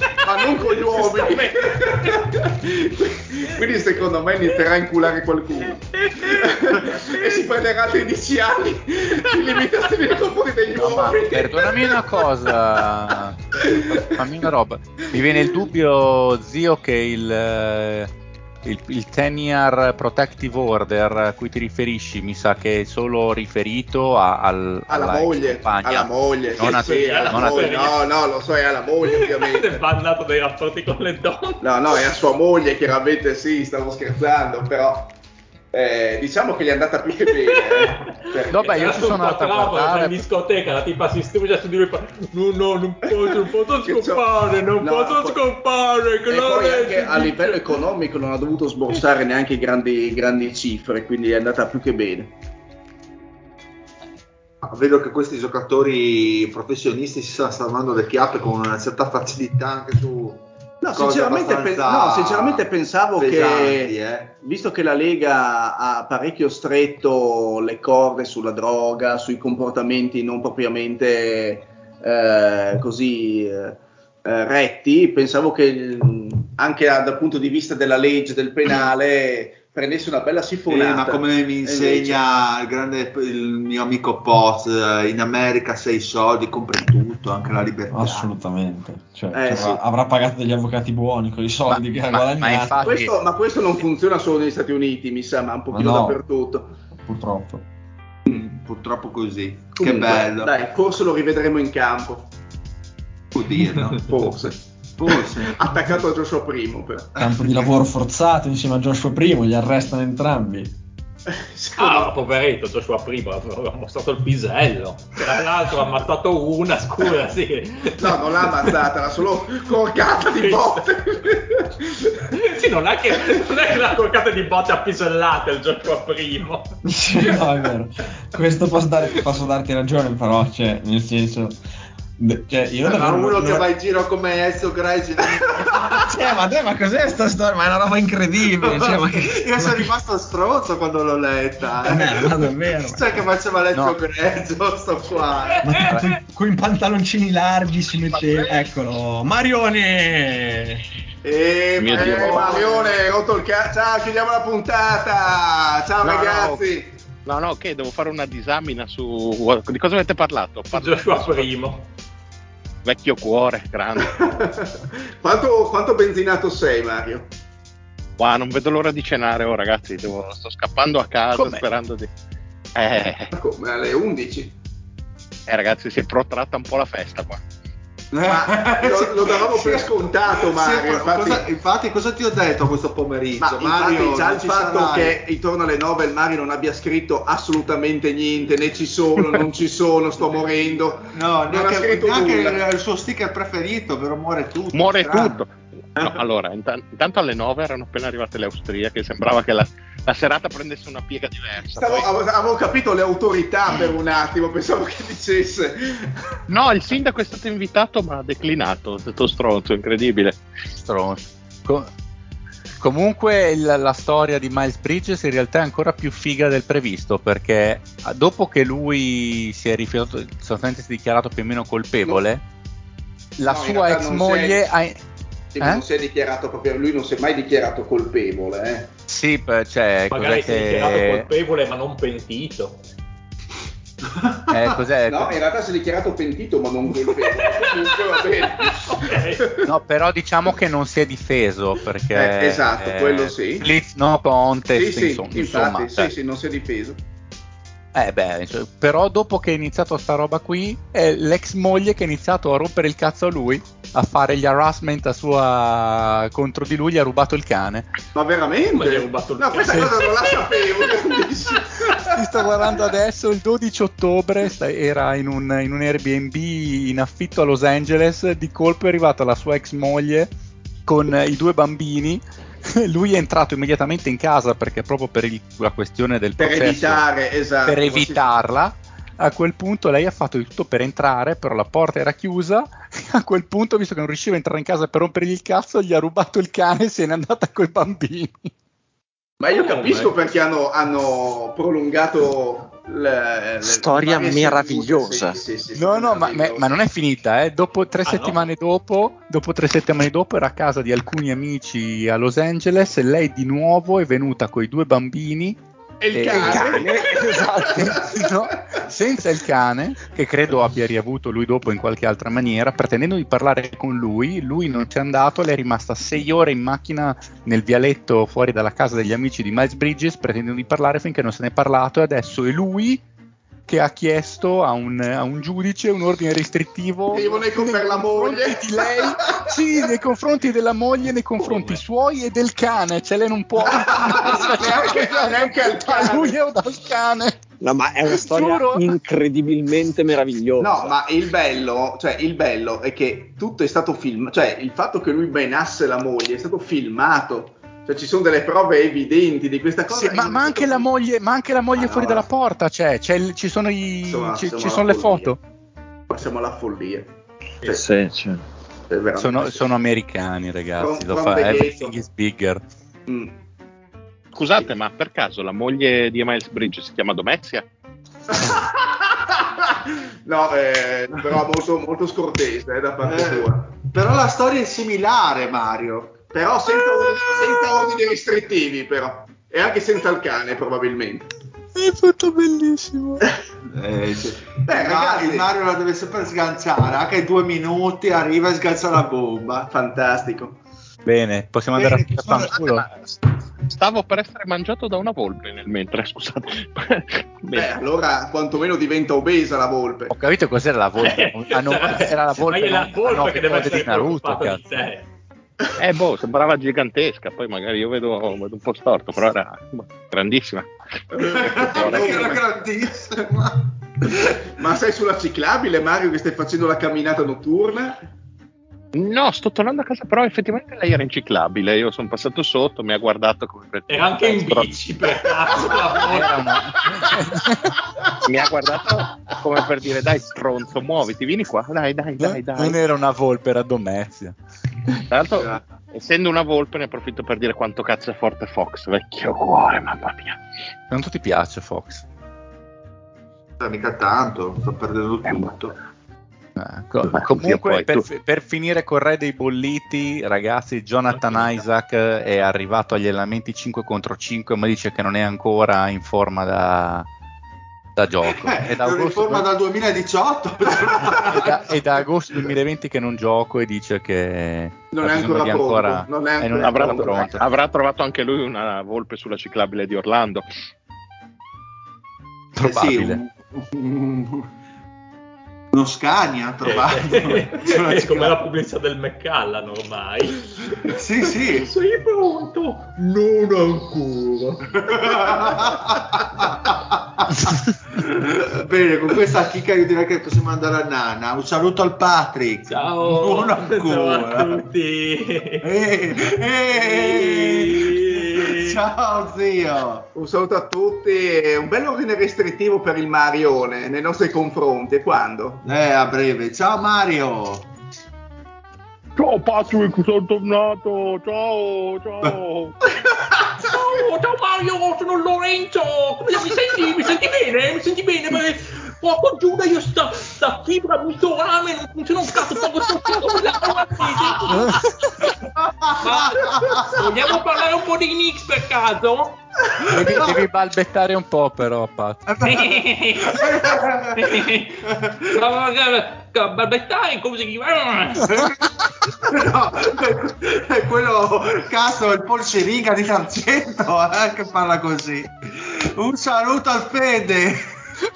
Quindi secondo me inizierà a inculare qualcuno e si prenderà altri 10 anni di limitazioni nei confronti degli uomini. Perdonami una cosa, fammi una roba. Mi viene il dubbio, zio, che il 10-year protective order a cui ti riferisci mi sa che è solo riferito alla moglie, alla moglie, non a te, no, lo so, è alla moglie ovviamente. È bannato dai rapporti con le donne. No, è a sua moglie, chiaramente sì, stavo scherzando, però diciamo che gli è andata più che bene. Vabbè, io ci sono andato a guardare in discoteca, la tipa si studia su di lui, non posso scoppare, e poi anche a livello economico non ha dovuto sborsare neanche grandi cifre, quindi è andata più che bene. Vedo che questi giocatori professionisti si stanno salvando le chiappe con una certa facilità anche su sinceramente pensavo pesanti, che visto che la Lega ha parecchio stretto le corde sulla droga, sui comportamenti non propriamente retti, pensavo che anche dal punto di vista della legge, del penale, prendesse una bella sifonata. Ma come mi insegna il mio amico Poz, in America se hai soldi compri tutto, anche la libertà. Assolutamente, avrà pagato degli avvocati buoni con i soldi che ha guadagnato. Ma questo non funziona solo negli Stati Uniti, mi sa, ma un pochino dappertutto. Purtroppo. purtroppo così. Comunque, che bello. Dai, forse lo rivedremo in campo. Può dirlo. Forse. Attaccato a Joshua Primo, però. Campo di lavoro forzato insieme a Joshua Primo, li arrestano entrambi. Poveretto Joshua Primo, ha mostrato il pisello. Tra l'altro ha ammazzato una, scusa, sì. No, non l'ha ammazzata, l'ha solo corcata di botte. Sì, non è che la corcata di botte appisellata il Joshua Primo. Sì, no, è vero. Questo posso darti ragione, però, cioè, nel senso... Cioè, io uno che va in giro come Ezio Greci. Cioè, ma cos'è sta storia? Ma è una roba incredibile. Io sono rimasto stronzo quando l'ho letta. No, davvero. Cioè, che faceva Ezio Grezzo, sto qua. Ma con i pantaloncini larghi si metteva. Eccolo, Marione. Marione, rotto il cazzo. Ciao, chiudiamo la puntata. Ciao ragazzi. No, che devo fare una disamina su... Di cosa avete parlato? Joshua Primo. Vecchio cuore, grande. Quanto benzinato sei, Mario? Non vedo l'ora di cenare, ragazzi. Sto scappando a casa sperando di... Ma come? Alle 11? Ragazzi, si è protratta un po' la festa qua. Ma lo davamo per scontato, Mario. Infatti, cosa ti ho detto questo pomeriggio? Ma Mario, infatti, già il fatto che intorno alle 9 il Mario non abbia scritto assolutamente niente, né ci sono, non ci sono, sto morendo. No, neanche il suo sticker preferito, però muore tutto. Muore tutto. No, allora, intanto alle 9 erano appena arrivate le austriache, sembrava che la serata prendesse una piega diversa. Avevo capito le autorità per un attimo, pensavo che dicesse. No, il sindaco è stato invitato ma ha declinato, è stato stronzo, incredibile. Stronzo. Comunque la storia di Miles Bridges in realtà è ancora più figa del previsto, perché dopo che lui si è rifiutato, sostanzialmente si è dichiarato più o meno colpevole, la sua ex moglie non si è dichiarato proprio, lui non si è mai dichiarato colpevole. Sì, cioè, magari si è dichiarato colpevole ma non pentito. Cos'è? No, in realtà si è dichiarato pentito ma non colpevole. Comunque va bene. Okay. No, però diciamo che non si è difeso, perché esatto, quello sì. Blitz no contest, sì, infatti, insomma, sì, non si è difeso. Però dopo che è iniziato sta roba qui, è l'ex moglie che ha iniziato a rompere il cazzo a lui, a fare gli harassment contro di lui, gli ha rubato il cane. Ma veramente? Ma gli ha rubato il cane? Questa cosa non la sapevo. Mi sto guardando adesso, il 12 ottobre era in un Airbnb in affitto a Los Angeles, di colpo è arrivata la sua ex moglie con i 2 bambini. Lui è entrato immediatamente in casa perché proprio per la questione del processo, per evitarla. A quel punto lei ha fatto di tutto per entrare, però la porta era chiusa. A quel punto, visto che non riusciva a entrare in casa per rompergli il cazzo, gli ha rubato il cane e se n'è andata coi bambini. Ma io capisco perché hanno prolungato storia meravigliosa. Sì, no, ma non è finita, Dopo 3 settimane dopo era a casa di alcuni amici a Los Angeles e lei di nuovo è venuta coi 2 bambini e il cane. Esatto. No, senza il cane, che credo abbia riavuto lui dopo in qualche altra maniera, pretendendo di parlare con lui non c'è andato, lei è rimasta 6 ore in macchina nel vialetto fuori dalla casa degli amici di Miles Bridges pretendendo di parlare finché non se ne è parlato, e adesso è lui che ha chiesto a un giudice un ordine restrittivo nei confronti di lei, sì, nei confronti della moglie, nei confronti suoi e del cane, cioè lei non può neanche al cane. Lui è dal cane. No, ma è una storia incredibilmente meravigliosa. No, ma il bello è che tutto è stato filmato, cioè il fatto che lui benasse la moglie è stato filmato. Cioè, ci sono delle prove evidenti di questa cosa. Sì, ma anche la moglie fuori dalla porta, ci sono le foto. Siamo alla follia. Sì. Sono americani, ragazzi. Everything is bigger. Scusate, ma per caso la moglie di Miles Bridges si chiama Domezia? No, però molto, molto scortese da parte tua. Però la storia è similare, Mario. Però senza ordini restrittivi, però. E anche senza il cane, probabilmente. È fatto bellissimo. Sì. Ragazzi, il Mario la deve sempre sganciare. Anche 2 minuti arriva e sgancia la bomba. Fantastico. Bene, possiamo andare a fanculo. Stavo per essere mangiato da una volpe nel mentre, scusate. Beh, allora quantomeno diventa obesa la volpe. Ho capito cos'era la volpe. Era la volpe, ma è la volpe che deve essere Naruto, di te. Sembrava gigantesca, poi magari io vedo un po' storto, però era grandissima. Era grandissima. Ma sei sulla ciclabile, Mario, che stai facendo la camminata notturna? No, sto tornando a casa, però effettivamente lei era inciclabile. Io sono passato sotto, mi ha guardato come per era anche in bici, per cazzo. Mi ha guardato come per dire: dai, stronzo, muoviti, vieni qua. Dai. Non era una volpe, era Domezia. Tra l'altro, essendo una volpe, ne approfitto per dire quanto cazzo è forte Fox, vecchio cuore, mamma mia. Quanto ti piace Fox? Mica tanto, sto perdendo tutto. Comunque per finire col re dei bolliti, ragazzi, Jonathan Isaac è arrivato agli allenamenti 5 contro 5, ma dice che non è ancora in forma da gioco. È in forma dal 2018 è da agosto 2020 che non gioco e dice che non è ancora pronto. Avrà trovato anche lui una volpe sulla ciclabile di Orlando. Probabile. Uno Scania trovato. È come la pubblicità del Macallan ormai. Sì. Sei pronto? Non ancora. Bene, con questa chicca io direi che possiamo andare a Nana. Un saluto al Patrick. Ciao. Non ancora. Ciao a tutti. Ciao zio. Un saluto a tutti e un bel ordine restrittivo per il Marione nei nostri confronti. E quando? A breve. Ciao Mario. Ciao Patrick, sono tornato. Ciao. Ciao Mario, sono Lorenzo. Come mi senti? Mi senti bene? Mi senti bene? Porco Giuda, io sta fibra mitorame non funziona un cazzo, poco Ma vogliamo parlare un po' di Knicks per caso? Devi balbettare un po' però, Pat. Balbettare come si chiama? No, è quello cazzo, il polceriga di Tarcento che parla così. Un saluto al Fede.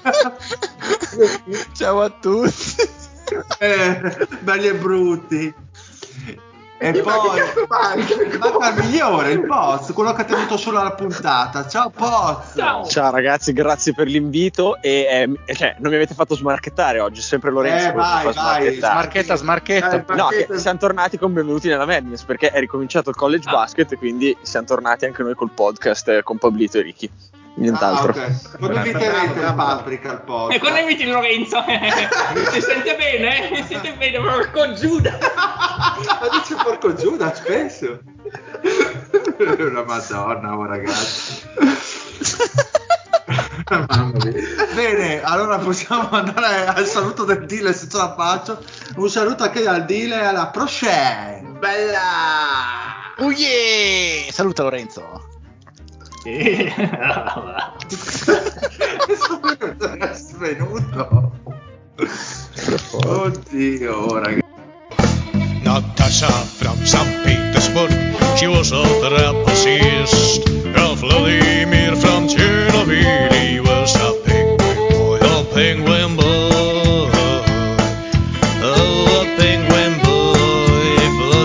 Ciao a tutti. Belli e brutti. E poi manca il migliore, il Poz, quello che ha tenuto solo alla puntata. Ciao Poz. Ciao ragazzi, grazie per l'invito e non mi avete fatto smarchettare oggi, sempre Lorenzo. Vai. Smarchetta. No, che siamo tornati con Benvenuti nella Madness perché è ricominciato il college basket e quindi siamo tornati anche noi col podcast con Pablito e Ricky. Nient'altro. Okay. Quando inviterete il Patrick al podcast? E quando inviti Lorenzo? Si sente bene? Mi sente bene, porco Giuda. Ma dice porco Giuda spesso. Una madonna, ragazzi. Mamma mia. Bene, allora possiamo andare al saluto del deal se ce la faccio. Un saluto anche dal deal e alla prochaine. Bella! Oh yeah! Saluta Lorenzo. È svenuto. Oddio, ragazzi. Natasha from St. Petersburg, she was a trapezist. Vladimir from Chernobyl, he was a penguin boy, oh, a penguin boy,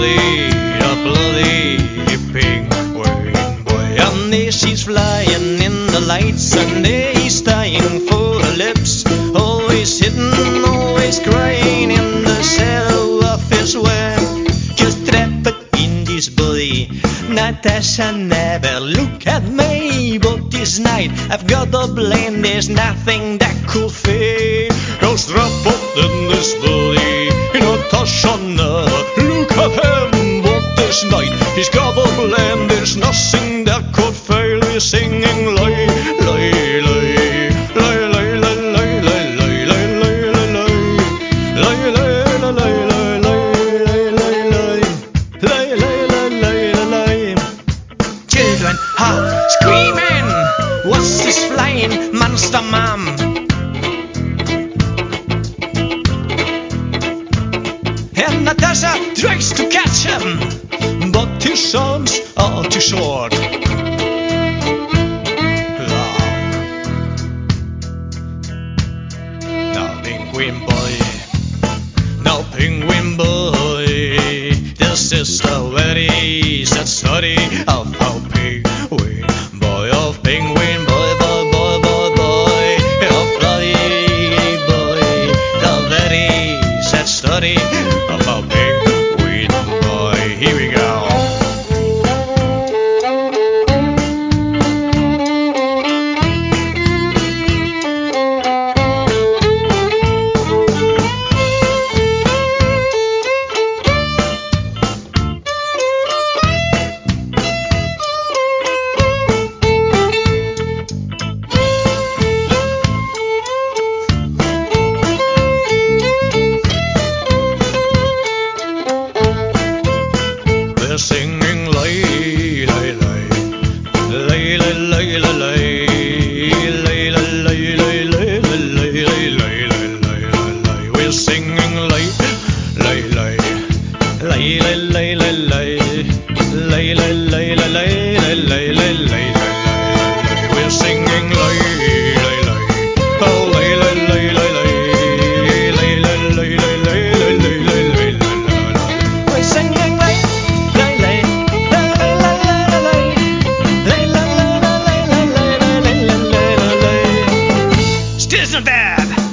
bloody penguin boy. And there she's flying in the lights, and there he's dying for her lips, always hidden, always crying in the shadow of his web. Just trapped in this body, Natasha, never look at me. But this night I've got a blame, there's nothing that could fail. Cause trapped in this body, Natasha, never look at him. But this night he's got a blame, there's nothing that could fail. He's singing lay, lay, lay, lay, lay, lay, lay, lay, lay, lay, lay, lay, lay, lay, children are screaming, what's this flying monster mom? penguin boy. Now penguin boy, this is the very sad story of how penguin boy, of penguin boy, boy, boy, boy, boy, of bloody boy, the very sad story of how penguin boy. Here we go. They're singing lay, lay, lay, lay, lay, lay, lay, lay, lay, lay, lay, lay, lay, lay, lay, lay, lay. We're singing lay, lay, lay, lay, lay, lay, lay, lay, lay, lay, lay, lay, lay, lay, lay, lay. We're singing lay, lay, lay, oh lay, lay, lay, lay, lay, lay, lay, lay, lay, lay, lay, lay, lay, lay. We're singing lay. Still so bad.